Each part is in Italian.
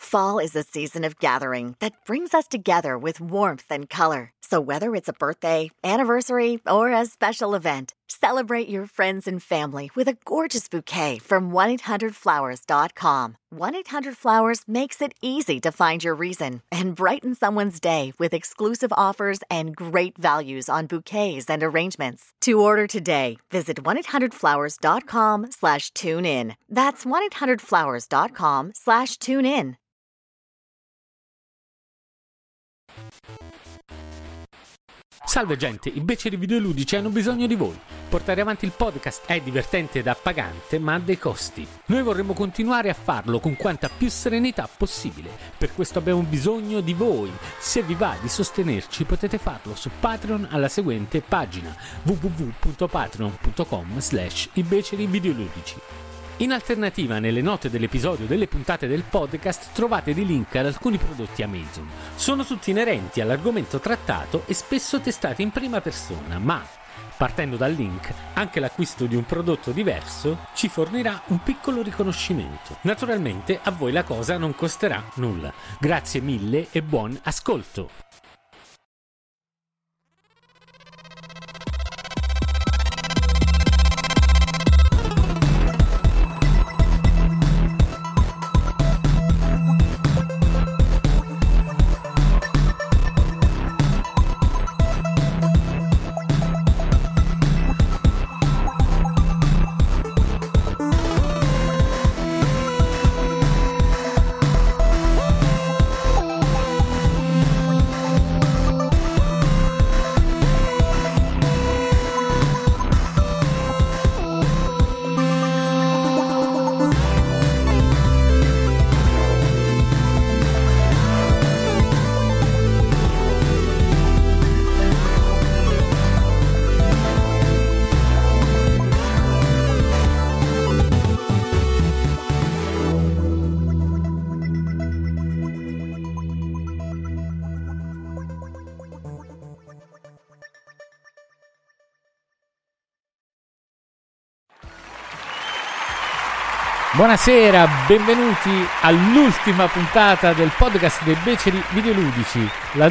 Fall is a season of gathering that brings us together with warmth and color. So whether it's a birthday, anniversary, or a special event, celebrate your friends and family with a gorgeous bouquet from 1-800-Flowers.com. 1-800-Flowers makes it easy to find your reason and brighten someone's day with exclusive offers and great values on bouquets and arrangements. To order today, visit 1-800-Flowers.com/tune-in. That's 1-800-Flowers.com/tune-in. Salve gente, i beceri videoludici hanno bisogno di voi. Portare avanti il podcast è divertente ed appagante, ma ha dei costi. Noi vorremmo continuare a farlo con quanta più serenità possibile. Per questo abbiamo bisogno di voi. Se vi va di sostenerci, potete farlo su Patreon alla seguente pagina: www.patreon.com/ibecerivideoludici. In alternativa, nelle note dell'episodio delle puntate del podcast trovate dei link ad alcuni prodotti Amazon. Sono tutti inerenti all'argomento trattato e spesso testati in prima persona, ma partendo dal link, anche l'acquisto di un prodotto diverso ci fornirà un piccolo riconoscimento. Naturalmente a voi la cosa non costerà nulla. Grazie mille e buon ascolto! Buonasera, benvenuti all'ultima puntata del podcast dei beceri videoludici, la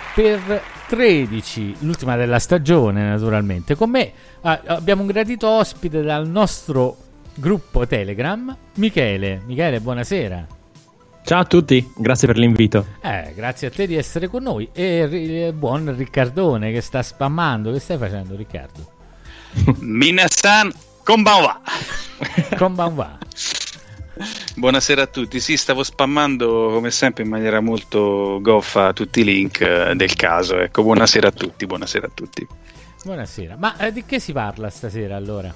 2x13, l'ultima della stagione naturalmente. Con me abbiamo un gradito ospite dal nostro gruppo Telegram, Michele. Michele, buonasera. Ciao a tutti, grazie per l'invito. Grazie a te di essere con noi. E buon Riccardone che sta spammando. Che stai facendo, Riccardo? Minasan konbanwa. Konbanwa. Buonasera a tutti. Sì, stavo spammando come sempre in maniera molto goffa tutti i link del caso. Ecco, buonasera a tutti, buonasera a tutti. Buonasera. Ma di che si parla stasera allora?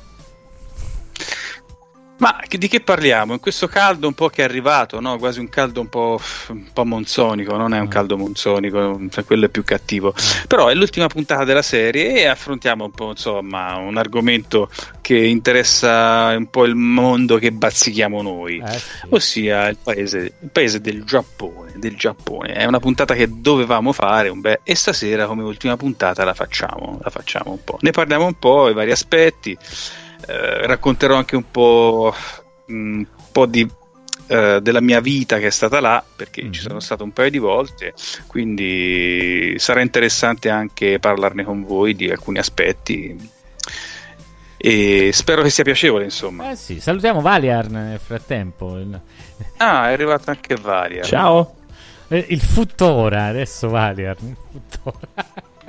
Ma di che parliamo? In questo caldo un po' che è arrivato, no? Quasi un caldo un po' monsonico, non è un caldo monsonico, quello è più cattivo. Però è l'ultima puntata della serie e affrontiamo un po', insomma, un argomento che interessa un po' il mondo che bazzichiamo noi, sì. Ossia il paese del Giappone. È una puntata che dovevamo fare e stasera come ultima puntata la facciamo un po'. Ne parliamo un po', i vari aspetti. Racconterò anche un po' della mia vita che è stata là, perché ci sono stato un paio di volte, quindi sarà interessante anche parlarne con voi di alcuni aspetti e spero che sia piacevole, insomma. Sì, salutiamo Valiar nel frattempo. È arrivato anche Valiar. Ciao. Il Futtora, adesso Valiar, il Futtora.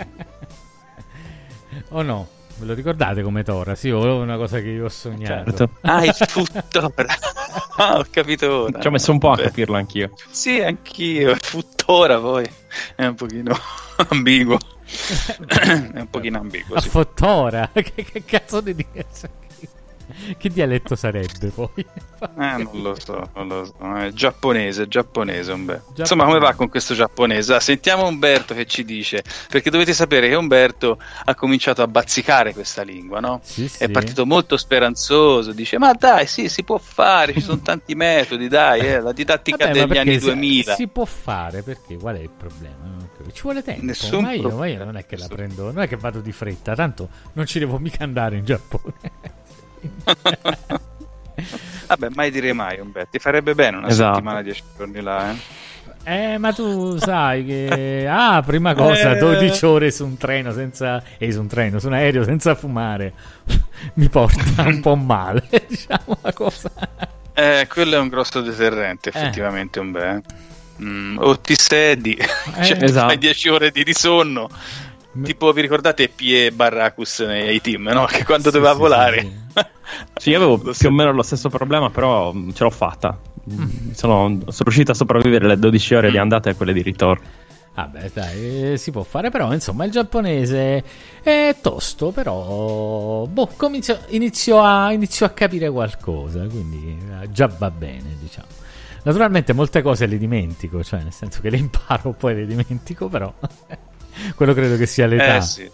Oh no, ve lo ricordate come Tora? Sì, è una cosa che io ho sognato. Certo. Il Futtora. Ho capito ora. Ci ho messo un po' a capirlo anch'io. Sì, anch'io. Il Futtora poi è un pochino ambiguo. È un pochino ambiguo. Sì. Futtora. Che cazzo di che dialetto sarebbe poi? Non lo so. È giapponese. Insomma, come va con questo giapponese? Sentiamo Umberto che ci dice, perché dovete sapere che Umberto ha cominciato a bazzicare questa lingua, no? Sì. È partito molto speranzoso, dice ma dai, sì, si può fare, ci sono tanti metodi, dai, la didattica degli anni 2000. Si può fare, perché qual è il problema? Ci vuole tempo, ma io non è che la prendo, non è che vado di fretta, tanto non ci devo mica andare in Giappone. Vabbè, mai dire mai, Umberto. Ti farebbe bene una settimana, 10 giorni là, ma tu sai che prima cosa 12 ore su un treno su un aereo senza fumare mi porta un po' male, diciamo la cosa. Quello è un grosso deterrente, effettivamente, o ti sedi, esatto. Fai 10 ore di risonno. Tipo, vi ricordate Pie Barracus nei team, no? Che quando doveva volare. Sì, io avevo più o meno lo stesso problema, però ce l'ho fatta. Sono riuscito a sopravvivere le 12 ore di andata e quelle di ritorno. Vabbè, dai, si può fare, però insomma il giapponese è tosto, però inizio a capire qualcosa, quindi già va bene, diciamo. Naturalmente molte cose le dimentico, cioè nel senso che le imparo poi le dimentico, però quello credo che sia l'età. Sì.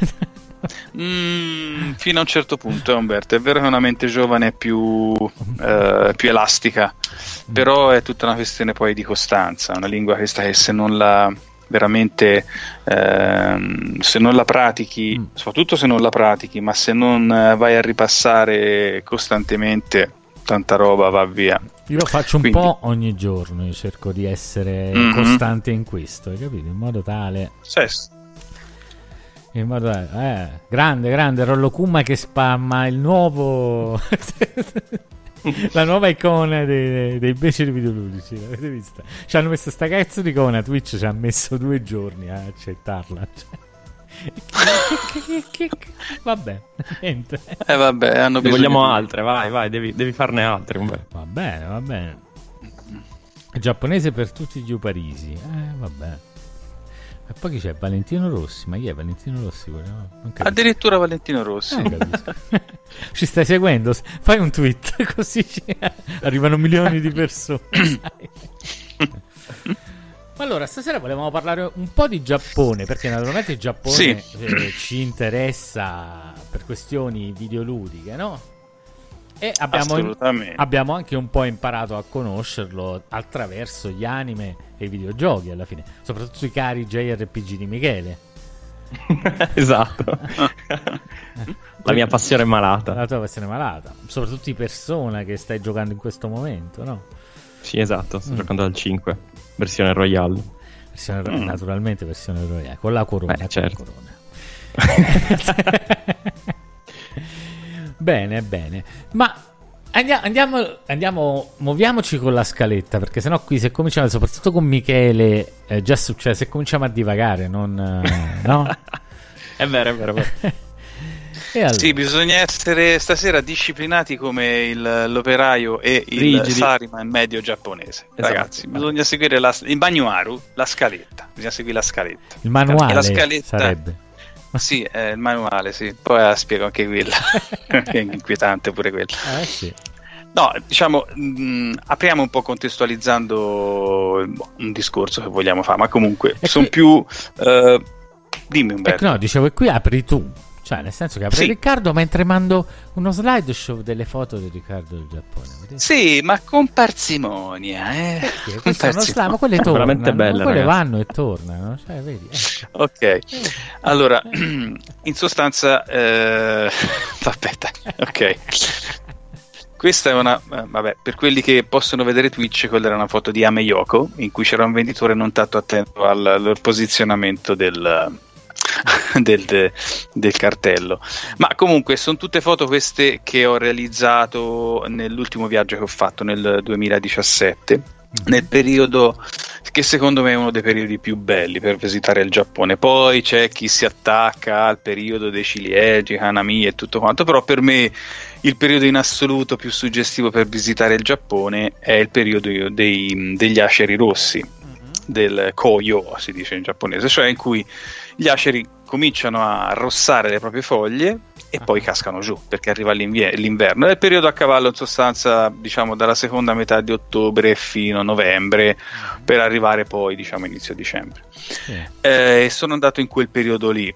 Fino a un certo punto, Umberto, è vero che una mente giovane è più elastica, però è tutta una questione poi di costanza. Una lingua questa che se non la veramente se non la pratichi, soprattutto se non la pratichi, ma se non vai a ripassare costantemente, tanta roba va via. Io lo faccio un po' ogni giorno, io cerco di essere costante in questo, hai capito? In modo tale grande Rollo Kuma che spamma il nuovo la nuova icona dei beceri videoludici, l'avete vista? Ci hanno messo sta cazzo di icona, Twitch ci ha messo 2 giorni a accettarla, vabbè, niente. Vabbè, hanno ne vogliamo altre, vai, devi farne altre. Va bene. È giapponese per tutti gli uparisi, vabbè. E poi chi c'è? Valentino Rossi, ma chi è Valentino Rossi? Non addirittura Valentino Rossi. Non capisco. Ci stai seguendo? Fai un tweet così arrivano milioni di persone. Allora, stasera volevamo parlare un po' di Giappone, perché naturalmente il Giappone ci interessa per questioni videoludiche, no? E abbiamo anche un po' imparato a conoscerlo attraverso gli anime e i videogiochi, alla fine, soprattutto i cari JRPG di Michele. Esatto. La mia passione malata. La tua passione malata, soprattutto i Persona che stai giocando in questo momento, no? Sì, esatto, sto giocando al 5, versione Royale. Naturalmente versione Royale, con la corona. Certo. Con la corona. Bene, ma andiamo, muoviamoci con la scaletta, perché sennò qui se cominciamo, soprattutto con Michele, è già successo, se cominciamo a divagare, no? È vero. Allora. Sì, bisogna essere stasera disciplinati come l'operaio e il Sariman medio giapponese. Esatto. Ragazzi, bisogna seguire il manuaru, la scaletta. Bisogna seguire la scaletta. Il manuale la scaletta sarebbe. Sì, il manuale, sì. Poi spiego anche quella. È inquietante pure quella. Sì. No, diciamo, apriamo un po' contestualizzando un discorso che vogliamo fare, ma comunque sono più... dimmi Umberto. No, dicevo, e qui apri tu. Cioè, nel senso che apre Riccardo mentre mando uno slideshow delle foto di Riccardo del Giappone. Vedete? Sì, ma con parsimonia, Questo sono slime, ma quelle tornano, veramente belle, quelle ragazzi. vanno e tornano, cioè, vedi, ecco. Ok, allora, in sostanza, aspetta, ok. Questa è una, vabbè, per quelli che possono vedere Twitch, quella era una foto di Ameyoko, in cui c'era un venditore non tanto attento al posizionamento del cartello, ma comunque sono tutte foto queste che ho realizzato nell'ultimo viaggio che ho fatto nel 2017, nel periodo che secondo me è uno dei periodi più belli per visitare il Giappone. Poi c'è chi si attacca al periodo dei ciliegi, Hanami e tutto quanto, però per me il periodo in assoluto più suggestivo per visitare il Giappone è il periodo degli aceri rossi, del Koyo si dice in giapponese, cioè in cui gli aceri cominciano a arrossare le proprie foglie e poi cascano giù perché arriva l'inverno. È il periodo a cavallo, in sostanza, diciamo dalla seconda metà di ottobre fino a novembre, per arrivare poi, diciamo, inizio dicembre. Sono andato in quel periodo lì.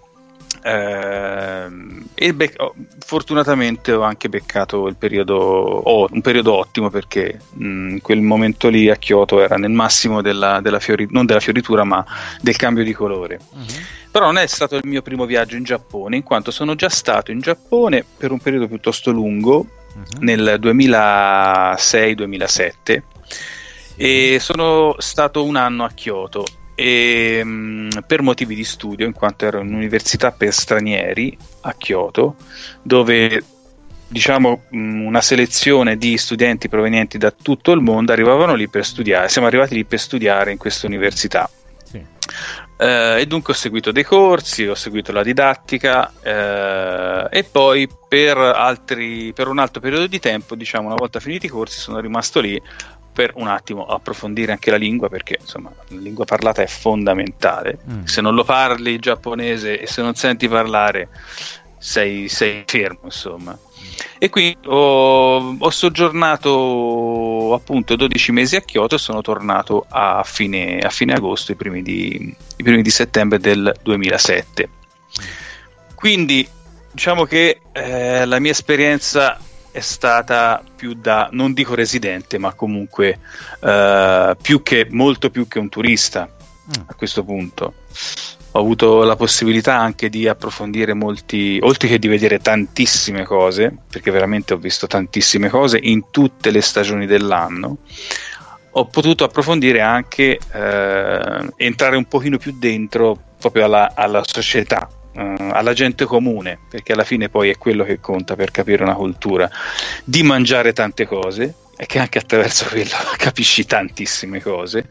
Fortunatamente ho anche beccato un periodo ottimo, perché in quel momento lì a Kyoto era nel massimo non della fioritura ma del cambio di colore. Però non è stato il mio primo viaggio in Giappone, in quanto sono già stato in Giappone per un periodo piuttosto lungo nel 2006-2007 e sono stato un anno a Kyoto per motivi di studio, in quanto ero in un'università per stranieri a Kyoto, dove diciamo una selezione di studenti provenienti da tutto il mondo arrivavano lì per studiare. Siamo arrivati lì per studiare in questa università. Sì. E dunque ho seguito dei corsi, ho seguito la didattica e poi per un altro periodo di tempo, diciamo una volta finiti i corsi, sono rimasto lì per un attimo approfondire anche la lingua, perché insomma la lingua parlata è fondamentale. Se non lo parli il giapponese e se non senti parlare sei fermo, insomma. E quindi ho soggiornato appunto 12 mesi a Kyoto e sono tornato a fine agosto, i primi di settembre del 2007. Quindi diciamo che la mia esperienza è stata più da, non dico residente, ma comunque molto più che un turista a questo punto. Ho avuto la possibilità anche di approfondire oltre che di vedere tantissime cose, perché veramente ho visto tantissime cose in tutte le stagioni dell'anno. Ho potuto approfondire anche, entrare un pochino più dentro proprio alla società, alla gente comune, perché alla fine poi è quello che conta per capire una cultura, di mangiare tante cose, e che anche attraverso quello capisci tantissime cose.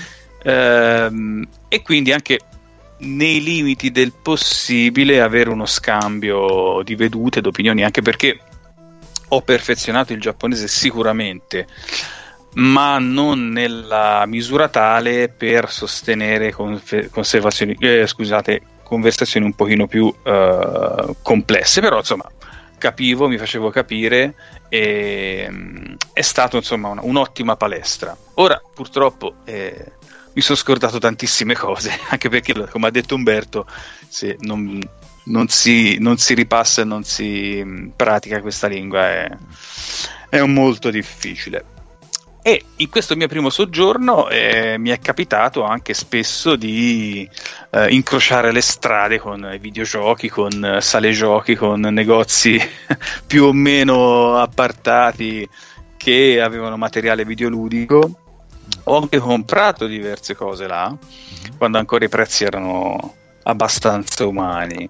E quindi anche nei limiti del possibile avere uno scambio di vedute, di opinioni, anche perché ho perfezionato il giapponese sicuramente, ma non nella misura tale per sostenere conversazioni un pochino più complesse, però insomma capivo, mi facevo capire e è stato insomma un'ottima palestra. Ora purtroppo mi sono scordato tantissime cose, anche perché, come ha detto Umberto, se non si ripassa e non si pratica questa lingua è molto difficile. E in questo mio primo soggiorno mi è capitato anche spesso di incrociare le strade con videogiochi, con sale giochi, con negozi più o meno appartati che avevano materiale videoludico. Ho anche comprato diverse cose là, quando ancora i prezzi erano abbastanza umani.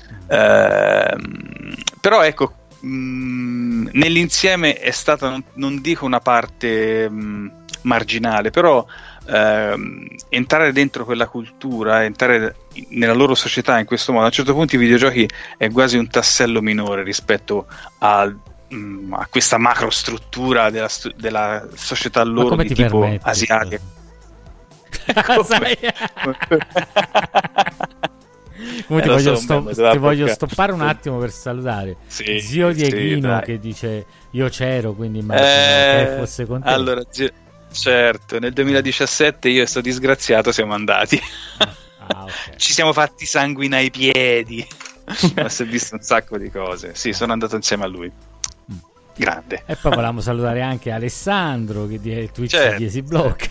Però ecco, nell'insieme è stata, non dico una parte marginale, però entrare dentro quella cultura, entrare nella loro società in questo modo, a un certo punto i videogiochi è quasi un tassello minore rispetto a questa macrostruttura della società loro di tipo asiatica. Come ti voglio stoppare un attimo per salutare zio Dieghino, che dice io c'ero, quindi immagino che fosse con te. Allora, certo, nel 2017 io e sto disgraziato siamo andati. Okay. Ci siamo fatti sanguina ai piedi. Ma si è visto un sacco di cose. Sì, sono andato insieme a lui. Grande. E poi volevamo salutare anche Alessandro, che di Twitch si blocca.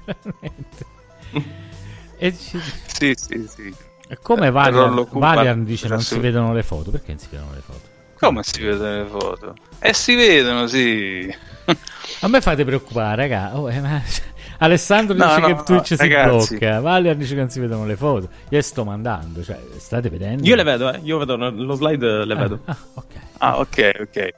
Sì. Come Valiant dice non si vedono le foto? Perché non si vedono le foto? Come si vedono le foto? Si vedono, sì. A me fate preoccupare, raga. Alessandro dice che Twitch si blocca, Valiant dice che non si vedono le foto. Io sto mandando, cioè state vedendo? Io le vedo, io vedo lo slide, le vedo. Ok.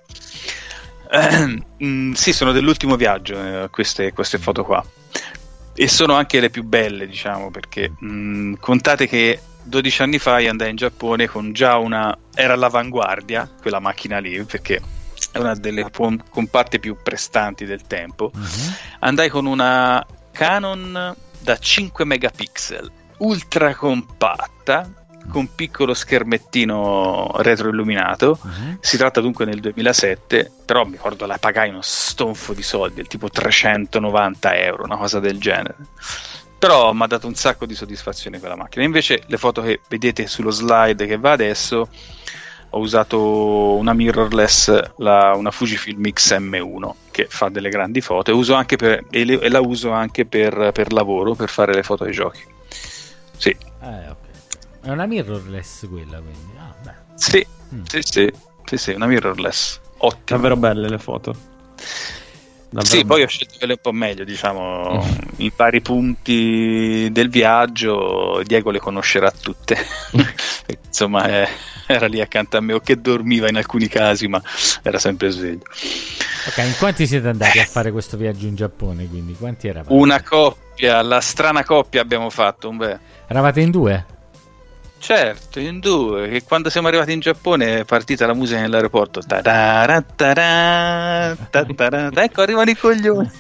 Sì, sono dell'ultimo viaggio queste foto qua, e sono anche le più belle, diciamo, perché contate che 12 anni fa io andai in Giappone con era all'avanguardia quella macchina lì, perché è una delle compatte più prestanti del tempo. Andai con una Canon da 5 megapixel, ultra compatta, con piccolo schermettino retroilluminato. Si tratta dunque del 2007, però mi ricordo la pagai uno stonfo di soldi, tipo 390 euro, una cosa del genere. Però mi ha dato un sacco di soddisfazione quella macchina. Invece le foto che vedete sullo slide che va adesso, ho usato una mirrorless, una Fujifilm X-M1, che fa delle grandi foto, e la uso anche per lavoro, per fare le foto ai giochi. Sì. Ok. È una mirrorless quella, quindi. Sì, una mirrorless. ottimo. Davvero belle le foto. Davvero sì, belle. poi ho scelto quelle un po' meglio, diciamo, in vari punti del viaggio. Diego le conoscerà tutte. Insomma, era lì accanto a me, o che dormiva in alcuni casi, ma era sempre sveglio. Ok, in quanti siete andati a fare questo viaggio in Giappone? Quindi quanti eravate? Una coppia, la strana coppia abbiamo fatto. Eravate in 2? Certo, in 2, che quando siamo arrivati in Giappone è partita la musica nell'aeroporto. Ta-da, ta-da, ta-da, ecco, arrivano i coglioni.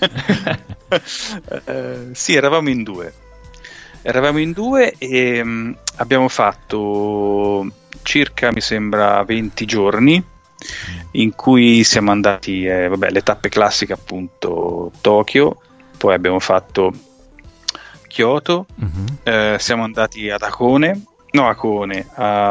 Sì, eravamo in 2. Eravamo in 2 e abbiamo fatto circa, mi sembra, 20 giorni in cui siamo andati, le tappe classiche, appunto, Tokyo, poi abbiamo fatto Kyoto, siamo andati ad Hakone. No, Hakone.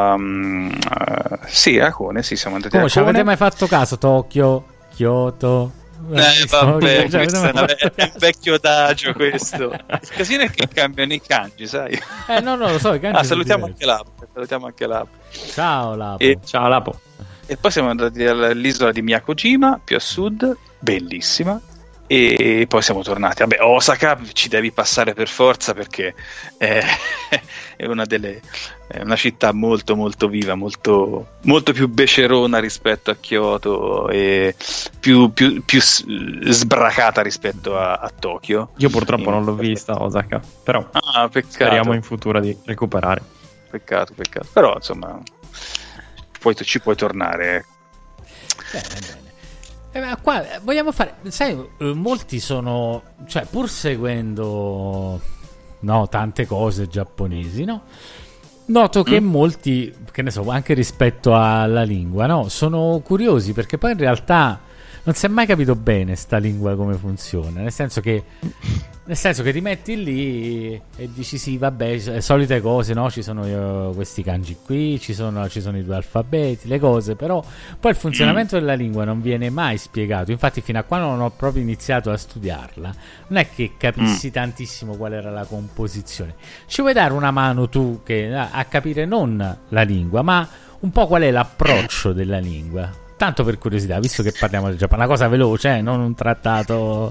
Sì, Hakone, sì, siamo andati a Hakone. Ci avete mai fatto caso? Tokyo, Kyoto? Vabbè, questo è un vecchio adagio questo. Il casino è che cambiano i kanji, sai? No, lo so, i kanji. Salutiamo anche Lapo. Ciao Lapo. Ciao Lapo. E poi siamo andati all'isola di Miyakojima, più a sud, bellissima. E poi siamo tornati. Vabbè, Osaka ci devi passare per forza, perché è una città molto molto viva, molto, molto più becerona rispetto a Kyoto e più sbracata rispetto a Tokyo. Io purtroppo non l'ho vista Osaka, però peccato. Speriamo in futuro di recuperare. Peccato. Però insomma ci puoi tornare. Bene. Qua vogliamo fare, sai, molti sono, cioè, pur seguendo tante cose giapponesi, noto che molti, che ne so, anche rispetto alla lingua, sono curiosi, perché poi in realtà non si è mai capito bene sta lingua come funziona, nel senso che ti metti lì e dici sì, vabbè, solite cose, ci sono questi kanji qui, ci sono i 2 alfabeti, le cose, però poi il funzionamento della lingua non viene mai spiegato. Infatti fino a quando non ho proprio iniziato a studiarla non è che capissi tantissimo qual era la composizione. Ci vuoi dare una mano tu a capire non la lingua, ma un po' qual è l'approccio della lingua? Tanto per curiosità, visto che parliamo del Giappone, una cosa veloce, non un trattato.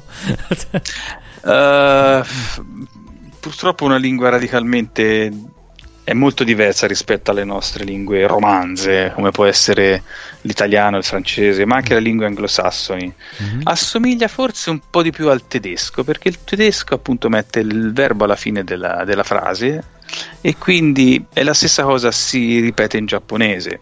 Purtroppo una lingua radicalmente è molto diversa rispetto alle nostre lingue romanze, come può essere l'italiano, il francese, ma anche la lingua anglosassoni. Assomiglia forse un po' di più al tedesco, perché il tedesco appunto mette il verbo alla fine della frase, e quindi è la stessa cosa, si ripete in giapponese.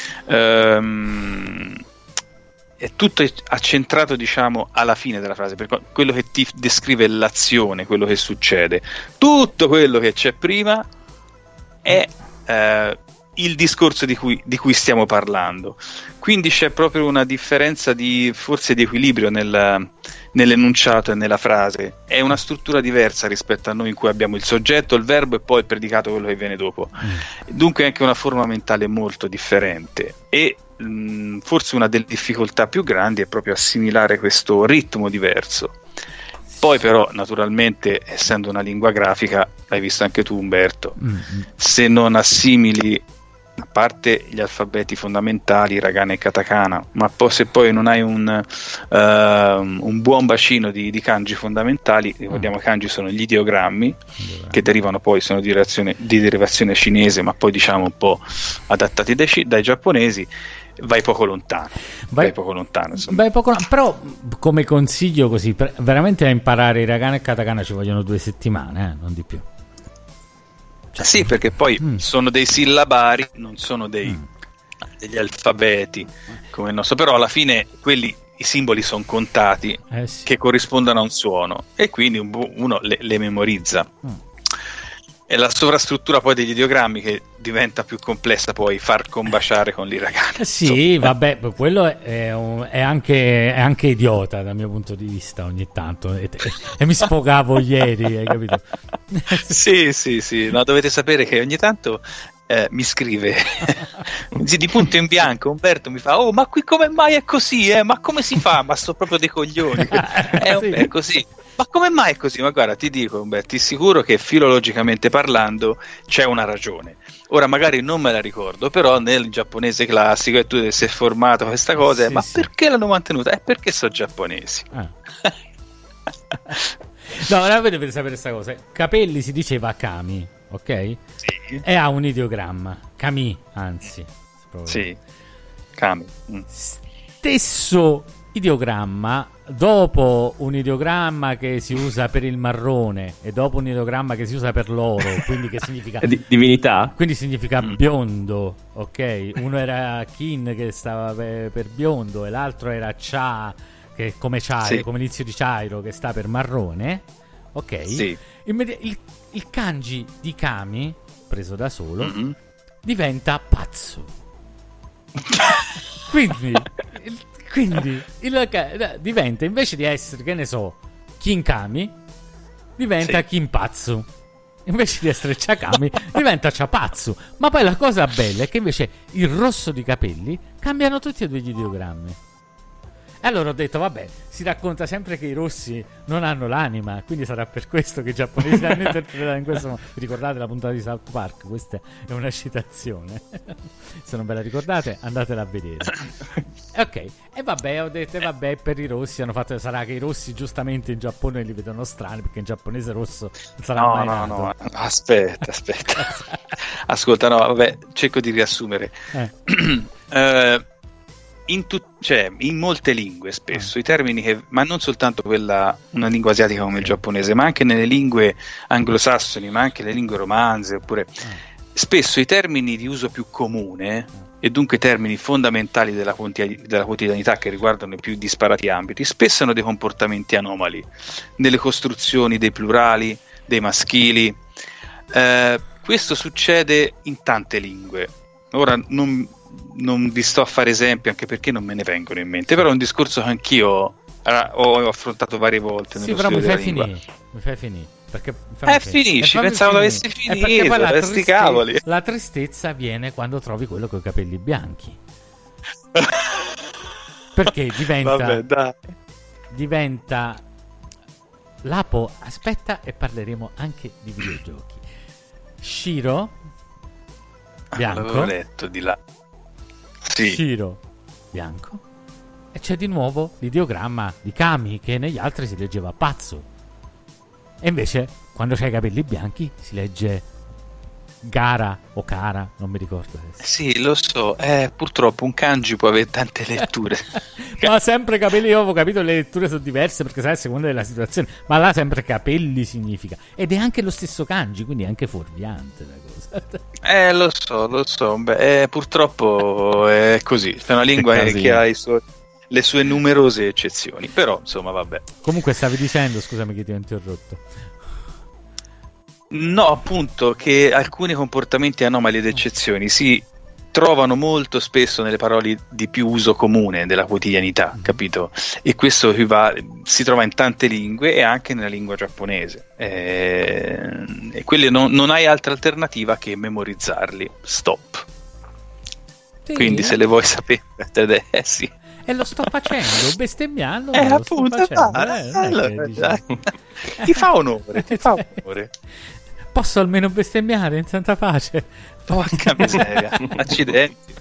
È tutto accentrato, diciamo, alla fine della frase, per quello che ti descrive l'azione, quello che succede. Tutto quello che c'è prima è il discorso di cui stiamo parlando. Quindi c'è proprio una differenza forse di equilibrio nell'enunciato e nella frase. È una struttura diversa rispetto a noi, in cui abbiamo il soggetto, il verbo e poi il predicato, quello che viene dopo. Dunque è anche una forma mentale molto differente, e forse una delle difficoltà più grandi è proprio assimilare questo ritmo diverso. Poi però, naturalmente, essendo una lingua grafica, l'hai visto anche tu, Umberto, se non assimili, a parte gli alfabeti fondamentali, hiragana e katakana, ma se poi non hai un buon bacino di kanji fondamentali, ricordiamo che kanji sono gli ideogrammi, che derivano poi, sono di derivazione cinese, ma poi diciamo un po' adattati dai giapponesi, vai poco lontano. Però come consiglio, così veramente a imparare hiragana e katakana ci vogliono 2 settimane, non di più. Sì, perché poi sono dei sillabari, non sono degli alfabeti come il nostro, però alla fine i simboli sono contati, che corrispondono a un suono, e quindi uno le memorizza. È la sovrastruttura poi degli ideogrammi che diventa più complessa, poi far combaciare con l'hiragana. Sì, vabbè, quello è anche idiota dal mio punto di vista ogni tanto, e mi sfogavo ieri, hai capito? Sì, no, dovete sapere che ogni tanto mi scrive di punto in bianco, Umberto mi fa: oh, ma qui come mai è così, ma come si fa? Ma sto proprio dei coglioni. È così. Ma come mai è così? Ma guarda, ti dico, ti sicuro che filologicamente parlando c'è una ragione. Ora magari non me la ricordo, però nel giapponese classico, e tu sei formato questa cosa, sì, ma sì. perché l'hanno mantenuta? È perché sono giapponesi. No, ora vedete per sapere questa cosa. Capelli si diceva kami, ok? Sì. E ha un ideogramma. Kami, anzi. Sì. Kami. Stesso ideogramma, dopo un ideogramma che si usa per il marrone e dopo un ideogramma che si usa per l'oro, quindi che significa divinità, quindi significa biondo, ok? Uno era Kin che stava per biondo e l'altro era Cha, che è come Chairo, sì, come l'inizio di Chairo, che sta per marrone, ok? Sì. Il kanji di Kami, preso da solo, diventa pazzo. Quindi diventa, invece di essere, che ne so, Kinkami, diventa sì, Kinpatsu. Invece di essere Chakami, diventa Chapatsu. Ma poi la cosa bella è che invece il rosso di capelli cambiano tutti e due gli ideogrammi. E allora ho detto, vabbè, si racconta sempre che i rossi non hanno l'anima, quindi sarà per questo che i giapponesi l'hanno interpretato in questo modo. Vi ricordate la puntata di South Park? Questa è una citazione. Se non ve la ricordate, andatela a vedere. Ok, e vabbè, ho detto, vabbè, per i rossi hanno fatto, sarà che i rossi giustamente in Giappone li vedono strani, perché in giapponese rosso non sarà mai nato. No, aspetta. Ascolta, no, vabbè, cerco di riassumere. In molte lingue spesso i termini ma non soltanto una lingua asiatica come il giapponese, ma anche nelle lingue anglosassoni, ma anche nelle lingue romanze, oppure spesso i termini di uso più comune e dunque i termini fondamentali della quotidianità che riguardano i più disparati ambiti spesso hanno dei comportamenti anomali nelle costruzioni dei plurali, dei maschili. Questo succede in tante lingue. Ora non vi sto a fare esempi, anche perché non me ne vengono in mente, però è un discorso che anch'io ho affrontato varie volte. Sì, però mi fai finire. Perché finisci, pensavo dovessi finire, sti cavoli. La tristezza viene quando trovi quello con i capelli bianchi. Perché diventa Vabbè, dai. Diventa Lapo, aspetta e parleremo anche di videogiochi. Shiro bianco, l'avevo letto di là. Sì. Shiro bianco, e c'è di nuovo l'ideogramma di Kami che negli altri si leggeva pazzo, e invece quando c'hai i capelli bianchi si legge Gara o Kara, non mi ricordo adesso. Sì, lo so, purtroppo un kanji può avere tante letture. Ma sempre capelli, io avevo capito le letture sono diverse perché sai a seconda della situazione, ma là sempre capelli significa, ed è anche lo stesso kanji, quindi è anche fuorviante la cosa. Lo so, purtroppo è così, è una lingua che ha le sue numerose eccezioni, però insomma vabbè. Comunque stavi dicendo, scusami che ti ho interrotto. No, appunto, che alcuni comportamenti anomali ed eccezioni si trovano molto spesso nelle parole di più uso comune della quotidianità, capito? E questo si trova in tante lingue e anche nella lingua giapponese. E quelli non hai altra alternativa che memorizzarli. Stop. Sì. Quindi se le vuoi sapere, sì. E lo sto facendo, bestemmiando. Appunto, ti fa onore. Posso almeno bestemmiare in santa pace? Porca miseria, accidenti.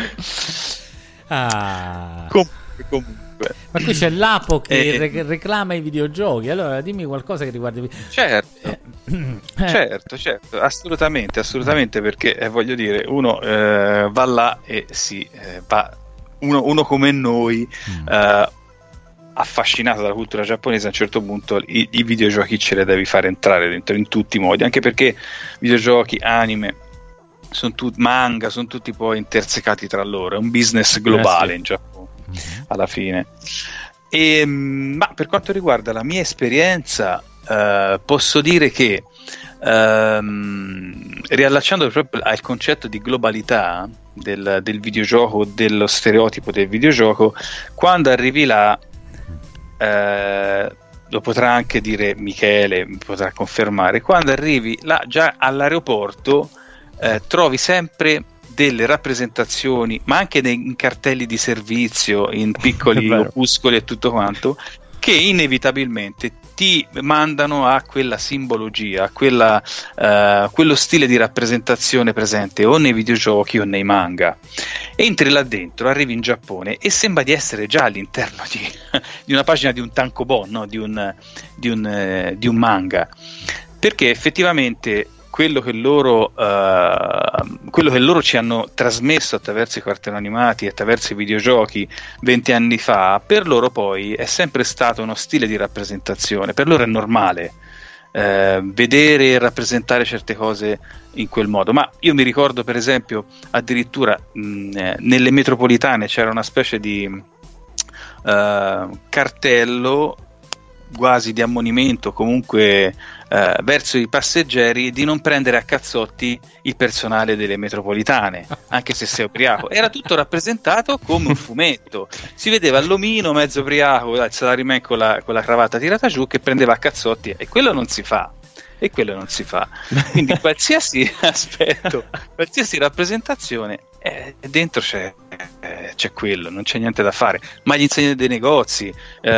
Comunque. Ma qui c'è Lapo che reclama i videogiochi. Allora dimmi qualcosa che riguarda i videogiochi. Certo, assolutamente, perché voglio dire, uno va là e va, uno come noi affascinato dalla cultura giapponese, a un certo punto i videogiochi ce le devi fare entrare dentro in tutti i modi, anche perché videogiochi, anime, manga, sono tutti poi intersecati tra loro, è un business globale in Giappone alla fine. Ma per quanto riguarda la mia esperienza, posso dire che riallacciando proprio al concetto di globalità del videogioco, dello stereotipo del videogioco, quando arrivi là, lo potrà anche dire Michele, mi potrà confermare, quando arrivi là già all'aeroporto trovi sempre delle rappresentazioni, ma anche in cartelli di servizio, in piccoli opuscoli e tutto quanto, che inevitabilmente ti mandano a quella simbologia, a quello stile di rappresentazione presente o nei videogiochi o nei manga. Entri là dentro, arrivi in Giappone e sembra di essere già all'interno di una pagina di un tankobon, no? di un manga, perché effettivamente quello che loro ci hanno trasmesso attraverso i cartoni animati, attraverso i videogiochi 20 anni fa, per loro poi è sempre stato uno stile di rappresentazione. Per loro è normale vedere e rappresentare certe cose in quel modo. Ma io mi ricordo, per esempio, addirittura nelle metropolitane c'era una specie di cartello quasi di ammonimento, comunque verso i passeggeri, di non prendere a cazzotti il personale delle metropolitane, anche se sei ubriaco. Era tutto rappresentato come un fumetto, si vedeva l'omino mezzo ubriaco, il salaryman con la cravatta tirata giù, che prendeva a cazzotti, e quello non si fa. Quindi qualsiasi aspetto, qualsiasi rappresentazione, dentro c'è quello, non c'è niente da fare. Ma gli insegnanti dei negozi,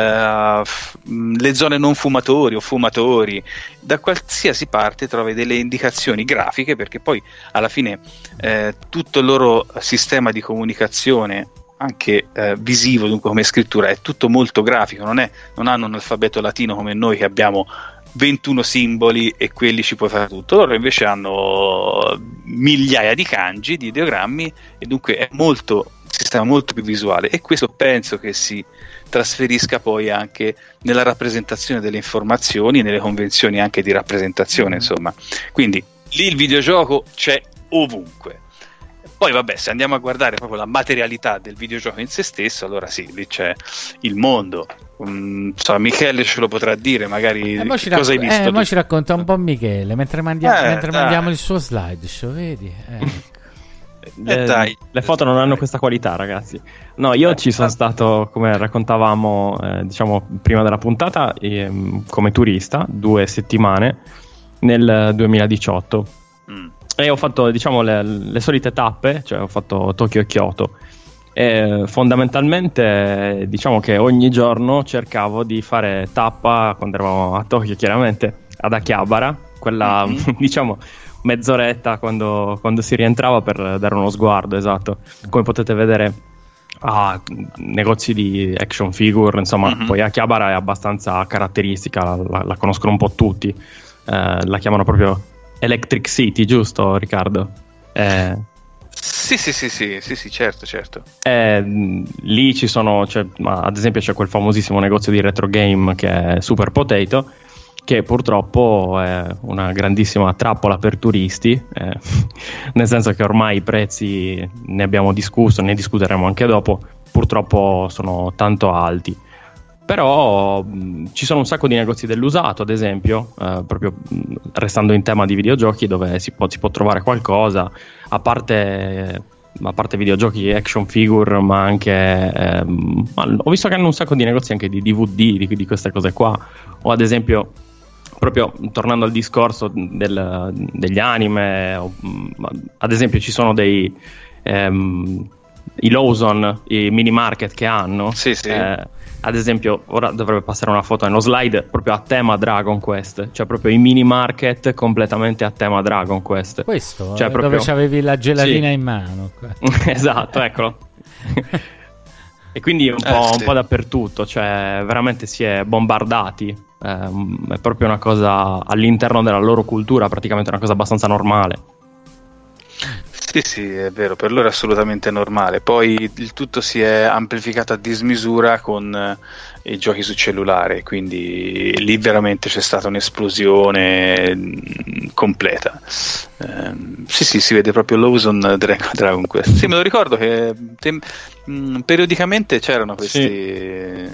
le zone non fumatori o fumatori, da qualsiasi parte trovi delle indicazioni grafiche, perché poi alla fine tutto il loro sistema di comunicazione, anche visivo, dunque come scrittura, è tutto molto grafico, non hanno un alfabeto latino come noi che abbiamo 21 simboli e quelli ci puoi fare tutto. Loro invece hanno migliaia di kanji, di ideogrammi, e dunque è un sistema molto più visuale, e questo penso che si trasferisca poi anche nella rappresentazione delle informazioni, nelle convenzioni anche di rappresentazione, insomma. Quindi lì il videogioco c'è ovunque. Poi vabbè, se andiamo a guardare proprio la materialità del videogioco in se stesso, allora sì, lì c'è il mondo. Michele ce lo potrà dire, magari cosa hai visto? Poi ci racconta un po' Michele mentre mandiamo il suo slideshow, vedi? Le foto non hanno questa qualità, ragazzi. No, io ci sono stato, come raccontavamo diciamo prima della puntata, come turista 2 settimane nel 2018 e ho fatto, diciamo, le solite tappe, cioè ho fatto Tokyo e Kyoto. E fondamentalmente diciamo che ogni giorno cercavo di fare tappa, quando eravamo a Tokyo chiaramente, ad Akihabara, quella diciamo mezz'oretta quando si rientrava, per dare uno sguardo, esatto, come potete vedere, a negozi di action figure, insomma. Poi Akihabara è abbastanza caratteristica, la conoscono un po' tutti, la chiamano proprio Electric City, giusto Riccardo? Sì, certo. Lì ci sono, ad esempio c'è quel famosissimo negozio di retro game che è Super Potato, che purtroppo è una grandissima trappola per turisti, nel senso che ormai i prezzi, ne abbiamo discusso, ne discuteremo anche dopo, purtroppo sono tanto alti. Però ci sono un sacco di negozi dell'usato, ad esempio, proprio restando in tema di videogiochi, dove si può trovare qualcosa, a parte videogiochi, action figure, ma anche ho visto che hanno un sacco di negozi anche di DVD, di queste cose qua. O ad esempio, proprio tornando al discorso degli anime, ad esempio ci sono i Lawson, i mini market che hanno. Sì. Ad esempio, ora dovrebbe passare una foto nello slide proprio a tema Dragon Quest, cioè proprio i mini market completamente a tema Dragon Quest. Questo, cioè, dove c'avevi la gelatina in mano. Esatto, eccolo. E quindi un po' dappertutto, cioè veramente si è bombardati. È proprio una cosa all'interno della loro cultura, praticamente una cosa abbastanza normale. Sì, è vero, per loro è assolutamente normale. Poi il tutto si è amplificato a dismisura con i giochi su cellulare, quindi lì veramente c'è stata un'esplosione completa. Sì, si vede proprio Lawson Dragon Quest. Sì, me lo ricordo che periodicamente c'erano queste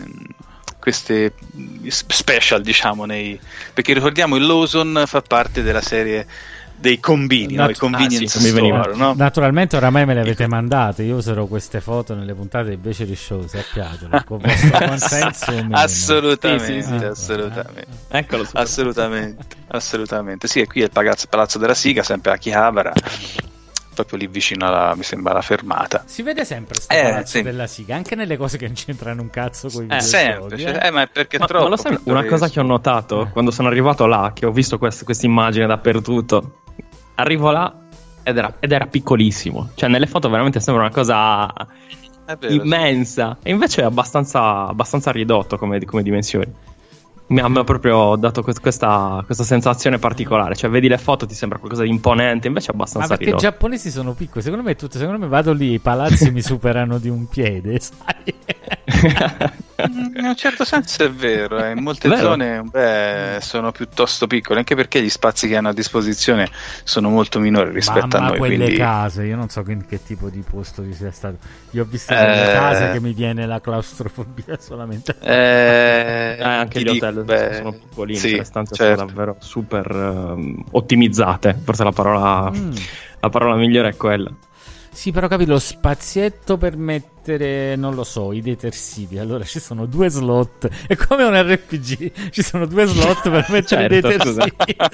special, diciamo, perché ricordiamo il Lawson fa parte della serie dei combini, no? I convenience store, no? Naturalmente oramai me le avete mandate, io userò queste foto nelle puntate dei Beceri Show, se piacciono, con vostro consenso. Assolutamente. Eccolo, assolutamente. Sì, e qui è il Palazzo della Siga, sempre a Akihabara. proprio lì vicino alla, mi sembra, alla fermata. Si vede sempre sto palazzo sì. della Siga, anche nelle cose che non c'entrano un cazzo con i videogiochi. Sempre, ma è perché è troppo. Ma lo sai, una cosa che ho notato quando sono arrivato là, che ho visto questa immagine dappertutto, arrivo là ed era piccolissimo, cioè nelle foto veramente sembra una cosa immensa, e invece è abbastanza ridotto come dimensioni. Mi ha proprio dato questa sensazione particolare, cioè vedi le foto, ti sembra qualcosa di imponente, invece è abbastanza ridotto. Ma perché i giapponesi sono piccoli, secondo me vado lì, i palazzi mi superano di un piede, sai? In un certo senso è vero, in molte zone sono piuttosto piccole, anche perché gli spazi che hanno a disposizione sono molto minori rispetto a noi. Quelle quindi... case, io non so in che tipo di posto vi sia stato. Io ho visto delle case che mi viene la claustrofobia solamente. Anche gli hotel sono piccolini, le stanze sono davvero super ottimizzate. Forse la parola migliore è quella. Sì, però capi, lo spazietto per mettere, non lo so, i detersivi. Allora ci sono 2 slot, è come un RPG, ci sono 2 slot per mettere i detersivi.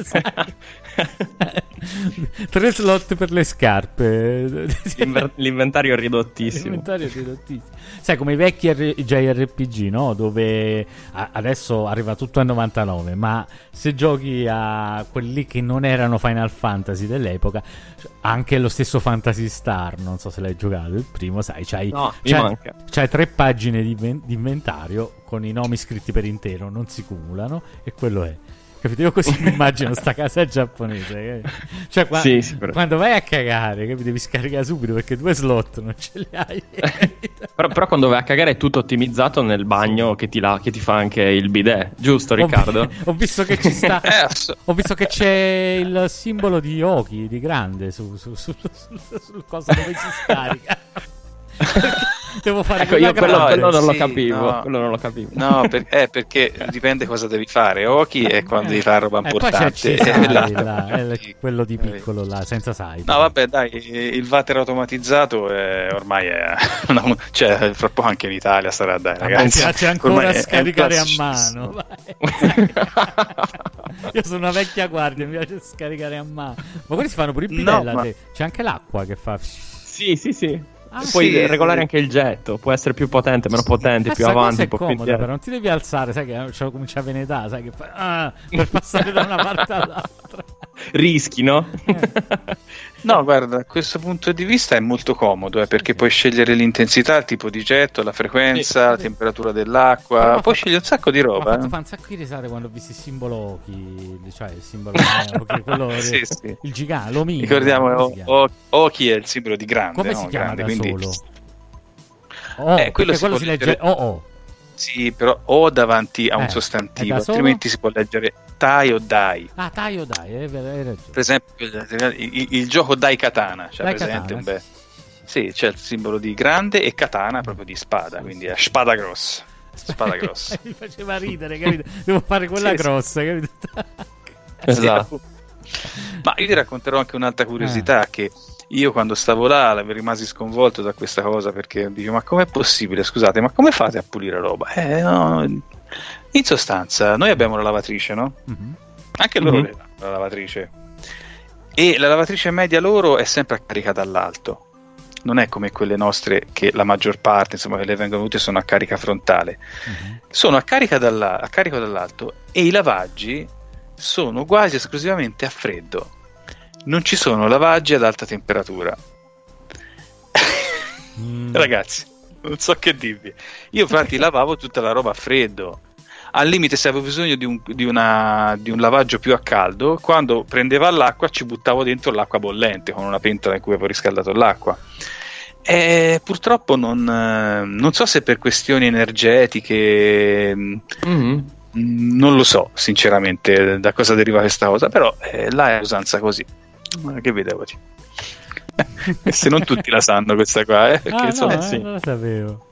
3 slot per le scarpe. L'inventario è ridottissimo. Sai, come i vecchi JRPG, no? Dove adesso arriva tutto a 99, ma se giochi a quelli che non erano Final Fantasy dell'epoca, anche lo stesso Phantasy Star, non so se l'hai giocato, il primo, sai, c'hai 3 pagine di inventario con i nomi scritti per intero, non si cumulano, e quello è. Capito? Io così mi immagino sta casa giapponese, cioè quando vai a cagare, capito? Devi scaricare subito perché 2 slot non ce li hai. però quando vai a cagare è tutto ottimizzato nel bagno che ti fa anche il bidet, giusto Riccardo? Ho visto che ci sta ho visto che c'è il simbolo di Oki di grande sul coso dove si scarica. Devo fare quello non lo capivo. No, perché dipende cosa devi fare. Oki è quando devi fare roba importante. Poi c'è quello di piccolo là, senza side. No, vabbè, dai, il water automatizzato ormai è cioè, fra poco anche in Italia sarà, dai, ragazzi. Mi piace ancora scaricare a mano. Io sono una vecchia guardia, mi piace scaricare a mano. Ma quelli si fanno pure in bidella. C'è anche l'acqua che fa. Sì. Puoi regolare anche il getto, può essere più potente, meno potente, più avanti, un po' più indietro. Però non ti devi alzare, sai che comincia a venire età, sai che per passare da una parte all'altra. Rischi, no? No, guarda, da questo punto di vista è molto comodo, perché puoi scegliere l'intensità, il tipo di getto, la frequenza, la temperatura dell'acqua, puoi scegliere un sacco di roba. Mi ha fatto fa un sacco di risate quando ho visto il simbolo Oki, cioè il simbolo Oki, quello il gigante, l'omino. Ricordiamo, Oki è il simbolo di grande. Come si chiama da quindi... solo? Quello si legge O. Sì, però O davanti a un sostantivo, altrimenti si può leggere Tai o Dai. Ah, Tai o Dai, hai ragione. Per esempio il gioco Dai Katana, c'è presente? Katana, sì, c'è il simbolo di grande e katana proprio di spada, quindi è spada grossa. Spada grossa. Mi faceva ridere, capito? Devo fare quella grossa, capito? Esatto. Ma io ti racconterò anche un'altra curiosità che io quando stavo là rimasi sconvolto da questa cosa, perché dico, ma com'è possibile, scusate, ma come fate a pulire roba? No. In sostanza noi abbiamo la lavatrice, no? Mm-hmm. Anche loro la lavatrice, e la lavatrice media loro è sempre a carica dall'alto, non è come quelle nostre che la maggior parte, insomma, che le vengono avute sono a carica frontale. Sono a carico dall'alto, e i lavaggi sono quasi esclusivamente a freddo. Non ci sono lavaggi ad alta temperatura. Ragazzi, non so che dirvi. Io infatti lavavo tutta la roba a freddo. Al limite, se avevo bisogno di un lavaggio più a caldo, quando prendeva l'acqua ci buttavo dentro l'acqua bollente con una pentola in cui avevo riscaldato l'acqua. E purtroppo non so se per questioni energetiche, non lo so sinceramente da cosa deriva questa cosa, però là è usanza così. Ma che vedevo? E se non tutti la sanno questa qua, perché non la sapevo.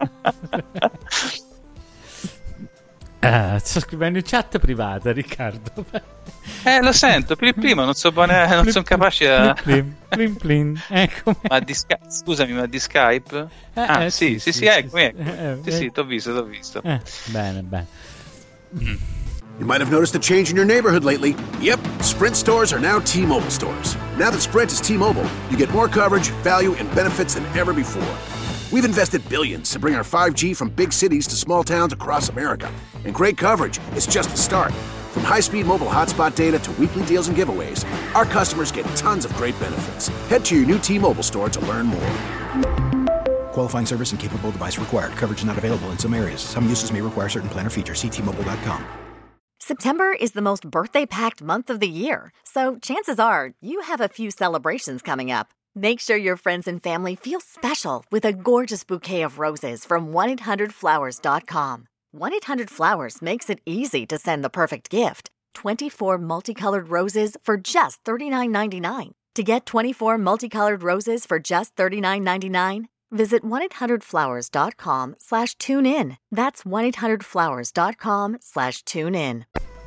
Sto scrivendo in chat privata, Riccardo. Lo sento, prima non sono capace a... Plin. Ecco. Scusami, ma di Skype? Sì, eccomi. Sì, t'ho visto. Bene. You might have noticed a change in your neighborhood lately. Yep, Sprint stores are now T-Mobile stores. Now that Sprint is T-Mobile, you get more coverage, value, and benefits than ever before. We've invested billions to bring our 5G from big cities to small towns across America. And great coverage is just the start. From high-speed mobile hotspot data to weekly deals and giveaways, our customers get tons of great benefits. Head to your new T-Mobile store to learn more. Qualifying service and capable device required. Coverage not available in some areas. Some uses may require certain plan or features. See T-Mobile.com. September is the most birthday-packed month of the year, so chances are you have a few celebrations coming up. Make sure your friends and family feel special with a gorgeous bouquet of roses from 1-800-Flowers.com. 1-800-Flowers makes it easy to send the perfect gift. 24 multicolored roses for just $39.99. To get 24 multicolored roses for just $39.99, visit 1-800-Flowers.com/tunein. That's 1-800-Flowers.com/tunein.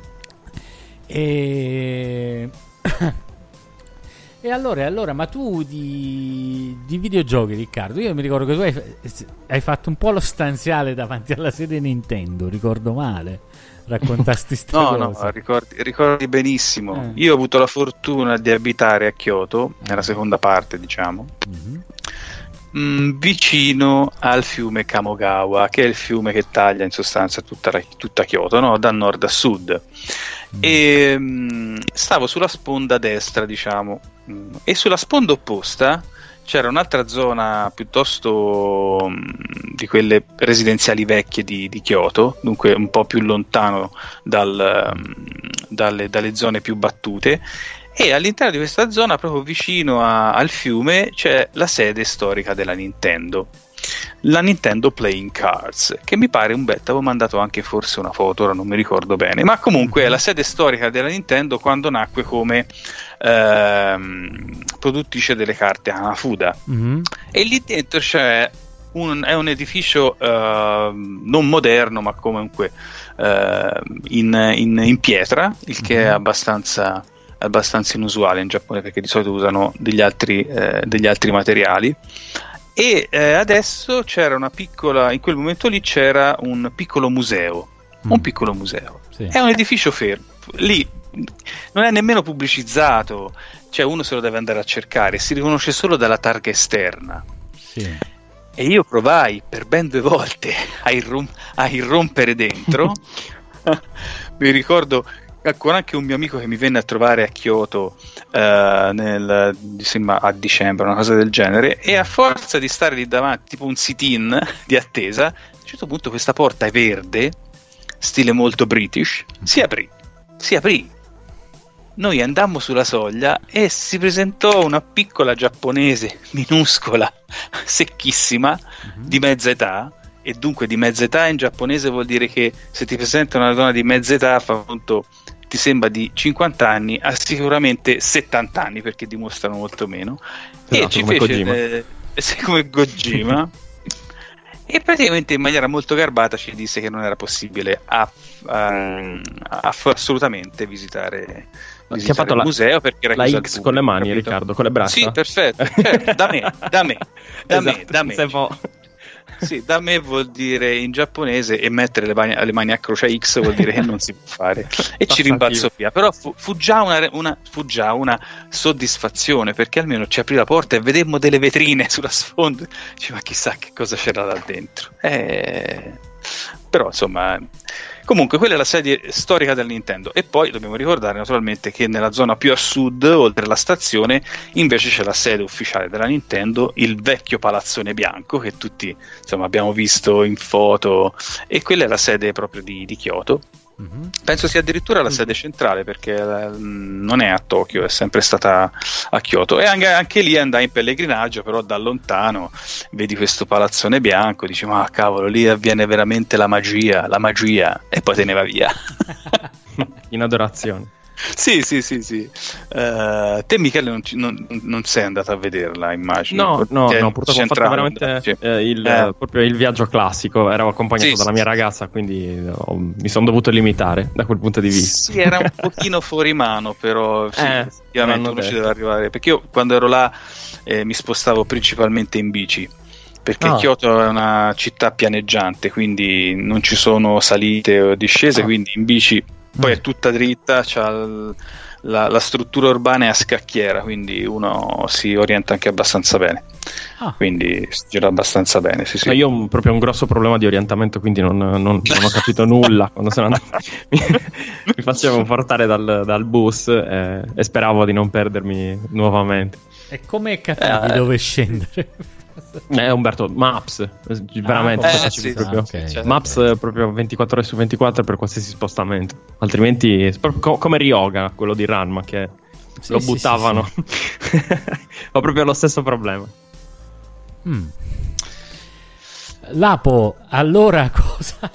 E allora, ma tu di videogiochi, Riccardo, io mi ricordo che tu hai fatto un po' lo stanziale davanti alla sede Nintendo, ricordo male, raccontasti sta cosa. No, ricordi benissimo. Io ho avuto la fortuna di abitare a Kyoto, nella seconda parte, diciamo, vicino al fiume Kamogawa, che è il fiume che taglia in sostanza tutta Kyoto, no? Da nord a sud. E stavo sulla sponda destra, diciamo, e sulla sponda opposta c'era un'altra zona piuttosto di quelle residenziali vecchie di Kyoto, dunque un po' più lontano dalle zone più battute, e all'interno di questa zona, proprio vicino al fiume, c'è la sede storica della Nintendo, la Nintendo Playing Cards, che mi pare avevo mandato anche forse una foto, ora non mi ricordo bene, ma comunque è la sede storica della Nintendo quando nacque come produttrice delle carte Hanafuda. E lì dentro è un edificio non moderno, ma comunque in pietra, il che è abbastanza inusuale in Giappone, perché di solito usano degli altri materiali. E adesso c'era in quel momento lì c'era un piccolo museo. Sì. È un edificio fermo, lì non è nemmeno pubblicizzato, cioè uno se lo deve andare a cercare, si riconosce solo dalla targa esterna. Sì. E io provai per ben 2 volte a irrompere dentro. Mi ricordo con anche un mio amico che mi venne a trovare a Kyoto a dicembre, una cosa del genere, e a forza di stare lì davanti tipo un sit-in di attesa, a un certo punto questa porta è verde, stile molto British, si aprì. Noi andammo sulla soglia e si presentò una piccola giapponese minuscola, secchissima, di mezza età. E dunque di mezza età in giapponese vuol dire che se ti presenta una donna di mezza età, fa conto, ti sembra di 50 anni, ha sicuramente 70 anni, perché dimostrano molto meno. Esatto, e ci come fece come Kojima. E praticamente in maniera molto garbata ci disse che non era possibile assolutamente visitare il museo, perché era la X con le mani, capito? Riccardo, con le braccia. Sì, perfetto, da me. Sì, da me vuol dire in giapponese, e mettere le mani a croce X vuol dire che non si può fare, e ci rimbalzo via. Però fu già una soddisfazione, perché almeno ci aprì la porta e vedemmo delle vetrine sulla sponda. Ma chissà che cosa c'era là dentro. Però insomma, comunque quella è la sede storica del Nintendo. E poi dobbiamo ricordare naturalmente che nella zona più a sud, oltre la stazione, invece c'è la sede ufficiale della Nintendo, il vecchio palazzone bianco che tutti insomma abbiamo visto in foto, e quella è la sede proprio di Kyoto. Penso sia addirittura la sede centrale, perché non è a Tokyo, è sempre stata a Kyoto. E anche lì andai in pellegrinaggio, però da lontano vedi questo palazzone bianco, dici ma cavolo, lì avviene veramente la magia, e poi te ne va via in adorazione. Sì. Te Michele non sei andato a vederla, immagino. No, purtroppo ho fatto veramente proprio il viaggio classico. Ero accompagnato dalla mia ragazza, quindi mi sono dovuto limitare da quel punto di vista. Sì, era un pochino fuori mano, però effettivamente uno ci deve arrivare. Perché io quando ero là mi spostavo principalmente in bici, perché Kyoto è una città pianeggiante, quindi non ci sono salite o discese, quindi in bici Poi è tutta dritta, c'ha la struttura urbana è a scacchiera, quindi uno si orienta anche abbastanza bene. Quindi si gira abbastanza bene. Sì. Io ho proprio un grosso problema di orientamento, quindi non ho capito nulla quando sono andato. Mi facevo portare dal bus e speravo di non perdermi nuovamente. E come capivi dove scendere? Umberto, Maps, veramente proprio. Okay. Maps proprio 24 ore su 24 per qualsiasi spostamento. Altrimenti come Ryoga, quello di Ranma, che lo buttavano. Ho proprio lo stesso problema. Lapo, allora cosa?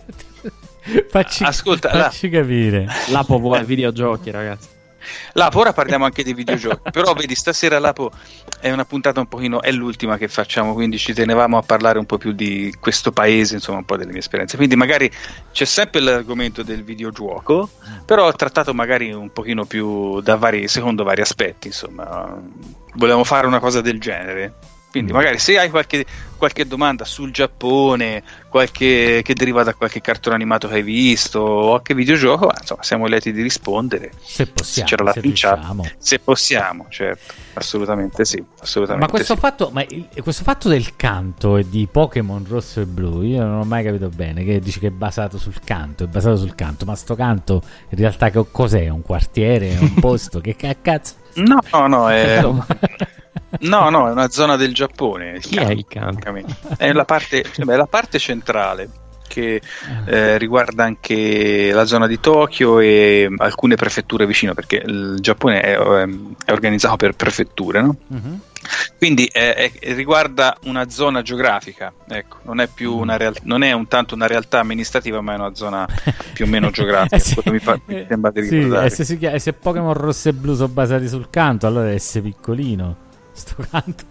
Facci capire. Lapo vuole videogiochi, ragazzi. Lapo, ora parliamo anche dei videogiochi. Però vedi, stasera Lapo è una puntata un pochino, è l'ultima che facciamo, quindi ci tenevamo a parlare un po' più di questo paese, insomma un po' delle mie esperienze. Quindi magari c'è sempre l'argomento del videogioco, però trattato magari un pochino più secondo vari aspetti, insomma. Volevamo fare una cosa del genere. Quindi magari se hai qualche domanda sul Giappone, che deriva da qualche cartone animato che hai visto o qualche videogioco, insomma, siamo lieti di rispondere. Se possiamo, c'era la fincia, se possiamo, certo, assolutamente sì, assolutamente. Ma questo fatto del canto e di Pokémon Rosso e Blu, io non ho mai capito bene, che dici che è basato sul canto, ma sto canto in realtà cos'è? Un quartiere, un posto? Che cazzo? No, è No, è una zona del Giappone. Chi è il canto? È la parte centrale che riguarda anche la zona di Tokyo e alcune prefetture vicino, perché il Giappone è organizzato per prefetture, no? Uh-huh. Quindi riguarda una zona geografica, ecco, non è più non è un tanto una realtà amministrativa, ma è una zona più o meno geografica. Mi sembra di ricordare. Se Pokémon Rosso e Blu sono basati sul canto, allora deve essere piccolino sto canto.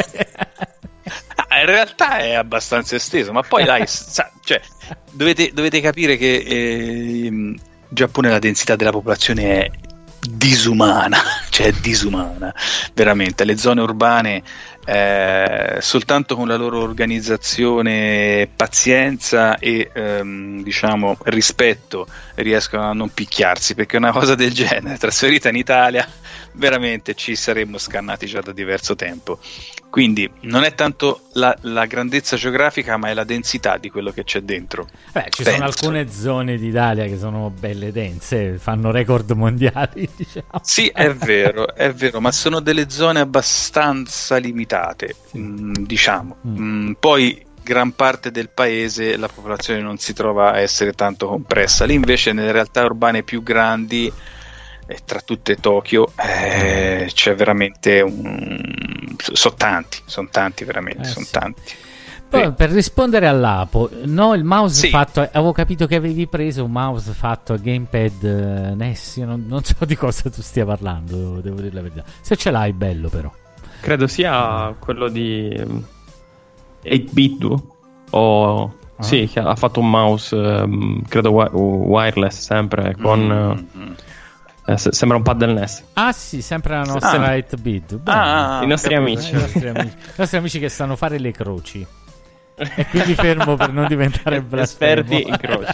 In realtà è abbastanza esteso, ma poi dai, cioè, dovete capire che in Giappone la densità della popolazione è disumana, veramente. Le zone urbane soltanto con la loro organizzazione, pazienza e diciamo rispetto riescono a non picchiarsi, perché una cosa del genere trasferita in Italia veramente ci saremmo scannati già da diverso tempo. Quindi non è tanto la grandezza geografica, ma è la densità di quello che c'è dentro. Ci sono alcune zone d'Italia che sono belle dense, fanno record mondiali, diciamo. Sì, è vero, ma sono delle zone abbastanza limitate, diciamo. Poi gran parte del paese la popolazione non si trova a essere tanto compressa. Lì invece nelle realtà urbane più grandi, tra tutte Tokyo, c'è veramente sono tanti veramente, sono tanti. Poi, per rispondere all'Apo, il mouse fatto, avevo capito che avevi preso un mouse fatto a gamepad NES, non so di cosa tu stia parlando, devo dire la verità. Se ce l'hai, bello però. Credo sia quello di 8-bit sì, che ha fatto un mouse credo wireless sempre con sembra un pad del NES. Sì, sempre la nostra 8-bit. I nostri amici. I nostri amici che sanno fare le croci. E quindi fermo per non diventare blasfemo. Esperti in croci.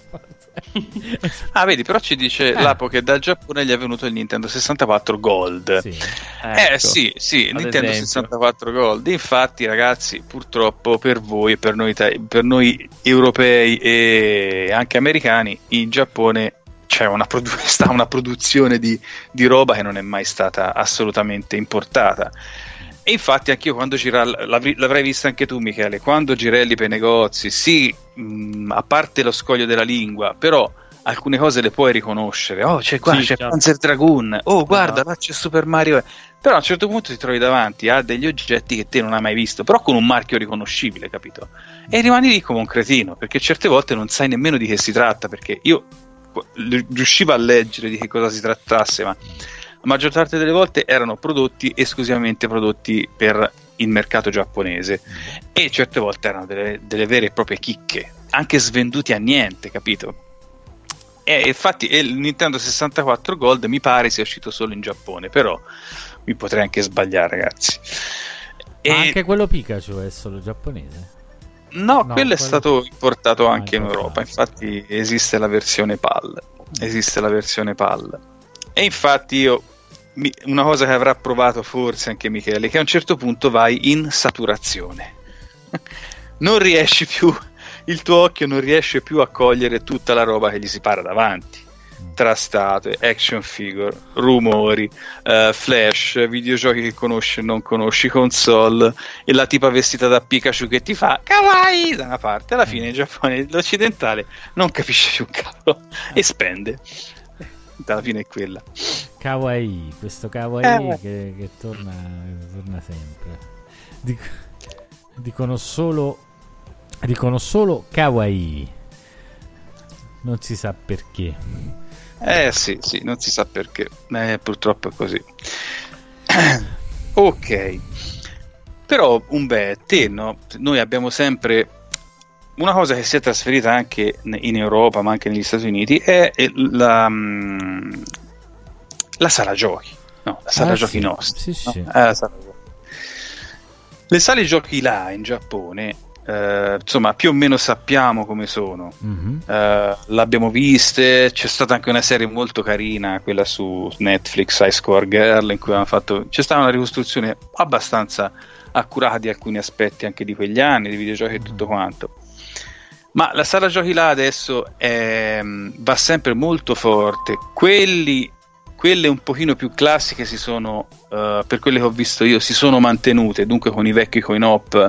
Vedi, però ci dice Lapo che dal Giappone gli è venuto il Nintendo 64 Gold. Sì, Nintendo esempio. 64 Gold. Infatti, ragazzi, purtroppo per voi e per noi europei e anche americani, in Giappone c'è una produzione di roba che non è mai stata assolutamente importata. E infatti anch'io quando l'avrai vista anche tu, Michele, quando girelli per i negozi, a parte lo scoglio della lingua, però alcune cose le puoi riconoscere. C'è Panzer Dragoon, guarda, là c'è Super Mario. Però a un certo punto ti trovi davanti a degli oggetti che te non hai mai visto, però con un marchio riconoscibile, capito? E rimani lì come un cretino, perché certe volte non sai nemmeno di che si tratta, perché io riuscivo a leggere di che cosa si trattasse, ma la maggior parte delle volte erano esclusivamente prodotti per il mercato giapponese, e certe volte erano delle vere e proprie chicche, anche svenduti a niente, capito? E infatti il Nintendo 64 Gold mi pare sia uscito solo in Giappone, però mi potrei anche sbagliare, ragazzi. Ma anche quello Pikachu è solo giapponese? No, quello è stato importato anche in Europa, infatti esiste la versione PAL. esiste la versione PAL. E infatti una cosa che avrà provato forse anche Michele, che a un certo punto vai in saturazione. Non riesci più, il tuo occhio non riesce più a cogliere tutta la roba che gli si para davanti, tra statue, action figure, rumori, flash, videogiochi che conosci e non conosci, console, e la tipa vestita da Pikachu che ti fa kawaii da una parte. Alla fine in Giappone l'occidentale non capisce più un cavolo e spende. Alla fine è quella kawaii, questo kawaii che torna sempre. Dicono solo kawaii, non si sa perché. Sì, non si sa perché, purtroppo è così. Ok, però te, no? Noi abbiamo sempre una cosa che si è trasferita anche in Europa, ma anche negli Stati Uniti, è la sala giochi, no? La sala giochi nostra. Sì. No? La sala giochi. Le sale giochi là in Giappone, insomma, più o meno sappiamo come sono. L'abbiamo viste, c'è stata anche una serie molto carina, quella su Netflix, High Score Girl, in cui c'è stata una ricostruzione abbastanza accurata di alcuni aspetti anche di quegli anni, di videogiochi e tutto quanto. Ma la sala giochi là adesso va sempre molto forte. Quelle un pochino più classiche si sono, per quelle che ho visto io, si sono mantenute, dunque con i vecchi coin-op,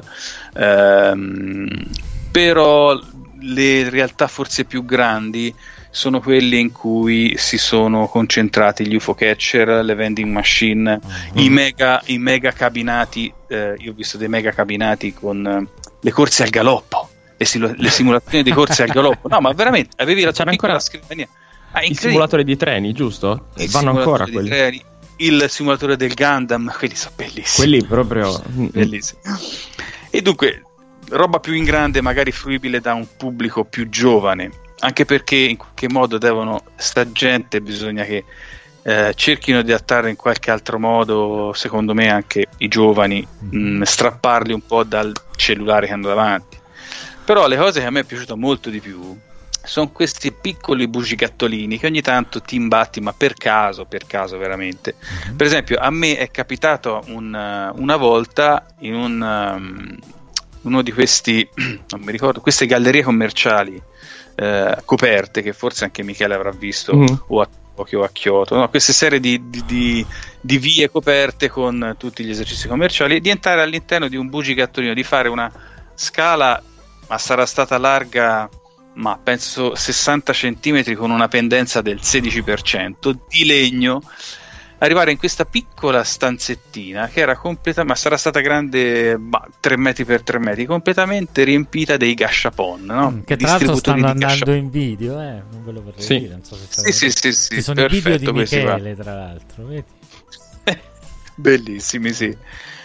però le realtà forse più grandi sono quelle in cui si sono concentrati gli UFO catcher, le vending machine, i mega cabinati. Io ho visto dei mega cabinati con le corse al galoppo, le simulazioni di corse al galoppo. No, ma veramente, avevi la tua piccola scrivania. Il simulatore di treni, giusto? Vanno ancora quelli. Treni, il simulatore del Gundam, quelli sono bellissimi. Quelli proprio bellissimi. E dunque, roba più in grande, magari fruibile da un pubblico più giovane, anche perché in qualche modo sta gente bisogna che cerchino di attrarre in qualche altro modo, secondo me, anche i giovani, strapparli un po' dal cellulare che hanno davanti. Però le cose che a me è piaciuto molto di più sono questi piccoli bugigattolini che ogni tanto ti imbatti, ma per caso veramente. Per esempio, a me è capitato una volta in uno di questi, non mi ricordo, queste gallerie commerciali coperte, che forse anche Michele avrà visto o a Tokyo o a Kyoto, no? Queste serie di vie coperte con tutti gli esercizi commerciali, di entrare all'interno di un bugigattolino, di fare una scala, ma sarà stata larga, ma penso 60 centimetri, con una pendenza del 16%, di legno, arrivare in questa piccola stanzettina che era ma sarà stata grande 3 metri per 3 metri, completamente riempita dei gashapon, no? Che tra l'altro stanno andando in video, non ve lo vorrei dire, non so se sì, ci sono i video di Michele, tra l'altro, vedi? Bellissimi, sì.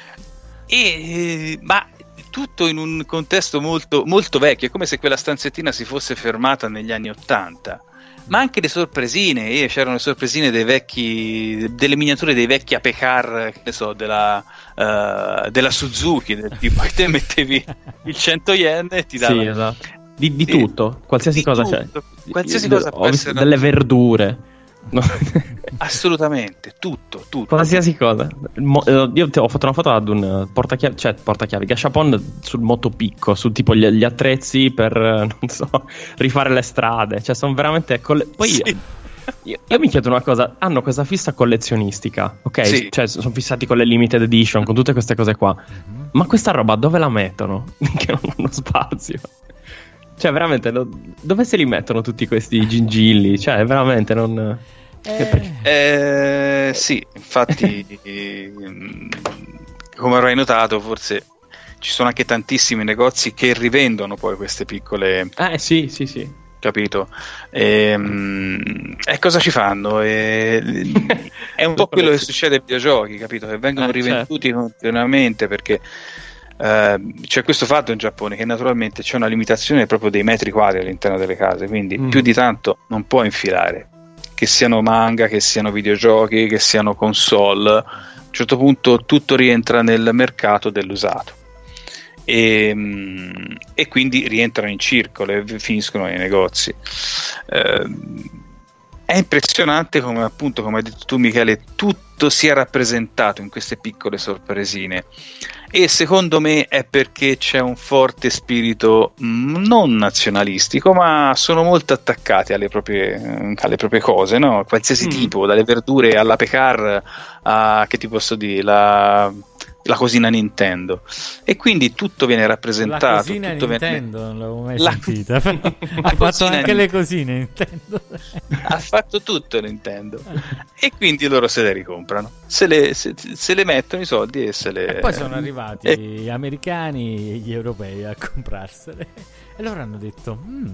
Ma tutto in un contesto molto, molto vecchio, è come se quella stanzettina si fosse fermata negli anni '80. Ma anche le sorpresine, c'erano le sorpresine delle miniature dei vecchi Apecar, che ne so, della Suzuki, del tipo che te mettevi il 100 yen e ti dava. Sì, esatto. Di tutto, qualsiasi cosa c'è. Qualsiasi cosa può essere. Delle verdure. No. Assolutamente, tutto. Qualsiasi cosa. Io ho fatto una foto ad un portachiavi gashapon sul motopicco, su tipo gli attrezzi per, non so, rifare le strade. Cioè, sono veramente. Poi sì. Io mi chiedo una cosa: hanno questa fissa collezionistica, ok? Sì. Cioè, sono fissati con le limited edition, con tutte queste cose qua. Ma questa roba dove la mettono? Che non hanno spazio. Cioè, veramente, dove se li mettono tutti questi gingilli? Cioè, veramente non. Sì, infatti, come avrai notato, forse ci sono anche tantissimi negozi che rivendono poi queste piccole. Sì. Capito? E cosa ci fanno? È un po' quello che succede ai videogiochi, capito? Che vengono rivenduti continuamente, perché c'è questo fatto in Giappone, che naturalmente c'è una limitazione proprio dei metri quadri all'interno delle case, quindi più di tanto non può infilare, che siano manga, che siano videogiochi, che siano console. A un certo punto tutto rientra nel mercato dell'usato e quindi rientrano in circolo e finiscono nei negozi. è impressionante come, appunto, come hai detto tu, Michele, tutto sia rappresentato in queste piccole sorpresine, e secondo me è perché c'è un forte spirito non nazionalistico, ma sono molto attaccati alle proprie cose, no? Qualsiasi tipo, dalle verdure alla pecar a, che ti posso dire, la cosina Nintendo, e quindi tutto viene rappresentato. La cosina tutto Nintendo non l'avevo mai sentita. Ha fatto anche le cosine Nintendo. Ha fatto tutto Nintendo, e quindi loro se le ricomprano, se le mettono i soldi e se le... E poi sono arrivati gli americani e gli europei a comprarsele, e loro hanno detto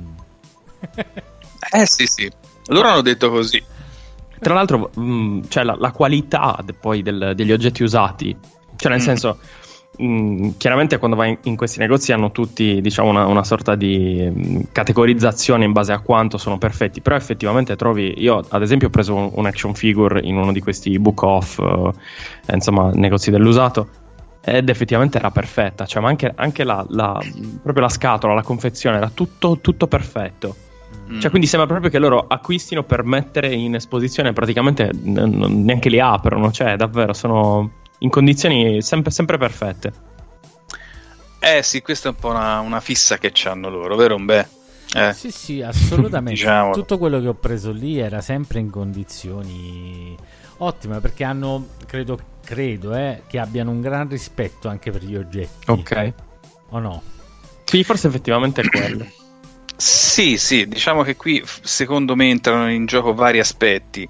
sì, loro hanno detto così. Tra l'altro, cioè la qualità poi degli oggetti usati, cioè nel senso, chiaramente quando vai in questi negozi hanno tutti, diciamo, una sorta di categorizzazione in base a quanto sono perfetti, però effettivamente trovi, io ad esempio ho preso un action figure in uno di questi book off, insomma, negozi dell'usato, ed effettivamente era perfetta, cioè, ma anche proprio la scatola, la confezione era tutto perfetto. Cioè, quindi sembra proprio che loro acquistino per mettere in esposizione, praticamente neanche li aprono, cioè davvero sono in condizioni sempre perfette. Sì, questa è un po' una fissa che c'hanno loro, vero? Sì, assolutamente. Diciamolo. Tutto quello che ho preso lì era sempre in condizioni ottime, perché hanno, credo che abbiano un gran rispetto anche per gli oggetti. Ok. O no? Sì, forse effettivamente è quello. Sì, diciamo che qui secondo me entrano in gioco vari aspetti.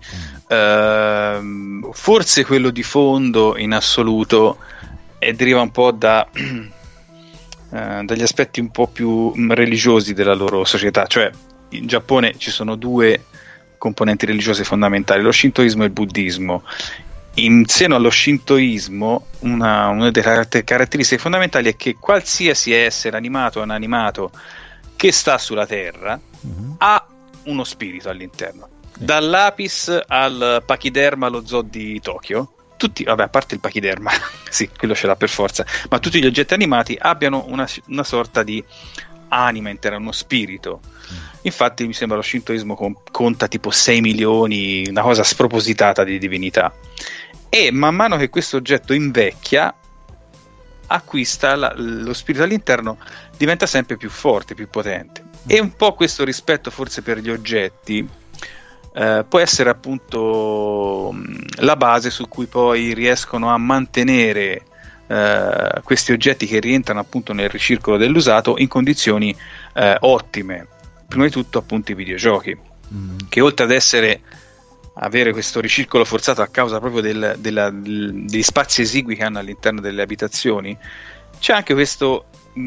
Forse quello di fondo in assoluto deriva un po' dagli aspetti un po' più religiosi della loro società. Cioè, in Giappone ci sono due componenti religiose fondamentali, lo shintoismo e il buddismo. In seno allo shintoismo una delle caratteristiche fondamentali è che qualsiasi essere animato o inanimato che sta sulla terra ha uno spirito all'interno, dall'apis al pachiderma allo zoo di Tokyo, tutti, vabbè, a parte il pachiderma sì, quello ce l'ha per forza, ma tutti gli oggetti animati abbiano una sorta di anima interna, uno spirito. Infatti mi sembra lo shintoismo conta tipo 6 milioni, una cosa spropositata di divinità, e man mano che questo oggetto invecchia, acquista lo spirito all'interno, diventa sempre più forte, più potente, e un po' questo rispetto forse per gli oggetti può essere appunto la base su cui poi riescono a mantenere questi oggetti che rientrano appunto nel ricircolo dell'usato in condizioni ottime. Prima di tutto appunto i videogiochi, che oltre ad avere questo ricircolo forzato a causa proprio degli spazi esigui che hanno all'interno delle abitazioni, c'è anche questa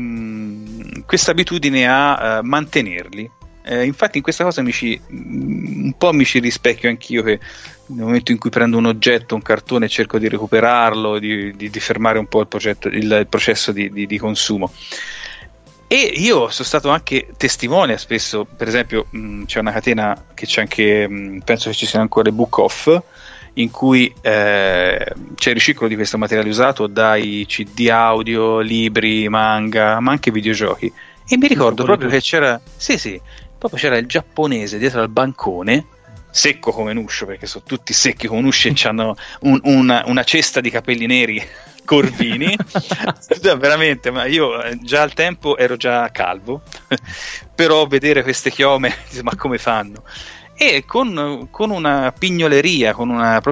abitudine a mantenerli. Infatti in questa cosa un po' mi ci rispecchio anch'io, che nel momento in cui prendo un oggetto, un cartone, e cerco di recuperarlo, di fermare un po' il processo di consumo. E io sono stato anche testimone spesso, per esempio c'è una catena che c'è anche, penso che ci siano ancora i book off, in cui c'è il riciclo di questo materiale usato, dai CD audio, libri, manga, ma anche videogiochi. E mi ricordo proprio che c'era proprio c'era il giapponese dietro al bancone, secco come un uscio, perché sono tutti secchi come un uscio e hanno una cesta di capelli neri corvini veramente, ma io già al tempo ero già calvo però vedere queste chiome, ma come fanno? E con una pignoleria, con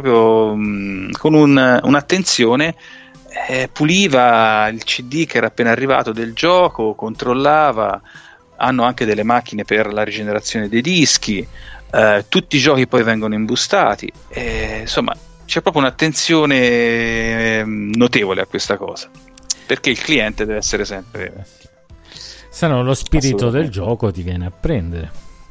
un'attenzione, puliva il CD che era appena arrivato del gioco, controllava. Hanno anche delle macchine per la rigenerazione dei dischi, tutti i giochi poi vengono imbustati, insomma c'è proprio un'attenzione notevole a questa cosa, perché il cliente deve essere sempre, se no lo spirito del gioco ti viene a prendere.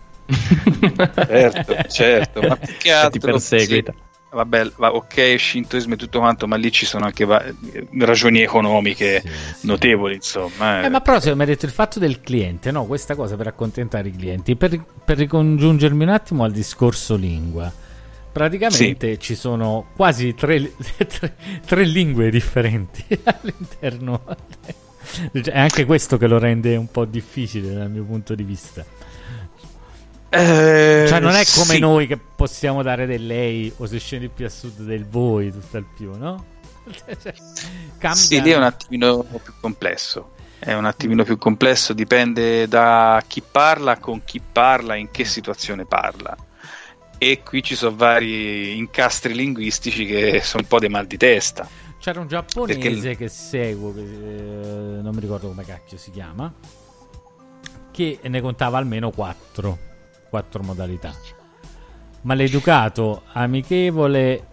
certo, ma più che altro ti perseguita. Sì, vabbè, ok, shintoismo e tutto quanto, ma lì ci sono anche ragioni economiche notevoli, insomma. Ma però se mi hai detto il fatto del cliente, no, questa cosa per accontentare i clienti, per ricongiungermi un attimo al discorso lingua, praticamente ci sono quasi tre lingue differenti all'interno. È anche questo che lo rende un po' difficile dal mio punto di vista. Cioè non è come sì. noi che possiamo dare del lei, o se scendi più a sud del voi, tutto al più, no? Cambia. Sì, lì è un attimino più complesso. È un attimino più complesso, dipende da chi parla, con chi parla, in che situazione parla. E qui ci sono vari incastri linguistici che sono un po' dei mal di testa. C'era un giapponese che seguo, che non mi ricordo come cacchio si chiama, che ne contava almeno 4 modalità: maleducato, amichevole,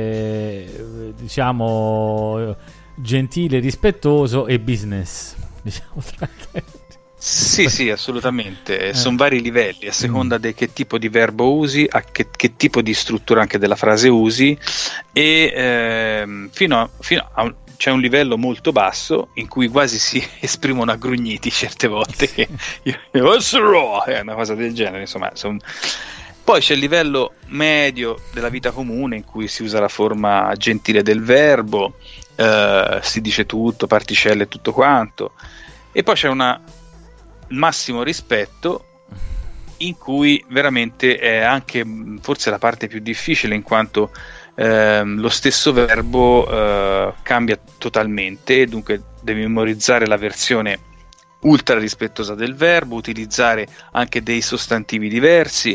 diciamo gentile, rispettoso e business, diciamo. Sì, assolutamente. Sono vari livelli a seconda di che tipo di verbo usi, a che tipo di struttura anche della frase usi, e fino a c'è un livello molto basso in cui quasi si esprimono a grugniti certe volte, che è una cosa del genere, insomma. Poi c'è il livello medio della vita comune in cui si usa la forma gentile del verbo, si dice tutto, particelle e tutto quanto, e poi c'è il massimo rispetto, in cui veramente è anche forse la parte più difficile, in quanto lo stesso verbo cambia totalmente, e dunque devi memorizzare la versione ultra rispettosa del verbo, utilizzare anche dei sostantivi diversi,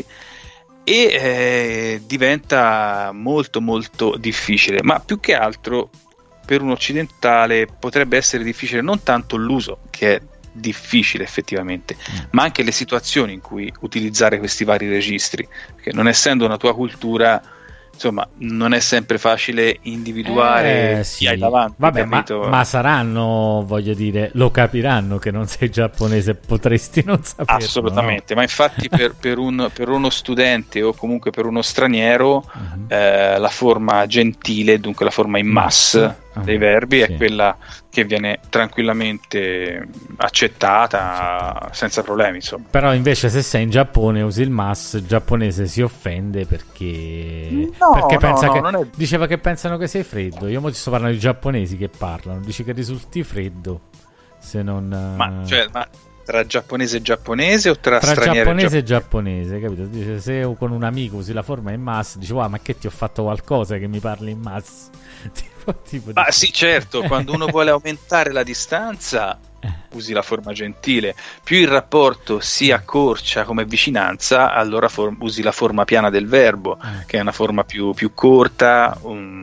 e diventa molto molto difficile. Ma più che altro per un occidentale potrebbe essere difficile non tanto l'uso, che è difficile effettivamente, ma anche le situazioni in cui utilizzare questi vari registri, perché non essendo una tua cultura, insomma, non è sempre facile individuare chi hai davanti. Vabbè, ma saranno, voglio dire, lo capiranno che non sei giapponese, potresti non saperlo. Assolutamente, no? Ma infatti per uno studente o comunque per uno straniero la forma gentile, dunque la forma in masse dei verbi, è quella che viene tranquillamente accettata senza problemi, insomma. Però invece se sei in Giappone usi il mas, il giapponese si offende perché pensa che non è... diceva che pensano che sei freddo. Io mo ti sto parlando di giapponesi che parlano, dici che risulti freddo se non ma tra giapponese e giapponese o tra straniero giapponese e giapponese, capito? Dice, se con un amico usi la forma in mas, dici ma che ti ho fatto qualcosa che mi parli in mas? tipo sì, certo, quando uno vuole aumentare la distanza usi la forma gentile, più il rapporto si accorcia come vicinanza, allora usi la forma piana del verbo, che è una forma più corta.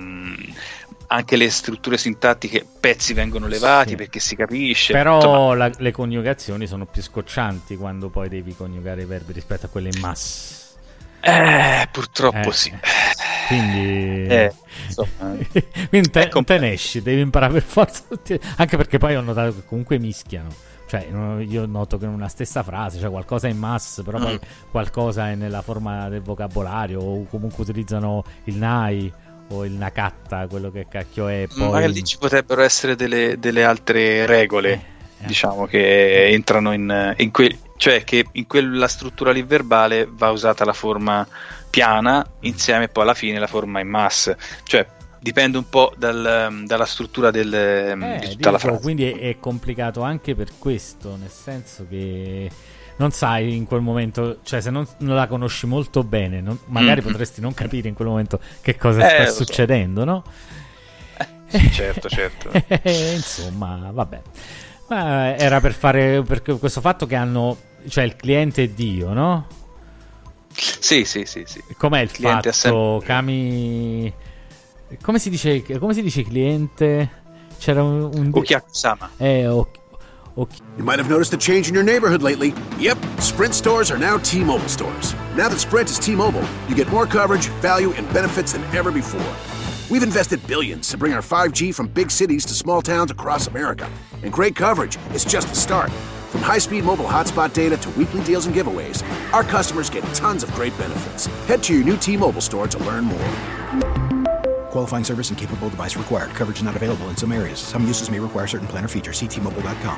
Anche le strutture sintattiche, pezzi vengono levati perché si capisce. Però le coniugazioni sono più scoccianti quando poi devi coniugare i verbi rispetto a quelle in mass. Purtroppo sì. Quindi quindi te ne esci, devi imparare per forza tutti, anche perché poi ho notato che comunque mischiano. Cioè io noto che in una stessa frase c'è qualcosa in mass, però poi qualcosa è nella forma del vocabolario, o comunque utilizzano il nai o il nakatta, quello che cacchio è. Poi magari lì ci potrebbero essere delle altre regole, diciamo, che entrano cioè che in quella struttura lì verbale va usata la forma piana insieme poi alla fine la forma in mass, cioè dipende un po' dalla struttura di tutta la frase. Quindi è complicato anche per questo, nel senso che non sai in quel momento, cioè se non la conosci molto bene, magari potresti non capire in quel momento che cosa sta succedendo, no? Certo. Insomma, vabbè. Ma era per fare perché questo fatto che hanno, cioè il cliente è Dio, no? Sì. Com'è il fatto, Kami? Come si dice cliente? C'era un Okiakusama. You might have noticed a change in your neighborhood lately. Yep, Sprint stores are now T-Mobile stores. Now that Sprint is T-Mobile, you get more coverage, value, and benefits than ever before. We've invested billions to bring our 5G from big cities to small towns across America. And great coverage is just the start. From high-speed mobile hotspot data to weekly deals and giveaways, our customers get tons of great benefits. Head to your new T-Mobile store to learn more. Qualifying service and capable device required. Coverage not available in some areas. Some uses may require certain plan or features. See T-Mobile.com.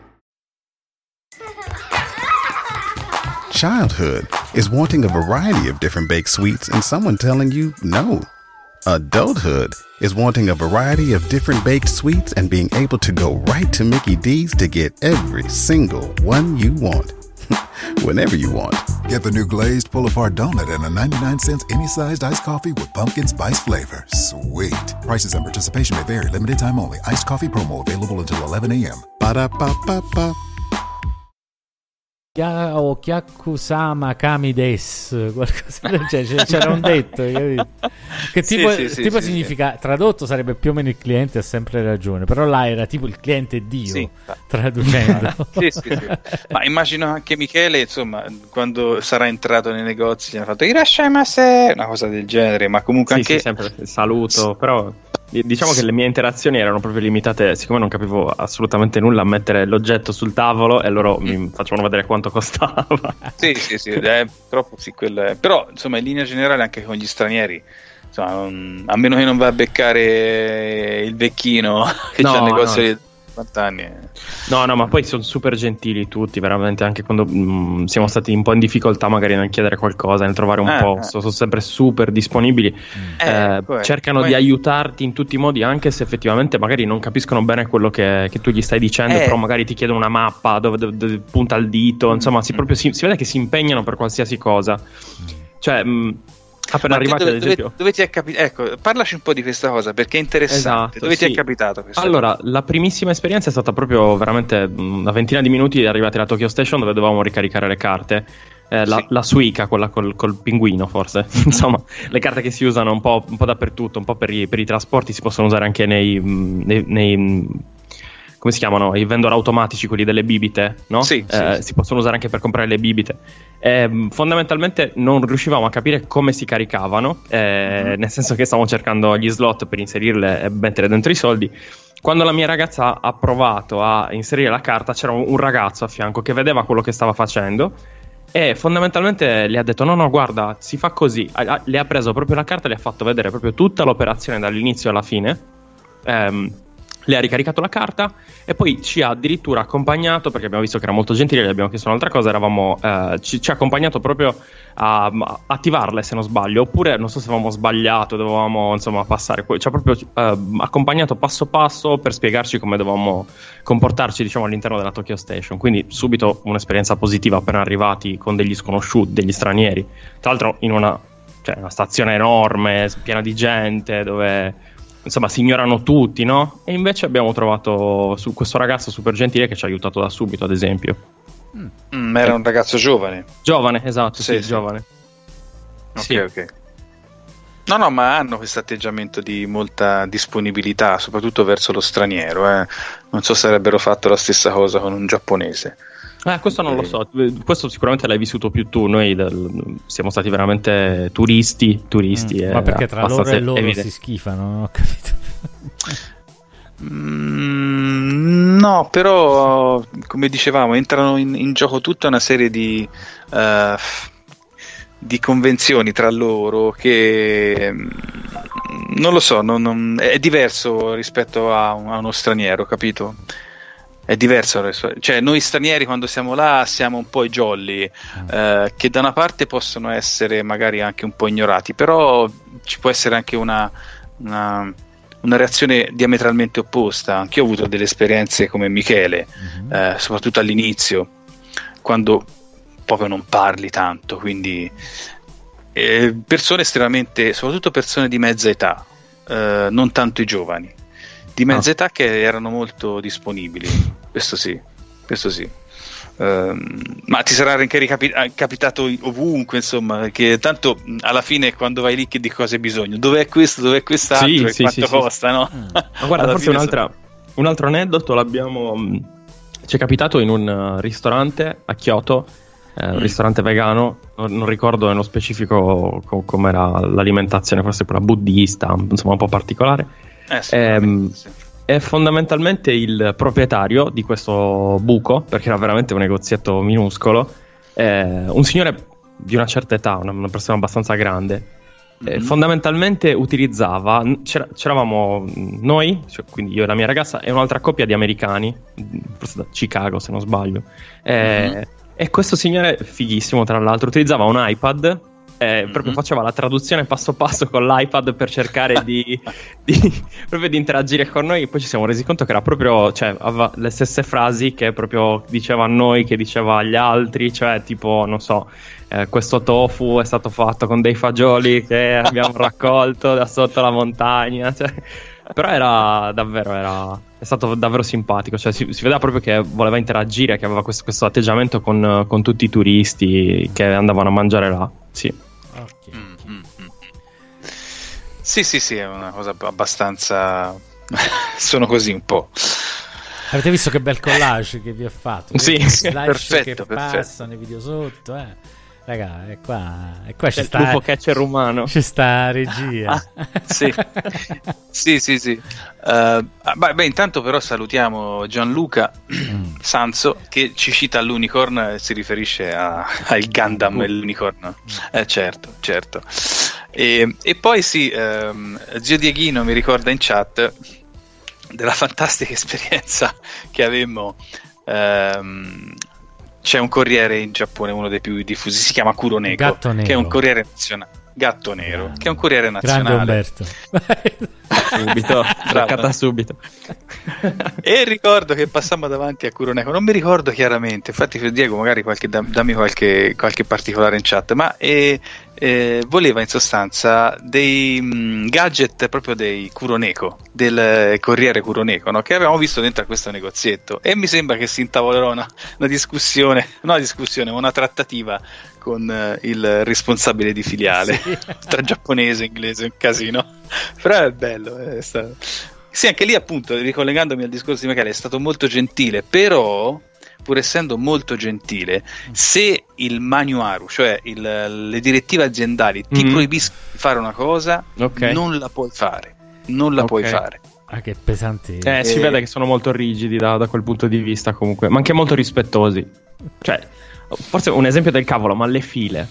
Childhood is wanting a variety of different baked sweets and someone telling you no. Adulthood is wanting a variety of different baked sweets and being able to go right to Mickey D's to get every single one you want. whenever you want. Get the new glazed pull-apart donut and a 99-cent any-sized iced coffee with pumpkin spice flavor. Sweet. Prices and participation may vary. Limited time only. Iced coffee promo available until 11 a.m. Ba-da-ba-ba-ba. O Kyakusama Kamides, qualcosa del genere, c'era un detto, capito? Che tipo significa, tradotto sarebbe più o meno il cliente ha sempre ragione, però là era tipo il cliente è Dio, traducendo. Sì. Ma immagino anche Michele, insomma, quando sarà entrato nei negozi gli hanno fatto Irashaimase, una cosa del genere, ma comunque anche sempre saluto, però diciamo che le mie interazioni erano proprio limitate, siccome non capivo assolutamente nulla, a mettere l'oggetto sul tavolo e loro mi facevano vedere quanto costava. Sì, troppo quello è. Però insomma in linea generale anche con gli stranieri, insomma, a meno che non va a beccare il vecchino che c'ha il negozio di 50 anni. No, ma poi sono super gentili tutti, veramente, anche quando siamo stati un po' in difficoltà magari nel chiedere qualcosa, nel trovare un posto, sono sempre super disponibili, cercano di aiutarti in tutti i modi, anche se effettivamente magari non capiscono bene quello che tu gli stai dicendo, però magari ti chiedono una mappa dove punta il dito, insomma si vede che si impegnano per qualsiasi cosa, cioè appena arrivati ad esempio dove ti è capitato, ecco, parlaci un po' di questa cosa perché è interessante. Dove ti è capitato questa cosa? La primissima esperienza è stata proprio veramente una ventina di minuti arrivati alla Tokyo Station, dove dovevamo ricaricare le carte, la Suica, quella col pinguino forse insomma le carte che si usano un po' dappertutto, un po' per i trasporti, si possono usare anche nei come si chiamano, i vendor automatici, quelli delle bibite, no? Si possono usare anche per comprare le bibite. Fondamentalmente non riuscivamo a capire come si caricavano, nel senso che stavamo cercando gli slot per inserirle e mettere dentro i soldi. Quando la mia ragazza ha provato a inserire la carta, c'era un ragazzo a fianco che vedeva quello che stava facendo e fondamentalmente le ha detto no guarda, si fa così. Le ha preso proprio la carta e le ha fatto vedere proprio tutta l'operazione dall'inizio alla fine. Le ha ricaricato la carta e poi ci ha addirittura accompagnato, perché abbiamo visto che era molto gentile, le abbiamo chiesto un'altra cosa, ci ha accompagnato proprio a attivarle, se non sbaglio, oppure non so se avevamo sbagliato, dovevamo insomma passare, ci ha proprio accompagnato passo passo per spiegarci come dovevamo comportarci, diciamo, all'interno della Tokyo Station. Quindi subito un'esperienza positiva appena arrivati, con degli sconosciuti, degli stranieri, tra l'altro in una stazione enorme, piena di gente, dove insomma si ignorano tutti, no? E invece abbiamo trovato su questo ragazzo super gentile che ci ha aiutato da subito, ad esempio. Era un ragazzo giovane, esatto, sì. Giovane. Ok. No, ma hanno questo atteggiamento di molta disponibilità, soprattutto verso lo straniero. Non so se avrebbero fatto la stessa cosa con un giapponese. Questo non lo so, questo sicuramente l'hai vissuto più tu, noi siamo stati veramente turisti. Ma perché tra loro e loro si schifano, non ho capito. No, però come dicevamo entrano in gioco tutta una serie di convenzioni tra loro che non lo so, è diverso rispetto a uno straniero, capito? È diverso, cioè noi stranieri quando siamo là siamo un po' i jolly, che da una parte possono essere magari anche un po' ignorati, però ci può essere anche una reazione diametralmente opposta. Anch'io ho avuto delle esperienze come Michele, soprattutto all'inizio, quando proprio non parli tanto, quindi persone estremamente, soprattutto persone di mezza età, non tanto i giovani, di mezza età, che erano molto disponibili. Questo sì. Ma ti sarà anche capitato ovunque, insomma, perché tanto alla fine quando vai lì che di cosa hai bisogno? Dov'è questo, dov'è quest'altro, quanto costa, no? Ma guarda, forse un altro aneddoto ci è capitato in un ristorante a Kyoto, un ristorante vegano, non ricordo nello specifico com'era l'alimentazione, forse quella buddista, insomma un po' particolare. È fondamentalmente il proprietario di questo buco, perché era veramente un negozietto minuscolo, un signore di una certa età, una persona abbastanza grande. Fondamentalmente utilizzava, c'eravamo noi, cioè quindi io e la mia ragazza e un'altra coppia di americani, forse da Chicago se non sbaglio, e questo signore fighissimo tra l'altro utilizzava un iPad proprio faceva la traduzione passo passo con l'iPad per cercare proprio di interagire con noi. Poi ci siamo resi conto che era proprio, cioè, aveva le stesse frasi che proprio diceva a noi, che diceva agli altri, cioè tipo, non so, questo tofu è stato fatto con dei fagioli che abbiamo raccolto da sotto la montagna, cioè, però è stato davvero simpatico, cioè si vedeva proprio che voleva interagire, che aveva questo atteggiamento con tutti i turisti che andavano a mangiare là. Sì. Sì, è una cosa abbastanza sono così un po'. Avete visto che bel collage che vi ha fatto? Sì, perfetto. Passano i video sotto, Raga, e qua c'è il lupo catcher umano. C'è sta regia. Sì. Intanto però salutiamo Gianluca Sanzo, che ci cita l'unicorn, si riferisce al Gundam e l'unicorn. Certo. E poi zio Dieghino mi ricorda in chat della fantastica esperienza che avemmo. C'è un corriere in Giappone, uno dei più diffusi, si chiama Kuroneko, che è un corriere nazionale. Gatto Nero, che è un corriere nazionale. Grande Umberto. subito. E ricordo che passammo davanti a Kuroneko, non mi ricordo chiaramente, infatti Diego magari dammi qualche particolare in chat, ma voleva in sostanza dei gadget proprio dei Kuroneko, del corriere Kuroneko, no? Che avevamo visto dentro a questo negozietto, e mi sembra che si intavolerò una trattativa con il responsabile di filiale, sì. Tra giapponese e inglese, un casino, però è bello, Sì, anche lì appunto, ricollegandomi al discorso di Michele, è stato molto gentile, però pur essendo molto gentile, se il manuaru, cioè le direttive aziendali ti proibiscono di fare una cosa, non la puoi fare, puoi fare. Ah, che pesanti. Si vede che sono molto rigidi da quel punto di vista, comunque, ma anche molto rispettosi. Cioè, forse un esempio del cavolo, ma le file.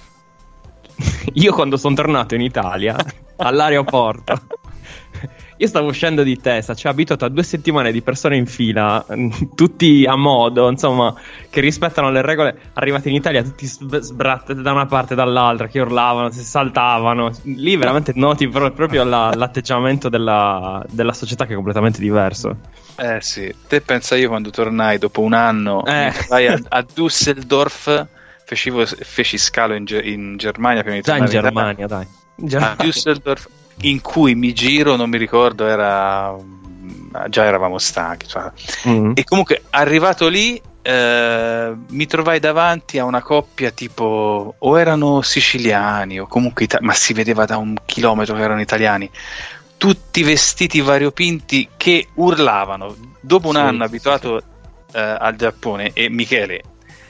Io quando sono tornato in Italia all'aeroporto, io stavo uscendo di testa, cioè abituato a 2 settimane di persone in fila, tutti a modo, insomma, che rispettano le regole. Arrivati in Italia tutti sbrattati da una parte e dall'altra, che urlavano, si saltavano. Lì veramente noti proprio l'atteggiamento della società, che è completamente diverso. Sì, te pensa, io quando tornai dopo un anno vai a Düsseldorf, feci scalo in Germania prima di tornare in Germania, dai. A Düsseldorf, in cui mi giro, non mi ricordo, già eravamo stanchi, cioè. E comunque arrivato lì mi trovai davanti a una coppia tipo, o erano siciliani o comunque ma si vedeva da 1 chilometro che erano italiani, tutti vestiti variopinti, che urlavano. Dopo un anno abituato al Giappone, e Michele,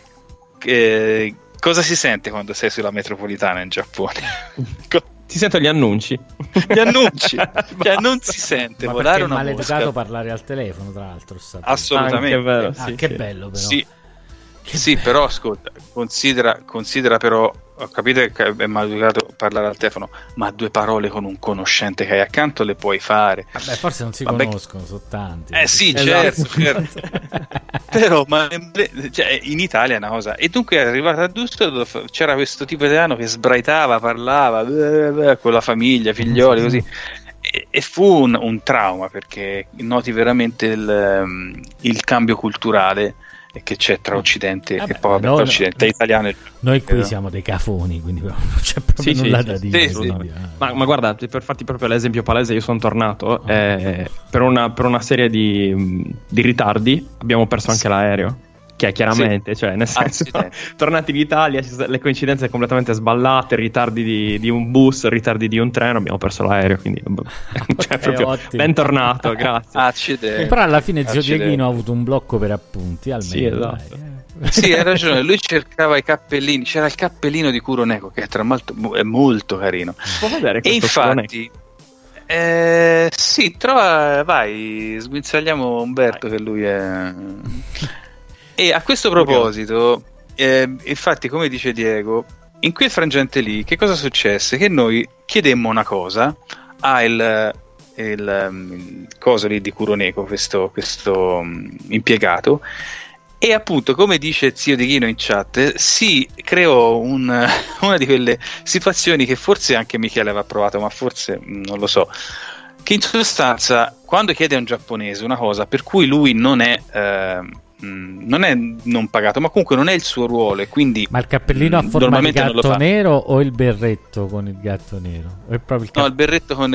cosa si sente quando sei sulla metropolitana in Giappone? Si sentono gli annunci. Cioè non si sente ma volare una maleducato mosca. parlare al telefono, tra l'altro. Assolutamente. È vero, che bello però. Sì, però ascolta, considera però, ho capito che è maleducato parlare al telefono, ma 2 parole con un conoscente che hai accanto le puoi fare. Vabbè, forse non si conoscono, sono tanti. Sì, certo. Però cioè, in Italia è una cosa. E dunque è arrivato a Düsseldorf, c'era questo tipo italiano che sbraitava, parlava con la famiglia, figlioli, così. E fu un trauma, perché noti veramente il cambio culturale che c'è tra Occidente e poi tra Occidente italiano e noi qui siamo dei cafoni, quindi non c'è proprio nulla da dire. Sì. Ma guarda, per farti proprio l'esempio palese, io sono tornato per una serie di ritardi, abbiamo perso anche l'aereo, che è chiaramente, cioè nel senso, tornati in Italia, le coincidenze completamente sballate, ritardi di un bus, ritardi di un treno, abbiamo perso l'aereo, quindi cioè, proprio bentornato, grazie. Accidenti. Però alla fine zio Dieghino ha avuto un blocco per appunti, almeno. Sì, esatto. Sì, hai ragione, lui cercava i cappellini, c'era il cappellino di Kuroneko, che tra l'altro è molto carino. Può vedere questo? E infatti sì, vai, sguinzagliamo Umberto, che lui è... E a questo proposito, infatti, come dice Diego, in quel frangente lì, che cosa successe? Che noi chiedemmo una cosa il coso lì di Kuroneko, questo impiegato, E appunto, come dice zio Di Chino in chat, si creò una di quelle situazioni che forse anche Michele aveva provato, ma forse non lo so, che in sostanza quando chiede a un giapponese una cosa per cui lui non è non pagato, ma comunque non è il suo ruolo, e quindi ma il cappellino a forma di gatto nero o il berretto con il gatto nero? O è proprio no, il berretto con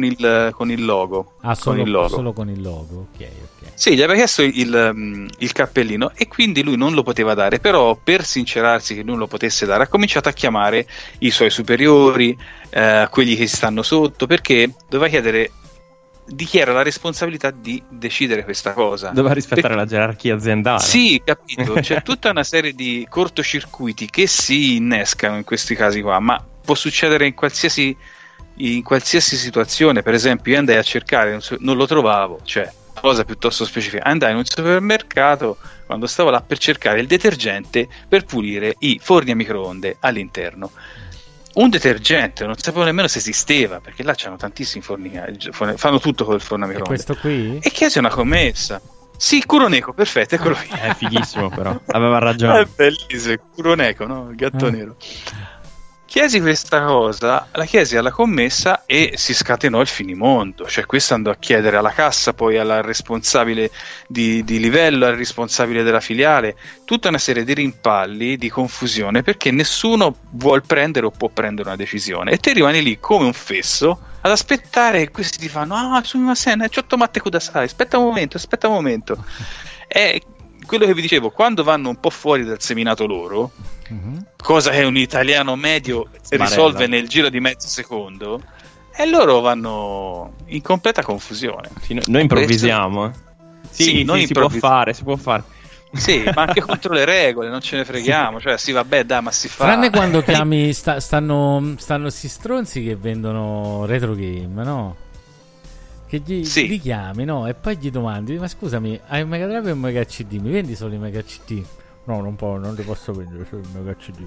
il logo. Solo con il logo. Solo con il logo, ok. Sì, gli aveva chiesto il cappellino e quindi lui non lo poteva dare, però per sincerarsi che non lo potesse dare ha cominciato a chiamare i suoi superiori, quelli che stanno sotto, perché doveva chiedere di chi era la responsabilità di decidere questa cosa. Doveva rispettare la gerarchia aziendale. Sì, capito, c'è tutta una serie di cortocircuiti che si innescano in questi casi qua, ma può succedere in qualsiasi situazione. Per esempio io andai a cercare, non lo trovavo, cioè cosa piuttosto specifica, andai in un supermercato quando stavo là per cercare il detergente per pulire i forni a microonde all'interno. Un detergente, non sapevo nemmeno se esisteva, perché là c'hanno tantissimi forni, fanno tutto con il forno a microonde. E questo qui? E chiesi una commessa. Sì, Kuroneko, perfetto, eccolo qui. È fighissimo, però aveva ragione. È bellissimo, Kuroneko, no? Il gatto nero. Chiesi questa cosa, la chiesi alla commessa e si scatenò il finimondo. Cioè questo andò a chiedere alla cassa, poi alla responsabile di livello, al responsabile della filiale, tutta una serie di rimpalli, di confusione, perché nessuno vuol prendere o può prendere una decisione, e te rimani lì come un fesso ad aspettare che questi ti fanno sumimasen, chottomatte kudasai, aspetta un momento. È quello che vi dicevo, quando vanno un po' fuori dal seminato loro, cosa che un italiano medio risolve nel giro di mezzo secondo, e loro vanno in completa confusione. Sì, noi improvvisiamo. Sì, si può fare. Sì, ma anche contro le regole, non ce ne freghiamo. Cioè, sì, vabbè, dai, ma si fa. Tranne quando chiami, stanno sti stronzi che vendono retro game, no? Che li chiami, no? E poi gli domandi: ma scusami, hai un Mega Drive e un Mega CD? Mi vendi solo i Mega CD? No, non li posso vendere solo il Mega CD.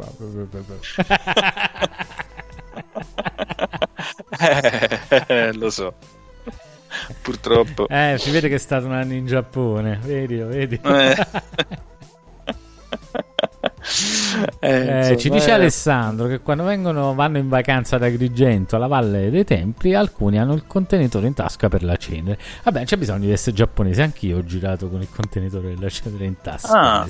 Lo so. Purtroppo. Si vede che è stato un anno in Giappone. Vedi. Ci dice Alessandro che quando vanno in vacanza ad Agrigento, alla Valle dei Templi, alcuni hanno il contenitore in tasca per la cenere. Vabbè, c'è bisogno di essere giapponese. Anch'io ho girato con il contenitore della cenere in tasca.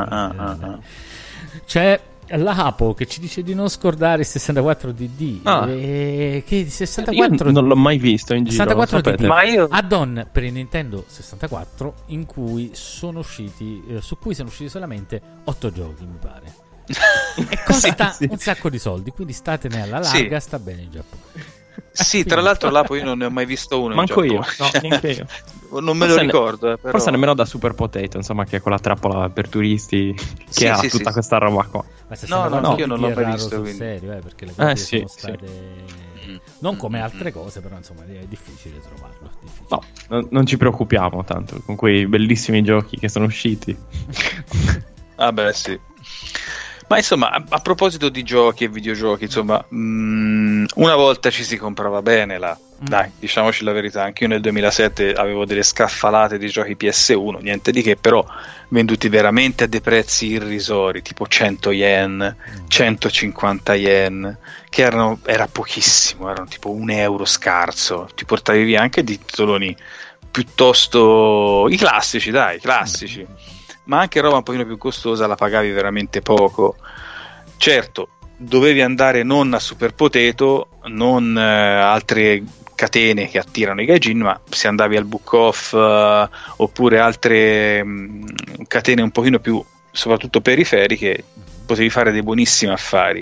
C'è l'Apo che ci dice di non scordare il 64 DD. Che 64 io non l'ho mai visto in giro. 64 DD, ma io add-on per il Nintendo 64 in cui sono usciti su cui sono usciti solamente 8 giochi, mi pare. E costa un sacco di soldi, quindi statene alla larga, sta bene in Giappone. Sì, tra l'altro là poi non ne ho mai visto uno. Manco io, neanche io. Non me lo ricordo. Però. Forse nemmeno da Super Potato, insomma, che è quella trappola per turisti che ha tutta questa roba qua. No, io non l'ho mai visto. Sul serio, perché le copie sono state non come altre cose, però insomma è difficile trovarlo. No, non ci preoccupiamo tanto con quei bellissimi giochi che sono usciti. Vabbè, sì. Ma insomma, a proposito di giochi e videogiochi, insomma, una volta ci si comprava bene là. Dai, diciamoci la verità, anche io nel 2007 avevo delle scaffalate di giochi PS1, niente di che, però venduti veramente a dei prezzi irrisori, tipo 100 yen, 150 yen, che era pochissimo, erano tipo €1 scarso, ti portavi via anche di titoloni piuttosto i classici, ma anche roba un pochino più costosa la pagavi veramente poco. Certo, dovevi andare non a Super Potato, non altre catene che attirano i gaijin, ma se andavi al Book Off oppure altre catene un pochino più soprattutto periferiche, potevi fare dei buonissimi affari.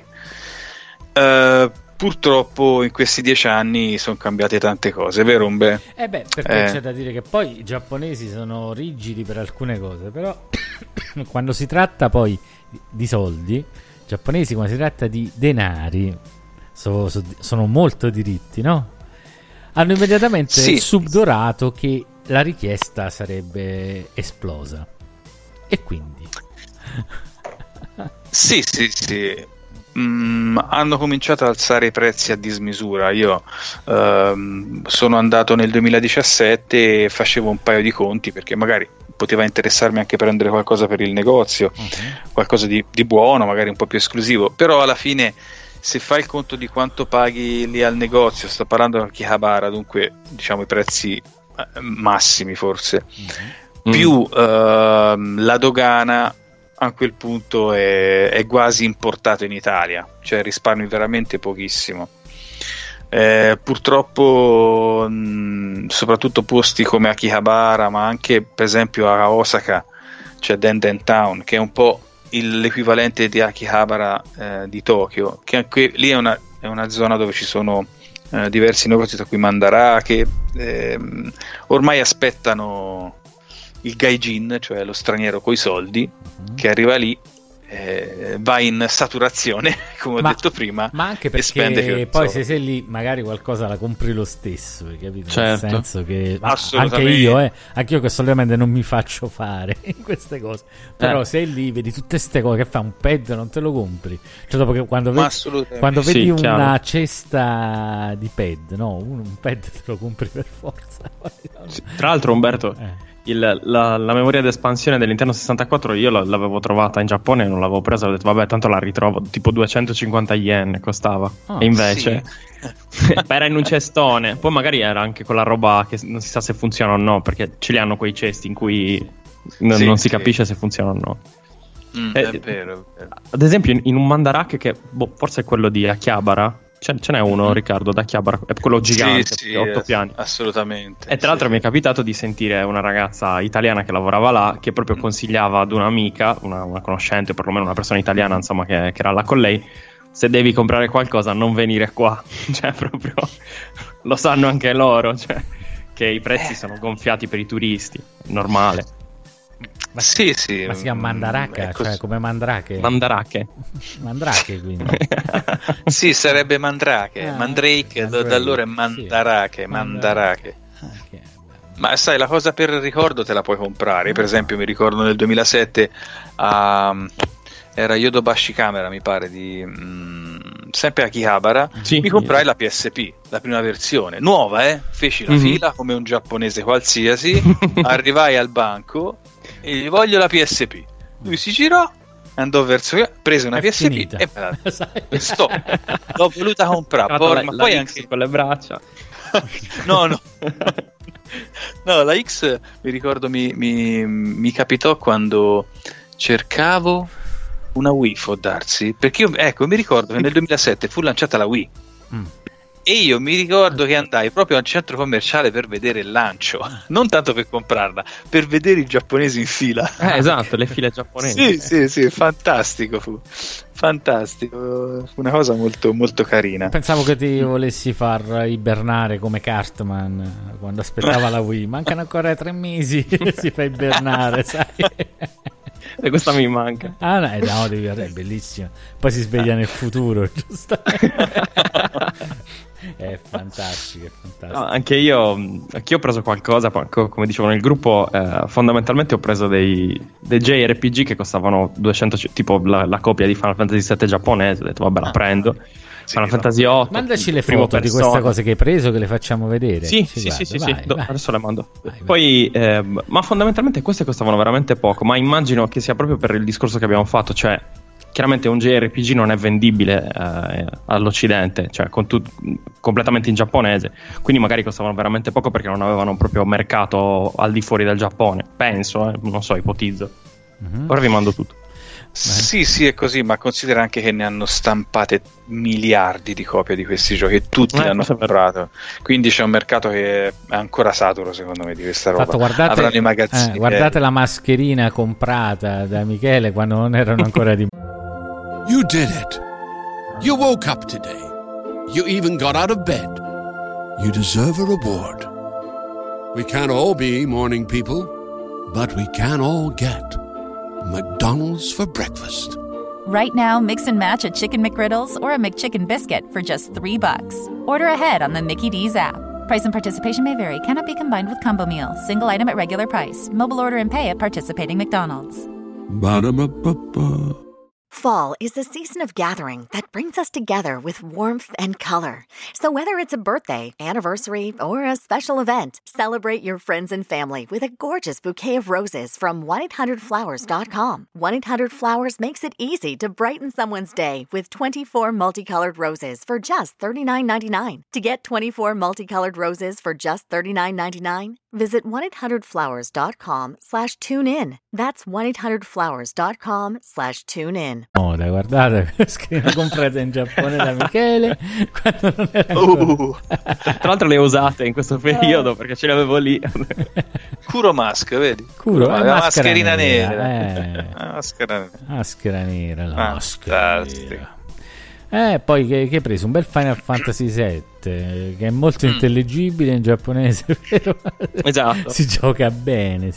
Purtroppo in questi 10 anni sono cambiate tante cose, vero Umbe? Perché c'è da dire che poi i giapponesi sono rigidi per alcune cose, però quando si tratta poi di soldi, i giapponesi quando si tratta di denari sono molto diritti, no? Hanno immediatamente subdorato che la richiesta sarebbe esplosa. E quindi sì. Hanno cominciato ad alzare i prezzi a dismisura. Io sono andato nel 2017 e facevo un paio di conti, perché magari poteva interessarmi anche prendere qualcosa per il negozio, qualcosa di buono, magari un po' più esclusivo, però alla fine se fai il conto di quanto paghi lì al negozio, sto parlando di Akihabara, dunque diciamo i prezzi massimi forse, più la dogana, a quel punto è quasi importato in Italia, cioè risparmi veramente pochissimo. Purtroppo soprattutto posti come Akihabara, ma anche per esempio a Osaka c'è Denden Town, che è un po' l'equivalente di Akihabara di Tokyo, che anche lì è una zona dove ci sono diversi negozi, tra cui Mandara, che ormai aspettano il gaijin, cioè lo straniero coi soldi, che arriva lì, va in saturazione, come ho detto prima, ma anche e spende perché poi se sei lì magari qualcosa la compri lo stesso, capito? Certo. Nel senso che anche io che solitamente non mi faccio fare in queste cose, però sei lì, vedi tutte queste cose, che fa un pad, non te lo compri, cioè dopo che quando vedi una cesta di pad, no, un pad te lo compri per forza. Sì, tra l'altro Umberto, la memoria d'espansione dell'Nintendo 64 io l'avevo trovata in Giappone e non l'avevo presa, ho detto vabbè tanto la ritrovo, tipo 250 yen costava, e invece era in un cestone, poi magari era anche quella roba che non si sa se funziona o no, perché ce li hanno quei cesti in cui non si capisce se funziona o no. È vero. Ad esempio in un Mandarak che forse è quello di Akihabara, ce n'è uno, Riccardo, da Chiabara, è quello gigante, 8 piani. Assolutamente. E tra l'altro mi è capitato di sentire una ragazza italiana che lavorava là, che proprio consigliava ad un'amica, una conoscente, perlomeno una persona italiana, insomma, che era là con lei, se devi comprare qualcosa non venire qua. Cioè proprio lo sanno anche loro, cioè, che i prezzi sono gonfiati per i turisti, normale. Ma si chiama Mandaraka, cioè come Mandrake. Mandrake, quindi. Sì, sarebbe Mandrake. Mandrake, da allora è Mandarake. Sì. Mandarake. Okay. Ma sai, la cosa per ricordo te la puoi comprare. Per esempio, mi ricordo nel 2007 era Yodobashi Camera, mi pare, di sempre Akihabara. Mi comprai la PSP, la prima versione, nuova, feci la fila come un giapponese qualsiasi, arrivai al banco e gli voglio la PSP. Lui si girò, andò verso, prese una PSP finita. E l'ho voluta comprare, ma poi anche con le braccia. No, la X mi ricordo mi capitò quando cercavo una Wii, può darsi, perché io mi ricordo che nel 2007 fu lanciata la Wii. E io mi ricordo che andai proprio al centro commerciale per vedere il lancio, non tanto per comprarla, per vedere i giapponesi in fila. Esatto, le file giapponesi. Sì, fantastico fu una cosa molto molto carina. Pensavo che ti volessi far ibernare come Cartman quando aspettava la Wii. Mancano ancora 3 mesi, si fa ibernare, sai? E questa mi manca. No, è bellissimo. Poi si sveglia nel futuro, giusto? È fantastico. No, anche io ho preso qualcosa, come dicevo nel gruppo, fondamentalmente ho preso dei JRPG che costavano 200, tipo la copia di Final Fantasy VII giapponese, ho detto vabbè la prendo. Final Fantasy 8. Mandaci le foto di queste cose che hai preso, che le facciamo vedere. Sì. Adesso le mando. Poi ma fondamentalmente queste costavano veramente poco, ma immagino che sia proprio per il discorso che abbiamo fatto, cioè chiaramente un JRPG non è vendibile all'Occidente, cioè completamente in giapponese, quindi magari costavano veramente poco perché non avevano proprio mercato al di fuori del Giappone, penso, non so, ipotizzo. Ora vi mando tutto. Sì, è così, ma considera anche che ne hanno stampate miliardi di copie di questi giochi e tutti l'hanno comprato, quindi c'è un mercato che è ancora saturo secondo me di questa roba. Avranno i magazzini guardate la mascherina comprata da Michele quando non erano ancora di You did it. You woke up today. You even got out of bed. You deserve a reward. We can't all be morning people, but we can all get McDonald's for breakfast. Right now, mix and match a Chicken McGriddles or a McChicken Biscuit for just $3. Order ahead on the Mickey D's app. Price and participation may vary. Cannot be combined with combo meal. Single item at regular price. Mobile order and pay at participating McDonald's. Ba-da-ba-ba-ba. Fall is the season of gathering that brings us together with warmth and color. So whether it's a birthday, anniversary, or a special event, celebrate your friends and family with a gorgeous bouquet of roses from 1-800-Flowers.com. 1-800-Flowers makes it easy to brighten someone's day with 24 multicolored roses for just $39.99. To get 24 multicolored roses for just $39.99, visit 1-800-Flowers.com/tune-in. That's 1-800-Flowers.com/tune-in. Oh, dai, guardate, scrive comprate in Giappone da Michele quando non era tra l'altro le ho usate in questo periodo perché ce le avevo lì. Kuro Mask, vedi? Kuro, la mascherina nera. Maschera nera, fantastico. Poi che hai preso? Un bel Final Fantasy VII che è molto intelligibile in giapponese, vero? Esatto. Si gioca bene.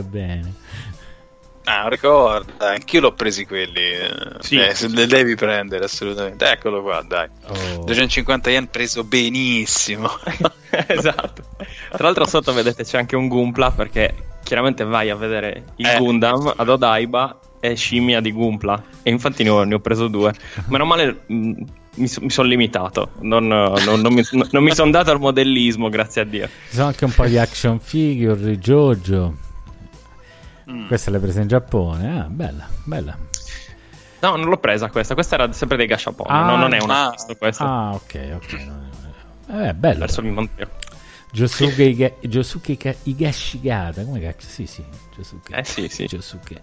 Ricorda, anch'io l'ho presi quelli. Sì. Se le devi prendere assolutamente. Eccolo qua, dai. 250 yen preso benissimo. Esatto. Tra l'altro sotto vedete c'è anche un Gunpla, perché chiaramente vai a vedere il Gundam ad Odaiba e scimmia di Gunpla, e infatti ne ho preso 2. Meno male mi sono limitato, non mi sono dato al modellismo, grazie a Dio. Ci sono anche un po' di action figure, JoJo. Questa l'hai presa in Giappone? Bella. No, non l'ho presa questa era sempre dei gashapon, non è un acquisto questa. Ok. Bello. Verso il Monte. Josuke Higashigata, come cacchio? Sì, Josuke. Sì. Josuke.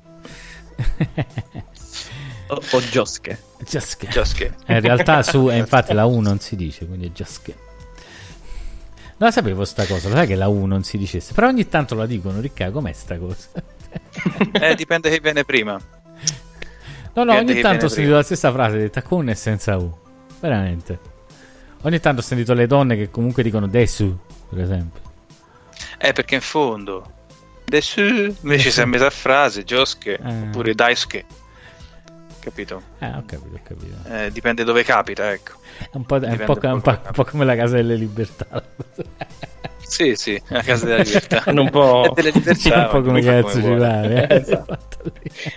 o Josuke. In realtà infatti la U non si dice, quindi è Josuke. Non la sapevo sta cosa, lo sai che la U non si dicesse, però ogni tanto la dicono. Ricca, com'è sta cosa? Dipende che viene prima. No, ogni tanto ho sentito la stessa frase detta con e senza U, veramente. Ogni tanto ho sentito le donne che comunque dicono Desu, per esempio. Perché in fondo Desu invece si è messa a frase Josuke oppure Daisuke, capito? Ho capito. Dipende dove capita, ecco. È un po' come la Casa delle Libertà. Sì, la Casa della Libertà. un po' delle libertà, un po' come cazzo ci pare. Esatto.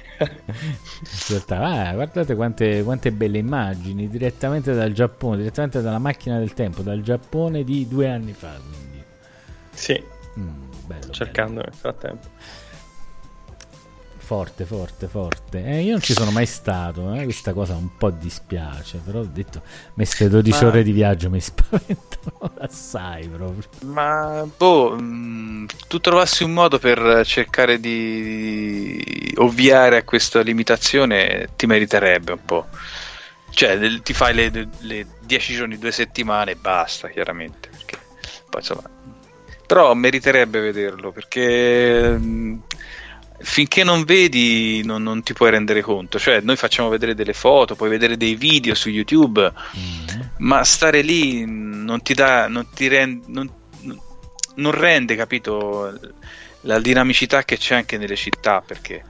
Guardate quante belle immagini direttamente dal Giappone, direttamente dalla macchina del tempo, dal Giappone di 2 anni fa, quindi. Sì. Bello, cercando nel frattempo. Forte. Io non ci sono mai stato, questa cosa un po' dispiace, però ho detto, queste 12 ore di viaggio mi spaventano assai proprio. Ma tu trovassi un modo per cercare di ovviare a questa limitazione, ti meriterebbe un po'. Cioè ti fai le 10 giorni, 2 settimane e basta, chiaramente, perché poi insomma, però meriterebbe vederlo, perché finché non vedi non ti puoi rendere conto. Cioè noi facciamo vedere delle foto, puoi vedere dei video su YouTube, ma stare lì non rende, capito, la dinamicità che c'è anche nelle città, perché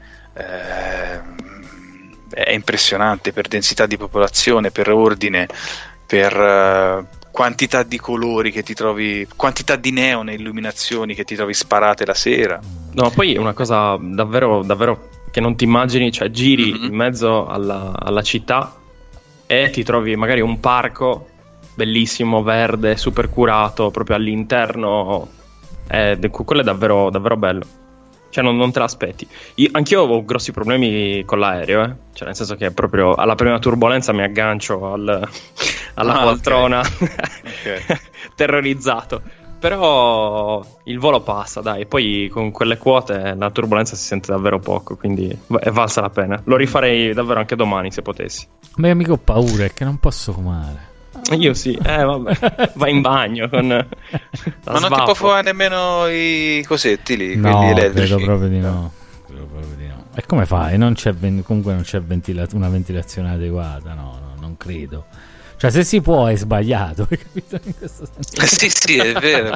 è impressionante per densità di popolazione, per ordine, per quantità di colori che ti trovi, quantità di neon e illuminazioni che ti trovi sparate la sera. No, poi è una cosa davvero che non ti immagini, cioè giri in mezzo alla città e ti trovi magari un parco bellissimo, verde, super curato proprio all'interno. Quello è davvero bello, cioè non te l'aspetti. Anch'io avevo grossi problemi con l'aereo, cioè nel senso che proprio alla prima turbolenza mi aggancio alla poltrona, okay. Terrorizzato. Però il volo passa, dai, poi con quelle quote la turbolenza si sente davvero poco, quindi è valsa la pena. Lo rifarei davvero anche domani se potessi. Ma io mica ho paura, è che non posso fumare. Io sì, vabbè, vai in bagno con ma non ti può fumare nemmeno i cosetti lì, no, quelli elettrici? Credo proprio di no. E come fai? Comunque non c'è una ventilazione adeguata, no, non credo. Cioè se si può è sbagliato, hai capito? In questo senso. Sì, è vero.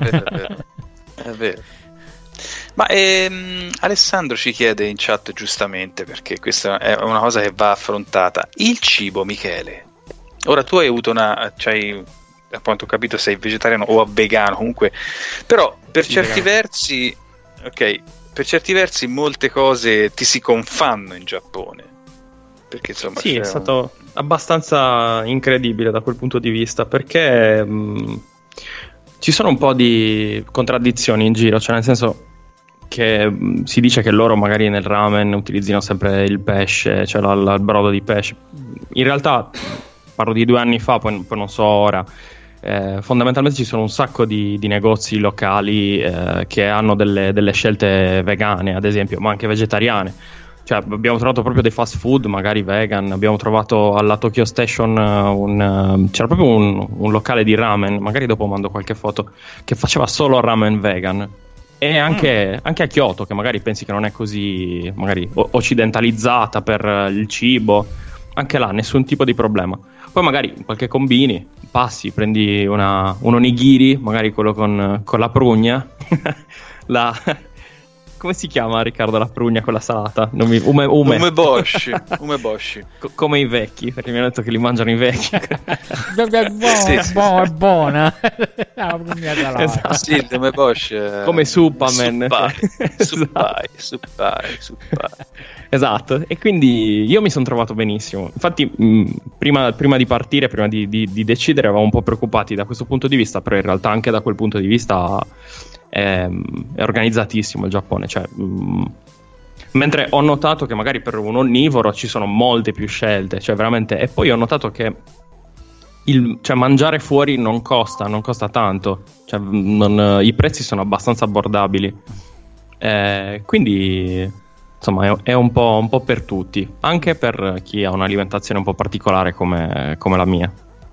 Ma Alessandro ci chiede in chat, giustamente, perché questa è una cosa che va affrontata, il cibo, Michele. Ora tu hai avuto a quanto ho capito sei vegetariano o vegano comunque, però per certi versi molte cose ti si confanno in Giappone, perché insomma sì, è stato abbastanza incredibile da quel punto di vista, perché ci sono un po' di contraddizioni in giro, cioè nel senso che si dice che loro magari nel ramen utilizzino sempre il pesce, cioè il brodo di pesce. In realtà parlo di 2 anni fa, poi non so ora. Fondamentalmente ci sono un sacco di negozi locali che hanno delle scelte vegane, ad esempio, ma anche vegetariane. Cioè, abbiamo trovato proprio dei fast food magari vegan. Abbiamo trovato alla Tokyo Station c'era proprio un locale di ramen, magari dopo mando qualche foto, che faceva solo ramen vegan. E anche a Kyoto, che magari pensi che non è così magari occidentalizzata per il cibo, anche là nessun tipo di problema. Poi magari qualche combini, passi, prendi un onigiri, magari quello con la prugna, come si chiama, Riccardo, la prugna con la salata? Umeboshi. Come i vecchi, perché mi hanno detto che li mangiano i vecchi. È buona. La prugna salata. Esatto. Sì, il umeboshi come Suppamen. Suppai. Esatto, e quindi io mi sono trovato benissimo. Infatti prima di partire, prima di decidere, eravamo un po' preoccupati da questo punto di vista, però in realtà anche da quel punto di vista è organizzatissimo il Giappone. Cioè, mentre ho notato che magari per un onnivoro ci sono molte più scelte, cioè veramente. E poi ho notato che cioè mangiare fuori non costa tanto, cioè i prezzi sono abbastanza abbordabili, quindi insomma è un po' per tutti, anche per chi ha un'alimentazione un po' particolare come la mia.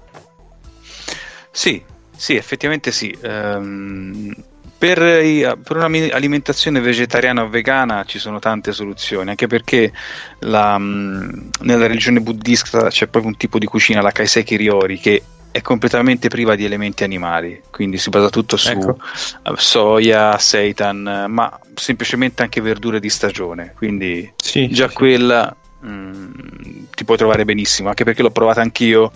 Sì, effettivamente sì. Per un'alimentazione vegetariana o vegana ci sono tante soluzioni, anche perché nella religione buddista c'è proprio un tipo di cucina, la Kaiseki Ryori, che è completamente priva di elementi animali, quindi si basa tutto su soia, seitan, ma semplicemente anche verdure di stagione, quindi quella ti puoi trovare benissimo, anche perché l'ho provata anch'io.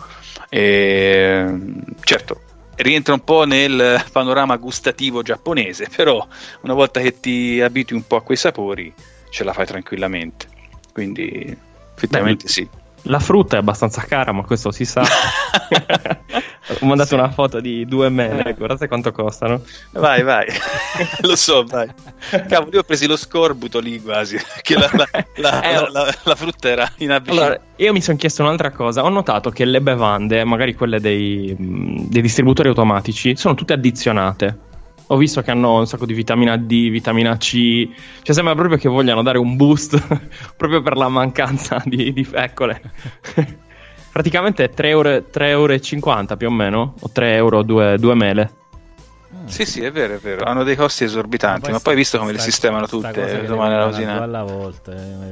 Certo, rientra un po' nel panorama gustativo giapponese, però una volta che ti abitui un po' a quei sapori ce la fai tranquillamente, quindi effettivamente sì. La frutta è abbastanza cara, ma questo si sa. Ho mandato una foto di 2 mele, guardate quanto costano. Vai. Lo so, vai. Cavolo, io ho preso lo scorbuto lì quasi, che la frutta era inavvicinata. Allora, io mi sono chiesto un'altra cosa. Ho notato che le bevande, magari quelle dei distributori automatici, sono tutte addizionate. Ho visto che hanno un sacco di vitamina D, vitamina C, cioè sembra proprio che vogliano dare un boost proprio per la mancanza di feccole. Praticamente 3,50 euro più o meno, o 3 euro 2 mele. Sì, è vero, hanno dei costi esorbitanti, ma poi visto come le sistemano tutte domani alla usina. Alla volta,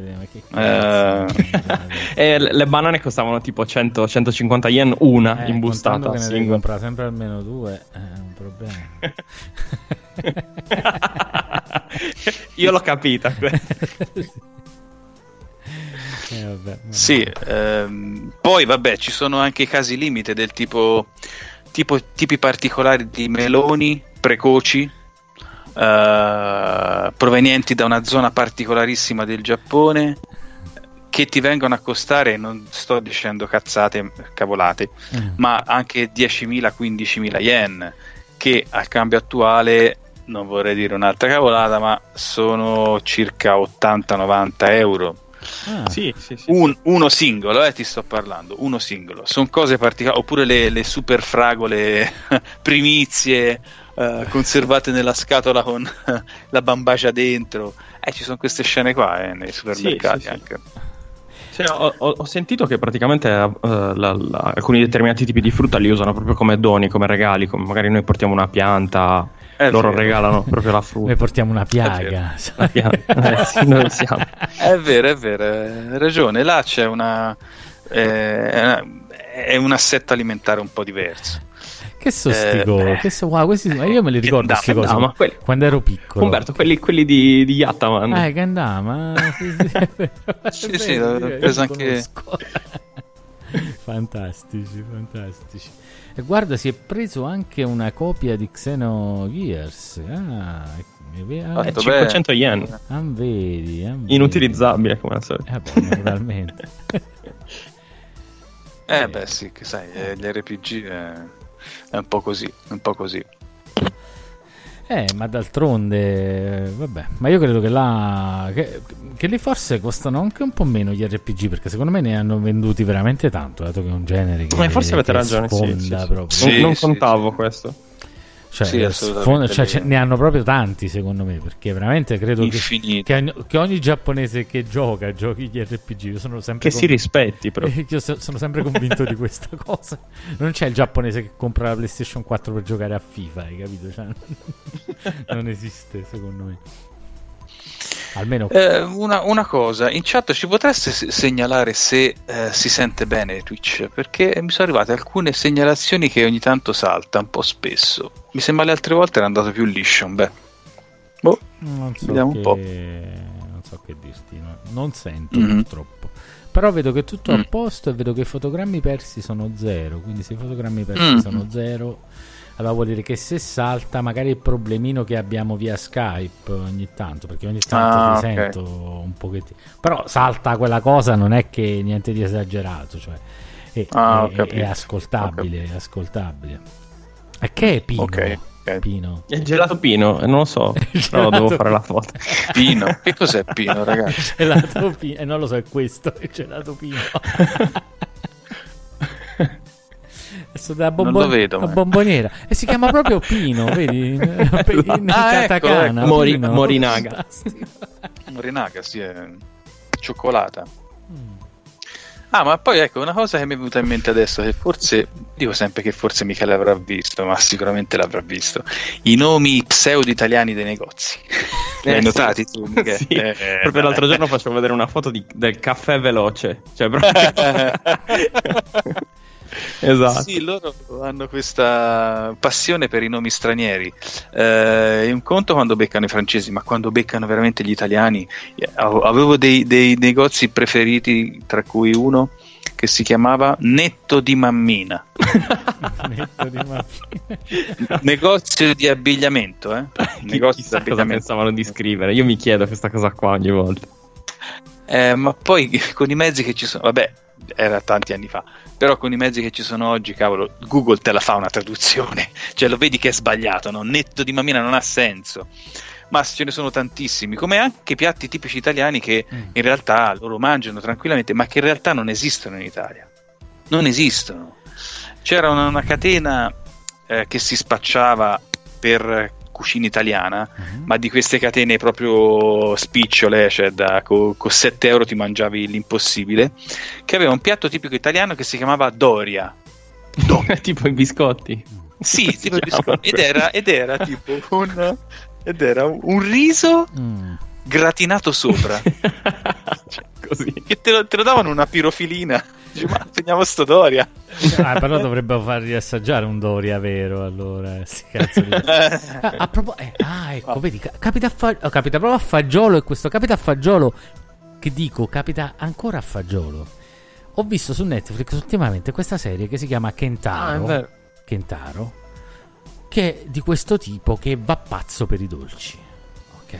le banane costavano tipo 100-150 yen una imbustata. Che ne devi comprare sempre almeno 2, è un problema. Io l'ho capita. Sì, poi vabbè, ci sono anche casi limite del tipi particolari di meloni precoci provenienti da una zona particolarissima del Giappone, che ti vengono a costare, non sto dicendo cavolate, ma anche 10.000, 15.000 yen, che al cambio attuale, non vorrei dire un'altra cavolata, ma sono circa 80-90 euro. Sì. Uno singolo, ti sto parlando, uno singolo. Sono cose particolari, oppure le super fragole primizie conservate nella scatola con la bambagia dentro. Ci sono queste scene qua nei supermercati anche. Sì, ho sentito che praticamente alcuni determinati tipi di frutta li usano proprio come doni, come regali, come magari noi portiamo una pianta, loro regalano proprio la frutta. Noi portiamo una piaga. Sì, noi siamo. È vero, hai ragione. Là c'è è un assetto alimentare un po' diverso. Che io me li ricordo queste cose quando ero piccolo. Umberto, quelli di Yattaman. Gandama. Sì, l'ho preso anche. Fantastici. E guarda, si è preso anche una copia di Xenogears. 500 yen. Vedi. Inutilizzabile come al solito. Naturalmente. Beh sì, che sai, gli RPG è un po' così, Ma d'altronde, vabbè, ma io credo che lì forse costano anche un po' meno gli RPG, perché secondo me ne hanno venduti veramente tanto, dato che è un genere che forse avete ragione, sì. Non contavo questo. Cioè, ne hanno proprio tanti, secondo me, perché veramente credo che ogni giapponese che giochi gli RPG, io sono sempre si rispetti proprio. Io sono sempre convinto di questa cosa. Non c'è il giapponese che compra la PlayStation 4 per giocare a FIFA, hai capito? Cioè, non esiste, secondo me. Almeno una cosa, in chat ci potreste segnalare se si sente bene Twitch, perché mi sono arrivate alcune segnalazioni che ogni tanto salta un po' spesso. Mi sembra le altre volte era andato più liscio. Non so vediamo un po'. Non so che dirti, no? Non sento purtroppo. Però vedo che è tutto a posto e vedo che i fotogrammi persi sono 0. Quindi se i fotogrammi persi sono 0, allora vuol dire che se salta magari il problemino che abbiamo via Skype ogni tanto, perché ogni tanto ti sento un pochettino, però salta quella cosa, non è che niente di esagerato, cioè è ascoltabile, è ascoltabile. E che è Pino? Pino? È gelato Pino, non lo so, però devo fare la foto. Pino, che cos'è Pino, ragazzi? Gelato Pino, non lo so, è questo, è gelato Pino. Non lo vedo, la bomboniera, e si chiama proprio Pino, vedi? In katakana, ecco. Morinaga. Morinaga, sì, è cioccolata. Ma poi ecco una cosa che mi è venuta in mente adesso, che forse dico sempre che forse Michele avrà visto, ma sicuramente l'avrà visto, i nomi pseudo italiani dei negozi. Li hai notati tu, Michele? Sì, proprio l'altro giorno facevo vedere una foto del caffè veloce, cioè proprio esatto. Sì, loro hanno questa passione per i nomi stranieri. È un conto quando beccano i francesi, ma quando beccano veramente gli italiani. Avevo dei negozi preferiti, tra cui uno che si chiamava Netto di Mammina. Netto di Mammina. Negozio di abbigliamento, negozio di abbigliamento. Cosa pensavano di scrivere? Io mi chiedo questa cosa qua ogni volta. Ma poi con i mezzi che ci sono, vabbè, era tanti anni fa, però con i mezzi che ci sono oggi, cavolo, Google te la fa una traduzione, cioè lo vedi che è sbagliato, no? Netto di Mammina non ha senso, ma ce ne sono tantissimi, come anche piatti tipici italiani che in realtà loro mangiano tranquillamente, ma che in realtà non esistono in Italia, non esistono. C'era una catena che si spacciava per cucina italiana, ma di queste catene proprio spicciole, cioè con 7 euro ti mangiavi l'impossibile, che aveva un piatto tipico italiano che si chiamava Doria. Tipo i biscotti. Sì, tipo i biscotti. Ed era tipo un riso gratinato sopra. Cioè, così. Che te lo davano una pirofilina. Dici, ma teniamo sto Doria. Però dovrebbero fargli assaggiare un Doria vero, allora. Cazzo di... ecco, vedi, capita proprio a fagiolo, e questo capita a fagiolo, che dico, capita ancora a fagiolo. Ho visto su Netflix ultimamente questa serie che si chiama Kentaro, che è di questo tipo che va pazzo per i dolci. Ok.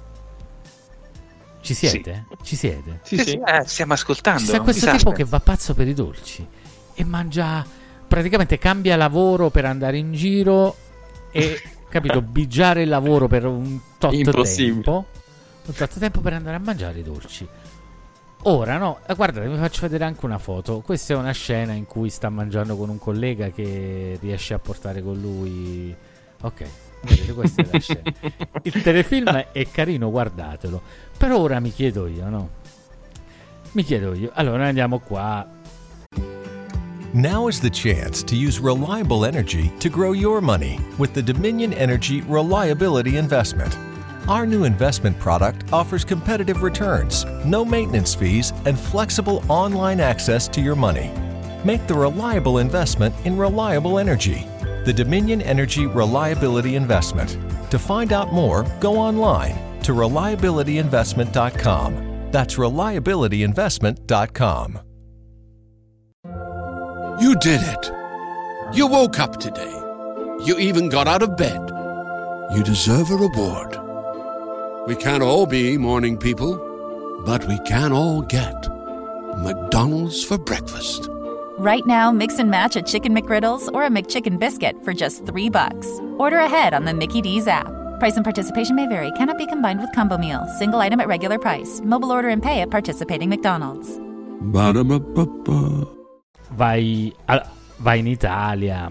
Ci siete? Sì. Ci siete? Sì. Stiamo ascoltando. C'è questo tipo che va pazzo per i dolci e mangia, praticamente cambia lavoro per andare in giro e, capito, bigiare il lavoro per un tot tempo per andare a mangiare i dolci. Ora no, guardate, vi faccio vedere anche una foto. Questa è una scena in cui sta mangiando con un collega che riesce a portare con lui. Ok, vedete, questa è la scena. Il telefilm è carino, guardatelo. Però ora mi chiedo io, allora andiamo qua. Now is the chance to use reliable energy to grow your money with the Dominion Energy Reliability Investment. Our new investment product offers competitive returns, no maintenance fees, and flexible online access to your money. Make the reliable investment in reliable energy. The Dominion Energy Reliability Investment. To find out more, go online to reliabilityinvestment.com. That's reliabilityinvestment.com. You did it. You woke up today. You even got out of bed. You deserve a reward. We can't all be morning people, but we can all get McDonald's for breakfast. Right now, mix and match a Chicken McGriddles or a McChicken Biscuit for just $3. Order ahead on the Mickey D's app. Price and participation may vary. Cannot be combined with combo meal. Single item at regular price. Mobile order and pay at participating McDonald's. Vai in Italia,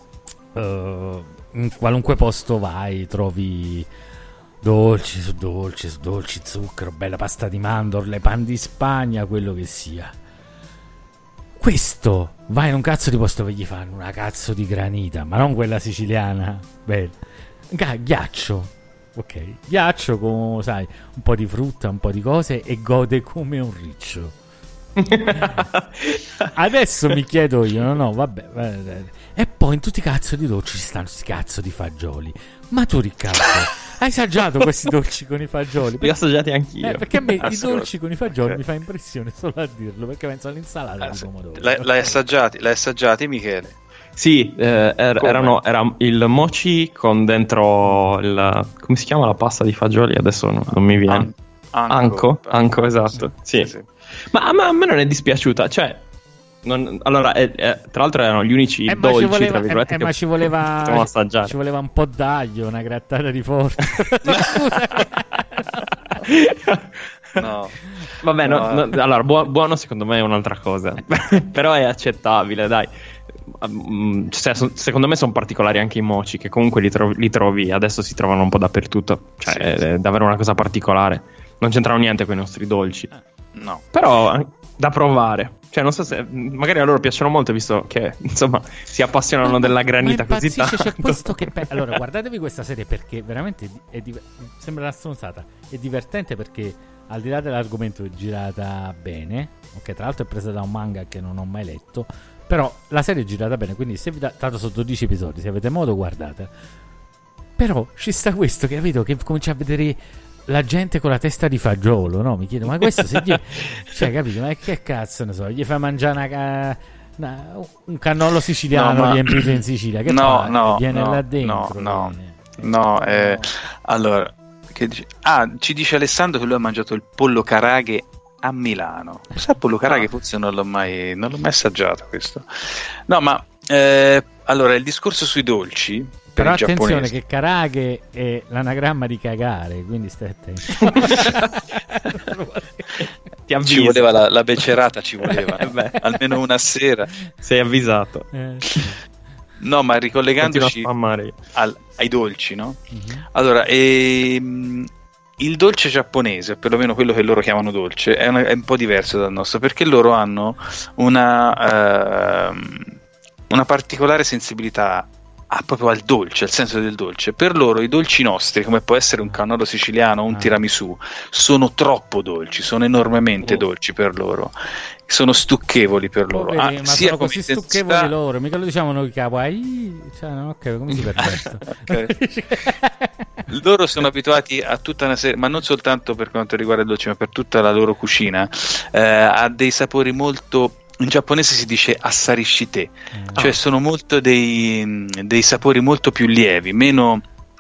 in qualunque posto vai, trovi dolci su dolci su dolci, zucchero, bella pasta di mandorle, pan di Spagna, quello che sia. Questo, vai in un cazzo di posto dove gli fanno una cazzo di granita, ma non quella siciliana, bella. Ghiaccio, ok, ghiaccio con, sai, un po' di frutta, un po' di cose, e gode come un riccio. Adesso mi chiedo io, no, vabbè. E poi in tutti i cazzo di dolci ci stanno sti cazzo di fagioli. Ma tu, Riccardo, hai assaggiato questi dolci con i fagioli? Li ho assaggiati anch'io. Perché a me i dolci con i fagioli mi fa impressione solo a dirlo, perché penso all'insalata di pomodoro. L'hai assaggiati, Michele? Sì, era il mochi con dentro come si chiama la pasta di fagioli? Adesso non mi viene. Anco, esatto. Sì. Ma a me non è dispiaciuta, cioè allora tra l'altro erano gli unici dolci tra virgolette ma ci voleva assaggiare. Ci voleva un po' d'aglio, una grattata di forza. No. Vabbè, no. Allora buono secondo me è un'altra cosa. Però è accettabile, dai. Secondo me sono particolari anche i mochi, che comunque li trovi, adesso si trovano un po' dappertutto, cioè è davvero una cosa particolare, non c'entrano niente con i nostri dolci. No. Però da provare, cioè non so se magari a loro piacciono molto, visto che insomma si appassionano della granita così tanto. C'è questo che allora guardatevi questa serie, perché veramente sembra una stronzata, è divertente perché al di là dell'argomento è girata bene, ok, tra l'altro è presa da un manga che non ho mai letto, però la serie è girata bene, quindi se tanto sono 12 episodi, se avete modo guardate. Però ci sta questo che vedo che comincia a vedere la gente con la testa di fagiolo, no? Mi chiedo, ma questo se gli... cioè, capito? Ma che cazzo ne so, gli fai mangiare un cannolo siciliano riempito in Sicilia, che viene là dentro. Allora, che dice? Ci dice Alessandro che lui ha mangiato il pollo caraghe a Milano. Sa, pollo caraghe forse non l'ho mai assaggiato questo. No, ma allora il discorso sui dolci. Però attenzione che karage è l'anagramma di cagare, quindi stai attento. Ci voleva la becerata, ci voleva. Almeno una sera. Sei avvisato. No, ma ricollegandoci ai dolci, no? Uh-huh. Allora, il dolce giapponese, perlomeno quello che loro chiamano dolce, è un po' diverso dal nostro, perché loro hanno una particolare sensibilità proprio al dolce, al senso del dolce. Per loro i dolci nostri, come può essere un cannolo siciliano o un tiramisù, sono troppo dolci, sono enormemente dolci per loro, sono stucchevoli per loro. Ma sono così stucchevoli loro, mica lo diciamo noi kawaii, cioè, no, ok, come si permette? Loro sono abituati a tutta una serie, ma non soltanto per quanto riguarda il dolce, ma per tutta la loro cucina, a dei sapori molto... In giapponese si dice assarishite, cioè sono molto dei sapori molto più lievi, meno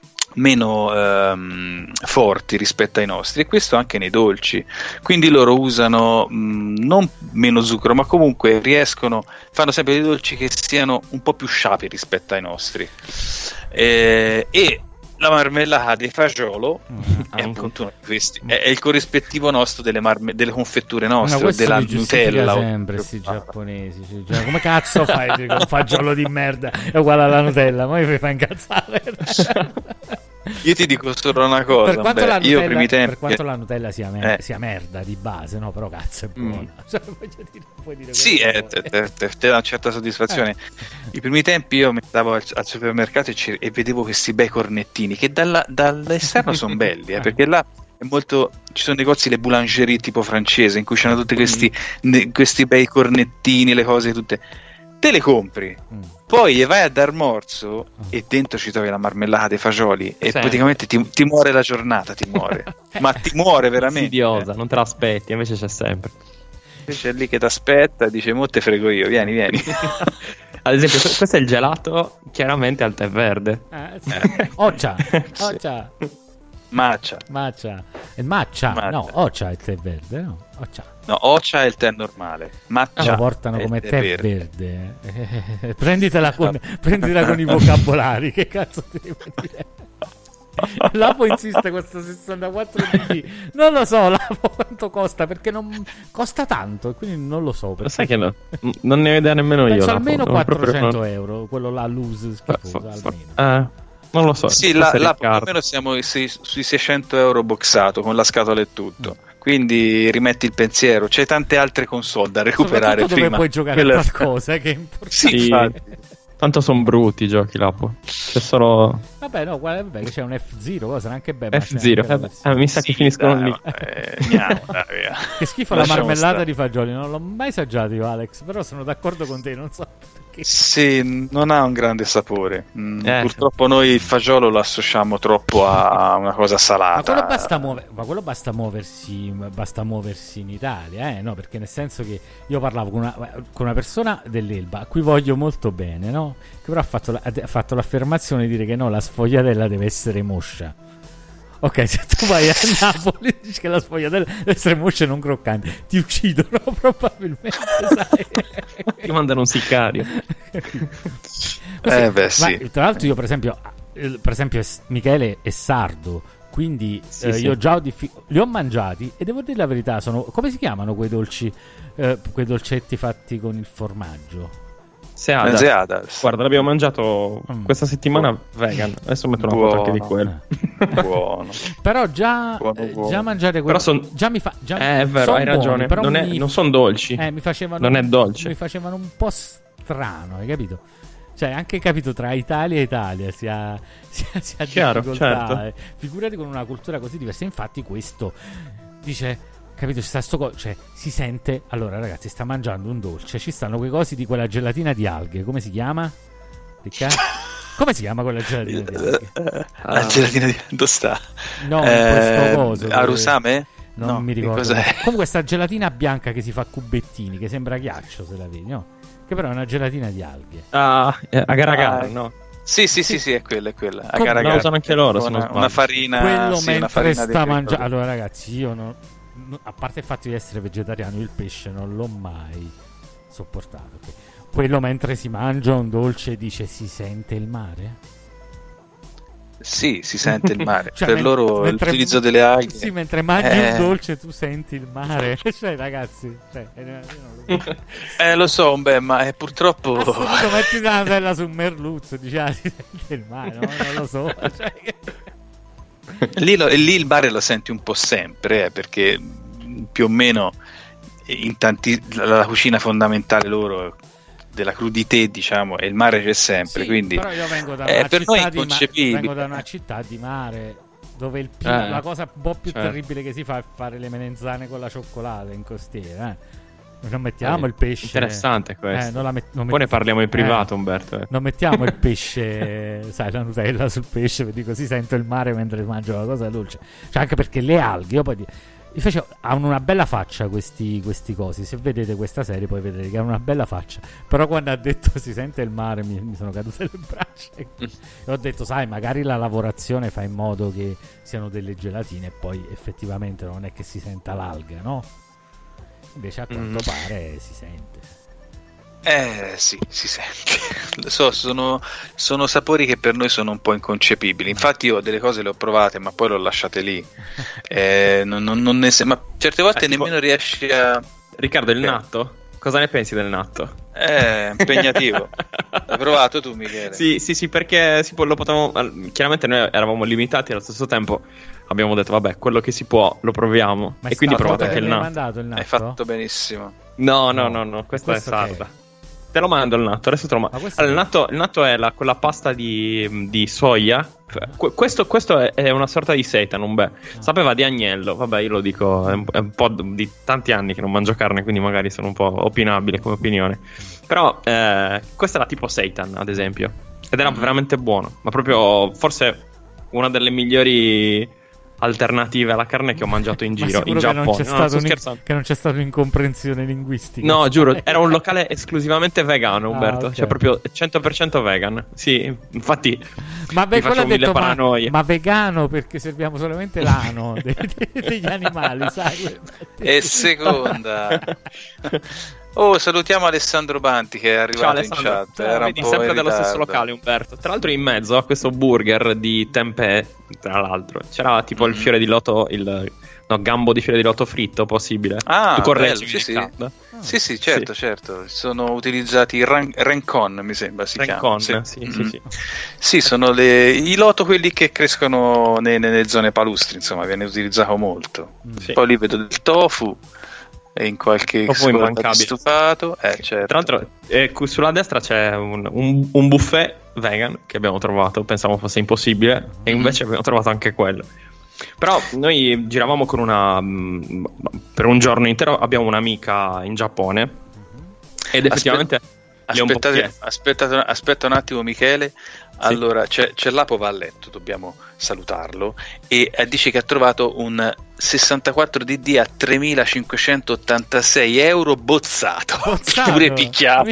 forti rispetto ai nostri, e questo anche nei dolci. Quindi loro usano non meno zucchero, ma comunque fanno sempre dei dolci che siano un po' più sciapi rispetto ai nostri. E la marmellata di fagiolo è appunto uno di questi, è il corrispettivo nostro delle confetture nostre, della Nutella. Sempre questi giapponesi, cioè, come cazzo fai con un fagiolo di merda è uguale alla Nutella? Ma mi fai incazzare. Io ti dico solo una cosa, per quanto la Nutella sia merda di base, no, però cazzo è buona. Cioè, puoi dire sì, te dà una certa soddisfazione. I primi tempi io mi andavo al supermercato e vedevo questi bei cornettini che dall'esterno sono belli, perché là è molto, ci sono negozi, le boulangerie tipo francese, in cui c'hanno tutti questi bei cornettini, le cose tutte. Te le compri, poi vai a dar morso e dentro ci trovi la marmellata dei fagioli e praticamente ti muore la giornata, ma ti muore veramente. Insidiosa, non te l'aspetti, invece c'è sempre. Invece è lì che ti aspetta e dice: mo te frego io, vieni. Ad esempio, questo è il gelato chiaramente al tè verde. Occia. Matcha. Il matcha. No, Ocha è il tè verde, no? Ocha è il tè normale. Matcha lo portano come tè verde. Prenditela con i vocabolari, che cazzo ti devo dire? Lapo insiste questo 64 BD. Non lo so Lapo quanto costa, perché non costa tanto, quindi non lo so perché. Lo sai che non ne ho idea nemmeno io. Penso almeno 400 euro, quello là loose schifoso, almeno. Non lo so. Sì, là più o meno siamo sui 600 euro boxato con la scatola e tutto. Quindi rimetti il pensiero. C'è tante altre console da recuperare prima. Dove puoi giocare a qualcosa che è importante. Sì, tanto sono brutti i giochi là. C'è solo. Vabbè, no, vabbè, c'è un F-Zero, cosa anche bello. F-Zero, mi sa che finiscono lì. Che schifo la marmellata di fagioli, non l'ho mai assaggiato io, Alex, però sono d'accordo con te, non so perché. Sì, non ha un grande sapore. Purtroppo noi il fagiolo lo associamo troppo a una cosa salata. Ma quello basta muoversi in Italia, no? Perché nel senso che io parlavo con una persona dell'Elba a cui voglio molto bene, no? Che però ha fatto l'affermazione di dire che no, la sfogliatella deve essere moscia. Ok, se tu vai a Napoli e dici che la sfogliatella deve essere moscia e non croccante, ti uccidono probabilmente, sai? Ti mandano un sicario. Sì. Tra l'altro io per esempio Michele è sardo, quindi io già li ho mangiati e devo dire la verità, sono, come si chiamano quei dolci, quei dolcetti fatti con il formaggio? Seadas. Guarda, l'abbiamo mangiato questa settimana vegan. Adesso metto una foto anche di quello. Buono. Però già mangiare quello già mi fa è vero, hai ragione. Non sono dolci. Non è dolce. Mi facevano un po' strano, hai capito? Cioè, anche capito, tra Italia e Italia si ha chiaro, difficoltà. Certo. Figurati con una cultura così diversa. Infatti questo dice, capito, ci sta cioè si sente, allora ragazzi, sta mangiando un dolce, ci stanno quei cosi di quella gelatina di alghe, come si chiama? Come si chiama quella gelatina di alghe? La gelatina di dove sta? No, questo coso Arusame? Non mi ricordo. Comunque sta gelatina bianca che si fa a cubettini, che sembra ghiaccio se la vedi, no? Che però è una gelatina di alghe. Agar-agar, no? Sì, è quella. La usano anche loro, una farina. Quello mentre sta mangiando. Allora ragazzi, io a parte il fatto di essere vegetariano, il pesce non l'ho mai sopportato. Quello mentre si mangia un dolce dice si sente il mare? Sì, si sente il mare. Cioè, per loro l'utilizzo delle alghe. Sì, mentre mangi un dolce tu senti il mare. Cioè, ragazzi, lo so, ma purtroppo. Metti una tela su un merluzzo, dici si sente il mare, no? Non lo so. Cioè, lì il mare lo senti un po' sempre, perché più o meno la cucina fondamentale loro della crudité, diciamo, e il mare c'è sempre, quindi però io vengo da una città di mare dove la cosa un po' più terribile che si fa è fare le melenzane con la cioccolata in costiera, Non mettiamo il pesce. Interessante questo. Poi ne parliamo in privato, Umberto. Non mettiamo il pesce, sai, la Nutella sul pesce, perché così sento il mare mentre mangio la cosa dolce. Cioè, anche perché le alghe, io poi hanno una bella faccia questi cosi. Se vedete questa serie poi vedrete che hanno una bella faccia. Però quando ha detto si sente il mare mi sono cadute le braccia e ho detto, sai, magari la lavorazione fa in modo che siano delle gelatine e poi effettivamente non è che si senta l'alga, no? Invece a quanto pare si sente. Sì, si sente. Sono sapori che per noi sono un po' inconcepibili. Infatti io delle cose le ho provate, ma poi le ho lasciate lì. Ma certe volte nemmeno riesci a... Riccardo, il natto? Cosa ne pensi del natto? Impegnativo. L'hai provato tu, Michele? Sì, perché lo potevamo... Chiaramente noi eravamo limitati, allo stesso tempo abbiamo detto, vabbè, quello che si può lo proviamo. Ma e quindi provate anche il natto. Hai fatto benissimo. No, questa è sarda. Te lo mando il natto, adesso te lo mando. Allora, il natto è quella pasta di soia. Questo è una sorta di seitan, sapeva di agnello. Vabbè, io lo dico, è un po' di tanti anni che non mangio carne, quindi magari sono un po' opinabile come opinione. Però questa era tipo seitan, ad esempio, ed era veramente buono. Ma proprio forse una delle migliori alternative alla carne che ho mangiato in giro in Giappone. Giappone. Non c'è stata un'incomprensione linguistica. No, giuro, era un locale esclusivamente vegano, Umberto. Okay. Cioè proprio 100% vegan. Sì, infatti. Ma mi facevo mille paranoie. ma vegano perché serviamo solamente l'ano degli animali, sai? E seconda. Oh, salutiamo Alessandro Banti che è arrivato in chat. Era vedi, sempre dello stesso locale, Umberto. Tra l'altro in mezzo a questo burger di tempeh, tra l'altro, c'era tipo il fiore di loto, gambo di fiore di loto fritto, possibile. Ah, tu correggi, sì, certo. Sono utilizzati i Rencon, mi sembra si chiama. Sì, sono i loto quelli che crescono nelle zone palustri, insomma, viene utilizzato molto. Poi lì vedo del tofu e in qualche stufato, certo. Tra l'altro sulla destra c'è un buffet vegan che abbiamo trovato, pensavo fosse impossibile e invece abbiamo trovato anche quello. Però noi giravamo con per un giorno intero, abbiamo un'amica in Giappone ed effettivamente aspetta un attimo, Michele. Allora c'è l'Apo va a letto, dobbiamo salutarlo, e dice che ha trovato un 64 DD a 3.586 euro bozzato. Pure picchiato.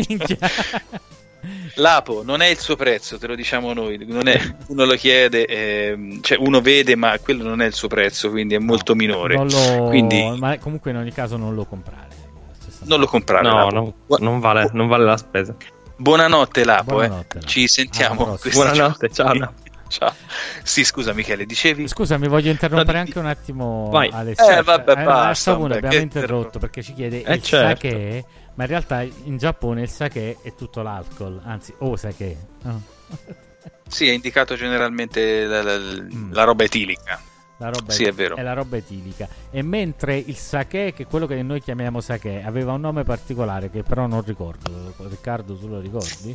L'Apo non è il suo prezzo, te lo diciamo noi, uno lo chiede, cioè uno vede, ma quello non è il suo prezzo, quindi è molto minore. Ma comunque in ogni caso non lo comprare. Non lo comprare. No, non vale la spesa. Buonanotte Lapo, ci sentiamo. Buonanotte, ciao. Ciao. Sì, scusa Michele, dicevi? Scusami, voglio interrompere anche un attimo. Vai. Basta. Abbiamo interrotto perché ci chiede il sake, ma in realtà in Giappone il sake è tutto l'alcol, anzi, sake. Oh. Sì, è indicato generalmente la roba etilica. Sì, è vero. È la roba etilica. E mentre il sake, che è quello che noi chiamiamo sake, aveva un nome particolare che però non ricordo. Riccardo, tu lo ricordi?